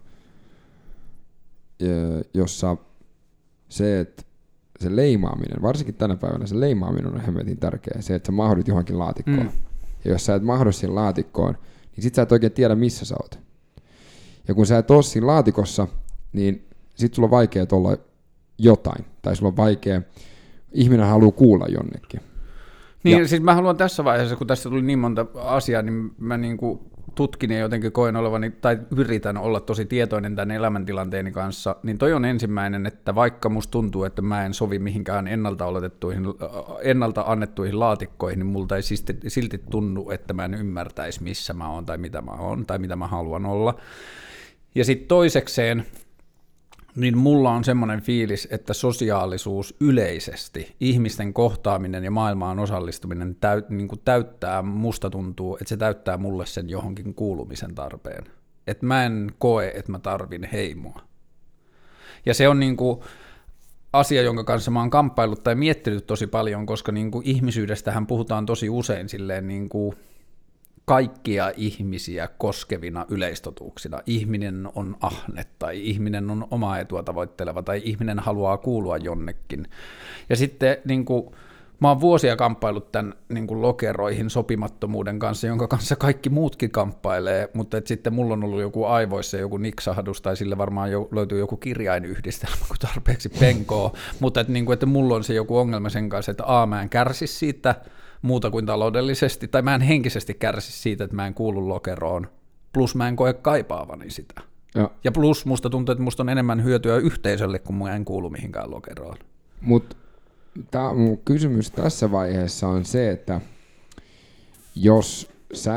jossa se, että se leimaaminen, varsinkin tänä päivänä se leimaaminen on hemmetin tärkeää, se, että sä mahdut johonkin laatikkoon. Ja jos sä et mahdu siihen laatikkoon, niin sit sä et oikein tiedä, missä sä oot. Ja kun sä et oo siinä laatikossa, niin sit sulla on vaikea olla jotain. Tai sulla on vaikea, ihminen haluaa kuulla jonnekin. Niin, siis mä haluan tässä vaiheessa, kun tässä tuli niin monta asiaa, niin mä niinku tutkin ja jotenkin koen olevani, tai yritän olla tosi tietoinen tämän elämäntilanteeni kanssa, niin toi on ensimmäinen, että vaikka musta tuntuu, että mä en sovi mihinkään ennalta annettuihin laatikkoihin, niin multa ei silti tunnu, että mä en ymmärtäisi, missä mä oon, tai mitä mä oon, tai mitä mä haluan olla. Ja sitten toisekseen, niin mulla on semmoinen fiilis, että sosiaalisuus yleisesti, ihmisten kohtaaminen ja maailmaan osallistuminen täyttää, musta tuntuu, että se täyttää mulle sen johonkin kuulumisen tarpeen. Että mä en koe, että mä tarvin heimoa. Ja se on niinku asia, jonka kanssa mä oon kamppaillut tai miettinyt tosi paljon, koska niinku ihmisyydestähän puhutaan tosi usein silleen niinku kaikkia ihmisiä koskevina yleistotuuksina. Ihminen on ahne tai ihminen on omaa etua tavoitteleva tai ihminen haluaa kuulua jonnekin. Ja sitten niinku, mä oon vuosia kamppailut tämän niinku lokeroihin sopimattomuuden kanssa, jonka kanssa kaikki muutkin kamppailee, mutta et sitten mulla on ollut joku aivoissa joku niksahdus tai sille varmaan löytyy joku kirjainyhdistelmä, kun tarpeeksi penkoo, mutta niinku, että mulla on se joku ongelma sen kanssa, että mä en kärsi siitä muuta kuin taloudellisesti, tai mä en henkisesti kärsi siitä, että mä en kuulu lokeroon, plus mä en koe kaipaavani sitä. Ja plus musta tuntuu, että musta on enemmän hyötyä yhteisölle, kun mä en kuulu mihinkään lokeroon. Mutta mun kysymys tässä vaiheessa on se, että jos sä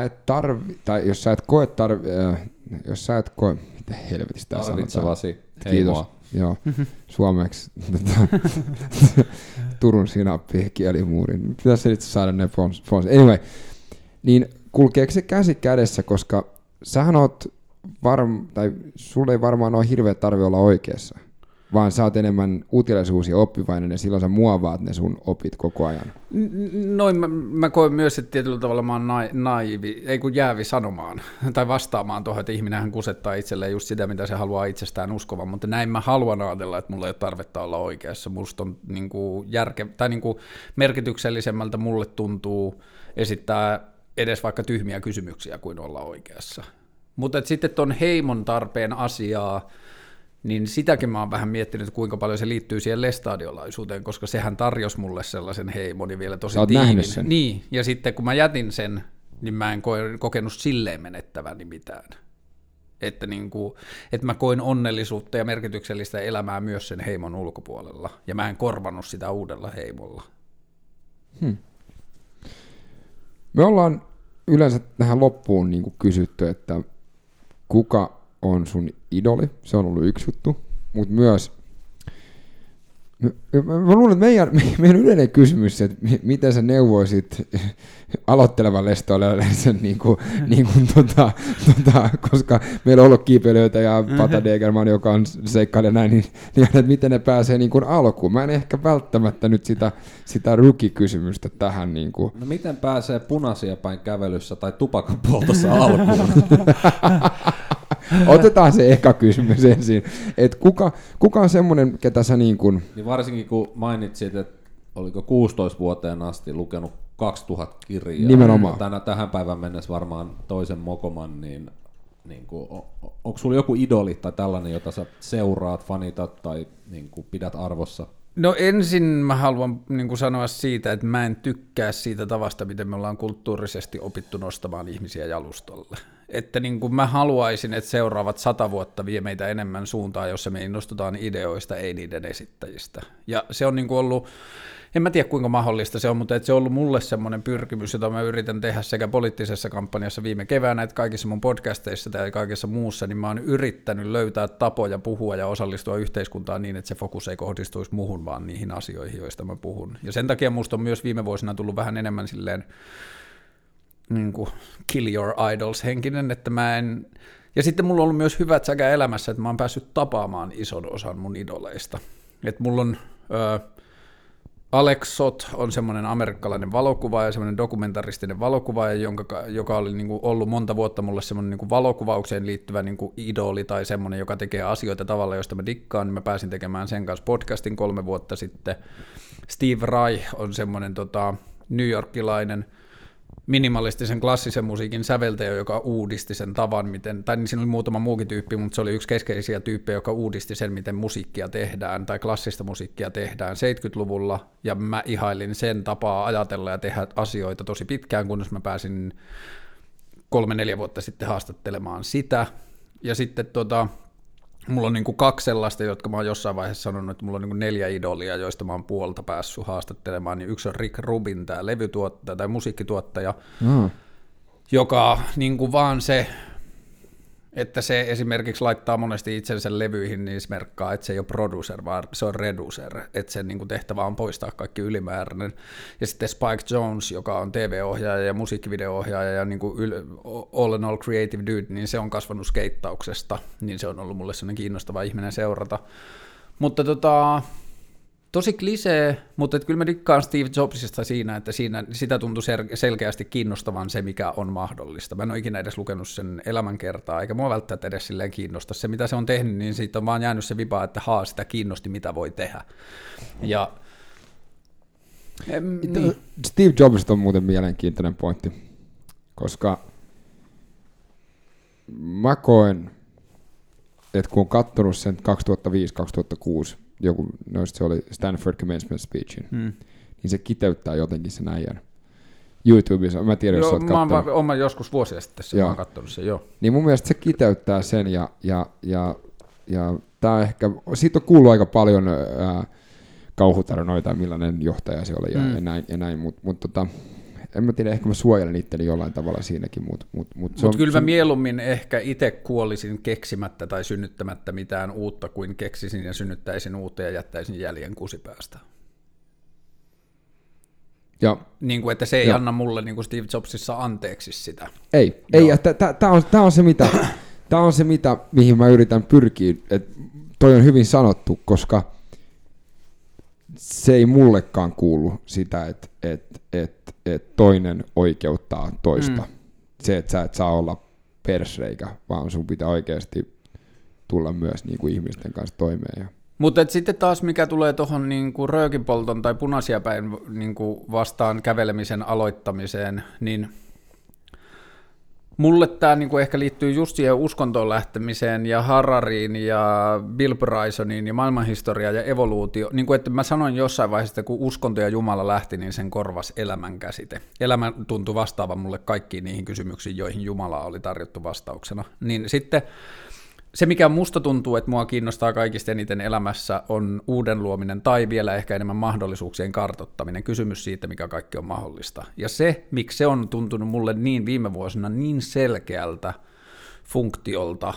et koe, mitä helvetistä tarvitsevasi heimoa. Joo, suomeksi Turun sinappi kielimuurin. Pitäisi itse saada ne fonsi. Anyway, niin kulkeeko se käsi kädessä, koska sähän oot tai sulle ei varmaan ole hirveä tarve olla oikeassa, vaan sä oot enemmän uteliaisuus ja oppivainen ja silloin sä muovaat ne sun opit koko ajan. Noin mä koen myös, että tietyllä tavalla mä oon naivi, ei kun jäävi sanomaan tai vastaamaan tuohon, että ihminenhän kusettaa itselleen just sitä, mitä se haluaa itsestään uskovan, mutta näin mä haluan ajatella, että mulla ei ole tarvetta olla oikeassa. Musta on niinku niinku merkityksellisemmältä mulle tuntuu esittää edes vaikka tyhmiä kysymyksiä kuin olla oikeassa. Mutta sitten ton heimon tarpeen asiaa, niin sitäkin mä oon vähän miettinyt, kuinka paljon se liittyy siihen lestadiolaisuuteen, koska sehän tarjosi mulle sellaisen heimon ja vielä tosi tiivin. Niin, ja sitten kun mä jätin sen, niin mä en kokenut silleen menettäväni mitään. Että mä koin onnellisuutta ja merkityksellistä elämää myös sen heimon ulkopuolella, ja mä en korvannut sitä uudella heimolla. Me ollaan yleensä tähän loppuun niin kuin kysytty, että kuka on sun idoli, se on ollut yksi juttu, mutta myös mä luulen, että meidän yleinen kysymys, että miten sä neuvoisit aloittelevan lestoille sen koska meillä on ollut kiipeilijöitä ja Pata Degerman, joka on seikkailija näin, niin että miten ne pääsee niin kuin alkuun. Mä en ehkä välttämättä nyt sitä rookie-kysymystä tähän. Niin kuin. No miten pääsee punaisia päin kävelyssä tai tupakan poltossa alkuun? Otetaan se eka kysymys ensin, että kuka on semmoinen, ketä sä niin kuin... Niin varsinkin kun mainitsit, että oliko 16-vuoteen asti lukenut 2000 kirjaa. Nimenomaan. Tähän päivän mennessä varmaan toisen mokoman, niin onko sulla joku idoli tai tällainen, jota sä seuraat, fanitat tai niin kuin pidät arvossa? No ensin mä haluan sanoa siitä, että mä en tykkää siitä tavasta, miten me ollaan kulttuurisesti opittu nostamaan ihmisiä jalustalle. Että mä haluaisin, että seuraavat 100 vuotta vie meitä enemmän suuntaan, jossa me innostutaan ideoista, ei niiden esittäjistä. Ja se on ollut, en mä tiedä kuinka mahdollista se on, mutta se on ollut mulle semmoinen pyrkimys, jota mä yritän tehdä sekä poliittisessa kampanjassa viime keväänä, että kaikissa mun podcasteissa tai kaikessa muussa, niin mä oon yrittänyt löytää tapoja puhua ja osallistua yhteiskuntaan niin, että se fokus ei kohdistuisi muhun, vaan niihin asioihin, joista mä puhun. Ja sen takia musta on myös viime vuosina tullut vähän enemmän silleen kill your idols -henkinen, että mä en... Ja sitten mulla on ollut myös hyvät säkä elämässä, että mä oon päässyt tapaamaan ison osan mun idoleista. Että mulla on Alex Sot on semmoinen amerikkalainen valokuvaaja, semmoinen dokumentaristinen valokuvaaja, joka oli ollut monta vuotta mulle semmoinen valokuvaukseen liittyvä idoli tai semmoinen, joka tekee asioita tavalla, josta mä dikkaan, niin mä pääsin tekemään sen kanssa podcastin 3 vuotta sitten. Steve Reich on semmoinen newyorkilainen minimalistisen klassisen musiikin säveltäjä, joka uudisti sen tavan, niin siinä oli muutama muukin tyyppi, mutta se oli yksi keskeisiä tyyppejä, joka uudisti sen, miten musiikkia tehdään, tai klassista musiikkia tehdään 70-luvulla, ja mä ihailin sen tapaa ajatella ja tehdä asioita tosi pitkään, kunnes mä pääsin 3-4 vuotta sitten haastattelemaan sitä, ja sitten mulla on 2 sellaista, jotka mä oon jossain vaiheessa sanonut, että mulla on 4 idolia, joista mä oon puolta päässyt haastattelemaan, niin yksi on Rick Rubin, tää levytuottaja tai musiikkituottaja, joka vaan se, Että se esimerkiksi laittaa monesti itsensä levyihin niin merkkaa, että se ei ole producer, vaan se on reducer, että sen niin kuin tehtävä on poistaa kaikki ylimääräinen. Ja sitten Spike Jonze, joka on TV-ohjaaja ja musiikkivideo-ohjaaja ja niin kuin all in all creative dude, niin se on kasvanut skeittauksesta, niin se on ollut mulle sellainen kiinnostava ihminen seurata. Mutta tosi klisee, mutta kyllä mä dikkaan Steve Jobsista siinä, että sitä tuntui selkeästi kiinnostavan se, mikä on mahdollista. Mä en ole ikinä edes lukenut sen elämänkertaa, eikä mua välttämättä edes silleen kiinnosta. Se, mitä se on tehnyt, niin siitä on vaan jäänyt se vipa, että sitä kiinnosti, mitä voi tehdä. Ja niin. Steve Jobs on muuten mielenkiintoinen pointti, koska mä koen, että kun on katsonut sen 2005-2006, joku noista se oli Stanford Commencement Speechin, niin se kiteyttää jotenkin sen äijän. YouTubessa, mä tiedän, jos sä oot katsonut. Olen joskus vuosia sitten sen, mä oon katsonut sen, joo. Niin mun mielestä se kiteyttää sen, ja tää ehkä, siitä on kuullut aika paljon kauhutarinoita, millainen johtaja se oli, ja näin, mutta en mä tiedä, ehkä mä suojelen itteni jollain tavalla siinäkin. Mutta kyllä mä mieluummin ehkä itse kuolisin keksimättä tai synnyttämättä mitään uutta, kuin keksisin ja synnyttäisin uutta ja jättäisin jäljen kusipäästä. Ja, niin kuin, että se ei anna mulle niin kuin Steve Jobsissa anteeksi sitä. Ei tämä on se, mihin mä yritän pyrkiä. Toi on hyvin sanottu, koska se ei mullekaan kuulu sitä, että toinen oikeuttaa toista. Se, että sä et saa olla persreikä, vaan sun pitää oikeasti tulla myös niin kuin ihmisten kanssa toimeen. Mutta sitten taas mikä tulee tuohon niinku röökinpolton tai punaisia päin niinku vastaan kävelemisen aloittamiseen, niin mulle tämä niinku ehkä liittyy just siihen uskontoon lähtemiseen ja Harariin ja Bill Brysoniin ja maailmanhistoriaan ja evoluutio. Niinku, että mä sanoin jossain vaiheessa, että kun uskonto ja Jumala lähti, niin sen korvasi elämän käsite. Elämä tuntui vastaavan mulle kaikkiin niihin kysymyksiin, joihin Jumala oli tarjottu vastauksena. Niin sitten se, mikä musta tuntuu, että mua kiinnostaa kaikista eniten elämässä, on uuden luominen tai vielä ehkä enemmän mahdollisuuksien kartoittaminen, kysymys siitä, mikä kaikki on mahdollista. Ja se, miksi se on tuntunut mulle niin viime vuosina niin selkeältä funktiolta,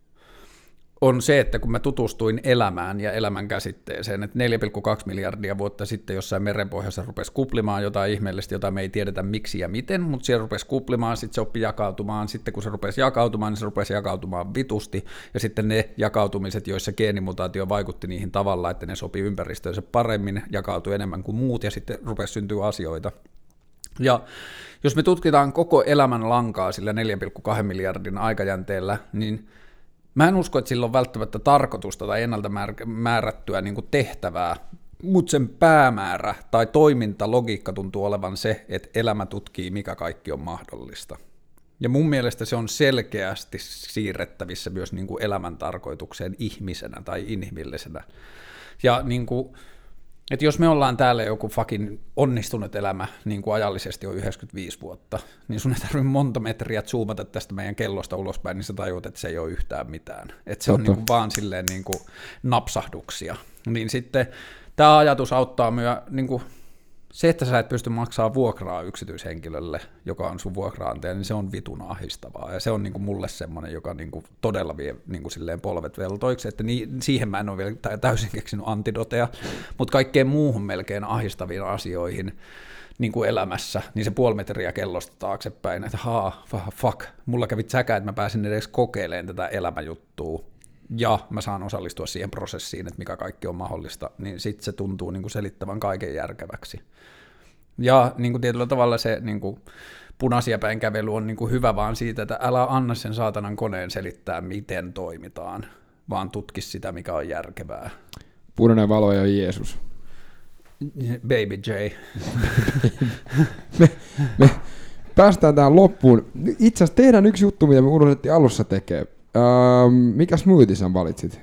on se, että kun mä tutustuin elämään ja elämän käsitteeseen, että 4,2 miljardia vuotta sitten jossain merenpohjassa rupesi kuplimaan jotain ihmeellistä, jota me ei tiedetä miksi ja miten, mutta siellä rupesi kuplimaan, sitten se oppi jakautumaan, sitten kun se rupesi jakautumaan, niin se rupesi jakautumaan vitusti, ja sitten ne jakautumiset, joissa geenimutaatio vaikutti niihin tavalla, että ne sopi ympäristöönsä paremmin, jakautui enemmän kuin muut, ja sitten rupesi syntyä asioita. Ja jos me tutkitaan koko elämän lankaa sillä 4,2 miljardin aikajänteellä, niin mä en usko, että sillä on välttämättä tarkoitusta tai ennalta määrättyä niin kuin tehtävää, mutta sen päämäärä tai toimintalogiikka tuntuu olevan se, että elämä tutkii, mikä kaikki on mahdollista. Ja mun mielestä se on selkeästi siirrettävissä myös niin kuin elämän tarkoitukseen ihmisenä tai inhimillisenä. Ja niin kuin, että jos me ollaan täällä joku fucking onnistunut elämä, niin kuin ajallisesti on 95 vuotta, niin sun ei tarvitse monta metriä zoomata tästä meidän kellosta ulospäin, niin sä tajuut, että se ei ole yhtään mitään. Että se on niin kuin vaan silleen niin kuin napsahduksia. Niin sitten tämä ajatus auttaa myös, niin kuin se, että sä et pysty maksamaan vuokraa yksityishenkilölle, joka on sun vuokraantaja, niin se on vitun ahistavaa. Ja se on niin kuin mulle semmoinen, joka niin kuin todella vie niin kuin silleen polvet veltoiksi, että siihen mä en ole vielä täysin keksinyt antidoteja, mutta kaikkeen muuhun melkein ahistaviin asioihin niin kuin elämässä, niin se 0,5 metriä kellosta taaksepäin, että fuck, mulla kävi säkä, että mä pääsin edes kokeilemaan tätä elämäjuttua, ja mä saan osallistua siihen prosessiin, että mikä kaikki on mahdollista, niin sitten se tuntuu niin kuin selittävän kaiken järkeväksi. Ja niin kuin tietyllä tavalla se niin kuin punaisia päin kävely on niin kuin hyvä vaan siitä, että älä anna sen saatanan koneen selittää, miten toimitaan, vaan tutki sitä, mikä on järkevää. Punainen valo ja Jeesus. Baby J. me päästään tähän loppuun. Itse asiassa tehdään yksi juttu, mitä me unohdettiin alussa tekemään. Mikä smoothie sä valitsit?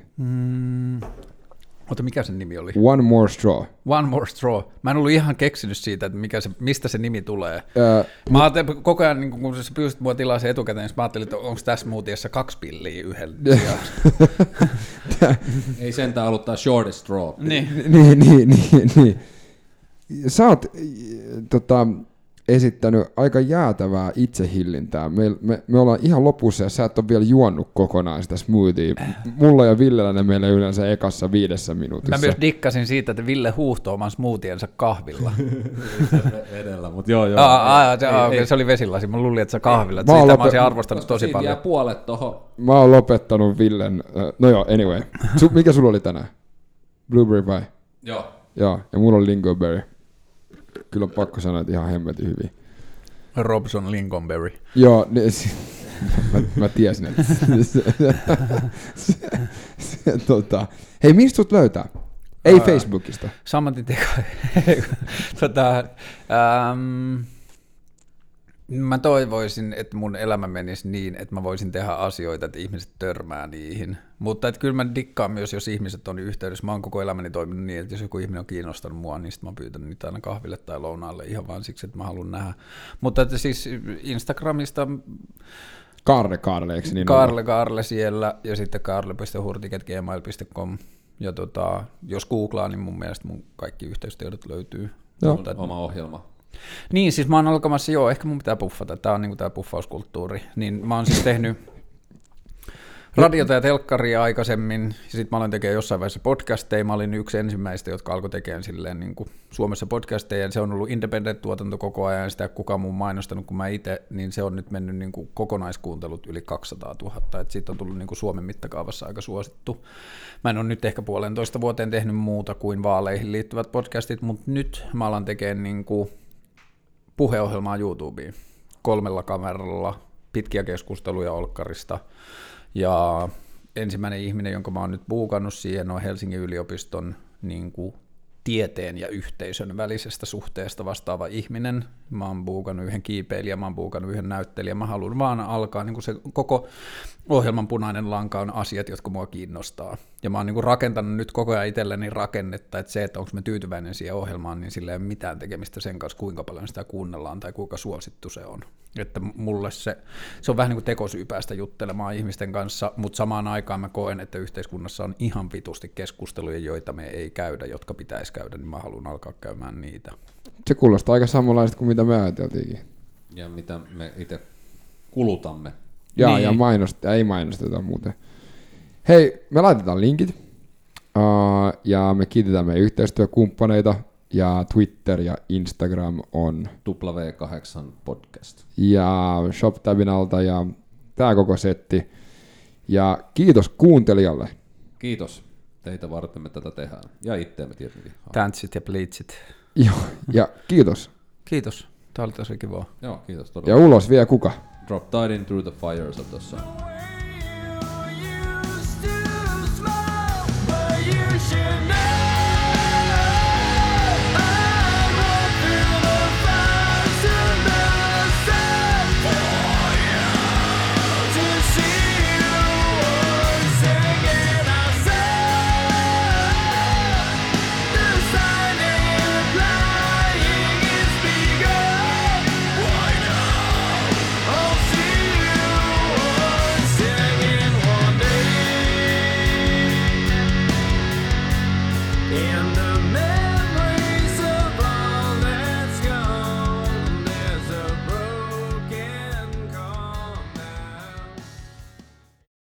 Mikä sen nimi oli? One More Straw. One More Straw. Mä en ollut ihan keksinyt siitä, että mistä se nimi tulee. Mä ajattelin koko ajan, niin kun sä pyysit mua tilaa se etukäteen, niin mä ajattelin, että onko tässä smoothiessa 2 pilliä yhdellä. Ei sentään ollut tää shortest straw. Niin. Sä oot esittänyt aika jäätävää itsehillintää. Me ollaan ihan lopussa ja sä et ole vielä juonut kokonaan sitä smoothie. Mulla ja Villellä ne meille yleensä ekassa 5 minuutissa. Mä myös dikkasin siitä, että Ville huuhtoo oman smoothiensa kahvilla. Edellä, mutta joo. Se oli vesilasi. Mä luulin, että sä kahvilla. Sitä mä olisin arvostanut tosi paljon. Siitä jää puolet tohon. Mä oon lopettanut Villen. No joo, anyway. Mikä sulla oli tänään? Blueberry pie? Joo. Joo, ja mulla on lingonberry. Kyllä on pakko sanoa, että ihan hemmetin hyvin. Robson Lincolnberry. Joo, mä tiesin, että hei, mistä sut löytää? Ei Facebookista. Samantin mä toivoisin, että mun elämä menisi niin, että mä voisin tehdä asioita, että ihmiset törmää niihin. Mutta että kyllä mä dikkaan myös, jos ihmiset on yhteydessä. Mä oon koko elämäni toiminut niin, että jos joku ihminen on kiinnostanut mua, niin sitten mä pyytän niitä aina kahville tai lounaalle ihan vaan siksi, että mä haluan nähdä. Mutta että siis Instagramista Karle, eikö niin? Karle siellä ja sitten karle.hurtiket@gmail.com. Ja jos googlaa, niin mun mielestä mun kaikki yhteystiedot löytyy. Oma ohjelma. Niin, siis mä oon alkamassa, ehkä mun pitää puffata, tää on niinku tää puffauskulttuuri, niin mä oon siis tehnyt radiota ja telkkaria aikaisemmin, ja sit mä aloin tekemään jossain vaiheessa podcasteja, mä olin yksi ensimmäistä, jotka alkoi tekemään silleen niin kuin Suomessa podcasteja, ja se on ollut independent-tuotanto koko ajan, ja sitä ei kukaan muu mainostanut kuin mä itse, niin se on nyt mennyt niin kuin kokonaiskuuntelut yli 200 000, että siitä on tullut niin kuin Suomen mittakaavassa aika suosittu. Mä en ole nyt ehkä 1,5 vuoteen tehnyt muuta kuin vaaleihin liittyvät podcastit, mutta nyt mä alan tekemään niin kuin puheohjelmaa YouTubeen 3 kameralla, pitkiä keskusteluja olkkarista, ja ensimmäinen ihminen, jonka mä oon nyt buukannut siihen, on Helsingin yliopiston niin kuin tieteen ja yhteisön välisestä suhteesta vastaava ihminen. Mä oon buukannut yhden kiipeilijän, mä oon buukannut yhden näyttelijän. Mä haluan vaan alkaa, niin kuin se koko ohjelman punainen lanka on asiat, jotka mua kiinnostaa. Ja mä oon niin kuin rakentanut nyt koko ajan itselleni rakennetta, että se, että onko mä tyytyväinen siihen ohjelmaan, niin sillä ei ole mitään tekemistä sen kanssa, kuinka paljon sitä kuunnellaan tai kuinka suosittu se on. Että mulle se on vähän niin kuin tekosyy päästä juttelemaan ihmisten kanssa, mutta samaan aikaan mä koen, että yhteiskunnassa on ihan vitusti keskusteluja, joita me ei käydä, jotka pitäisi käydä, niin mä haluan alkaa käymään niitä. Se kuulostaa aika samanlaista kuin mitä me ajateltiinkin. Ja mitä me itse kulutamme. Ja, niin. ja ei mainosteta muuten. Hei, me laitetaan linkit, ja me kiitetään meidän yhteistyökumppaneita, ja Twitter ja Instagram on W8 podcast. Ja ShopTabin alta ja tää koko setti. Ja kiitos kuuntelijalle. Kiitos. Teitä varten me tätä tehdään. Ja itseämme tietenkin. Tantsit ja bleachit. Joo, ja kiitos. Kiitos. Tää oli tosi kivaa. Joo, kiitos todella. Ja ulos vie kuka? Drop Tide in Through the Fires on tossa.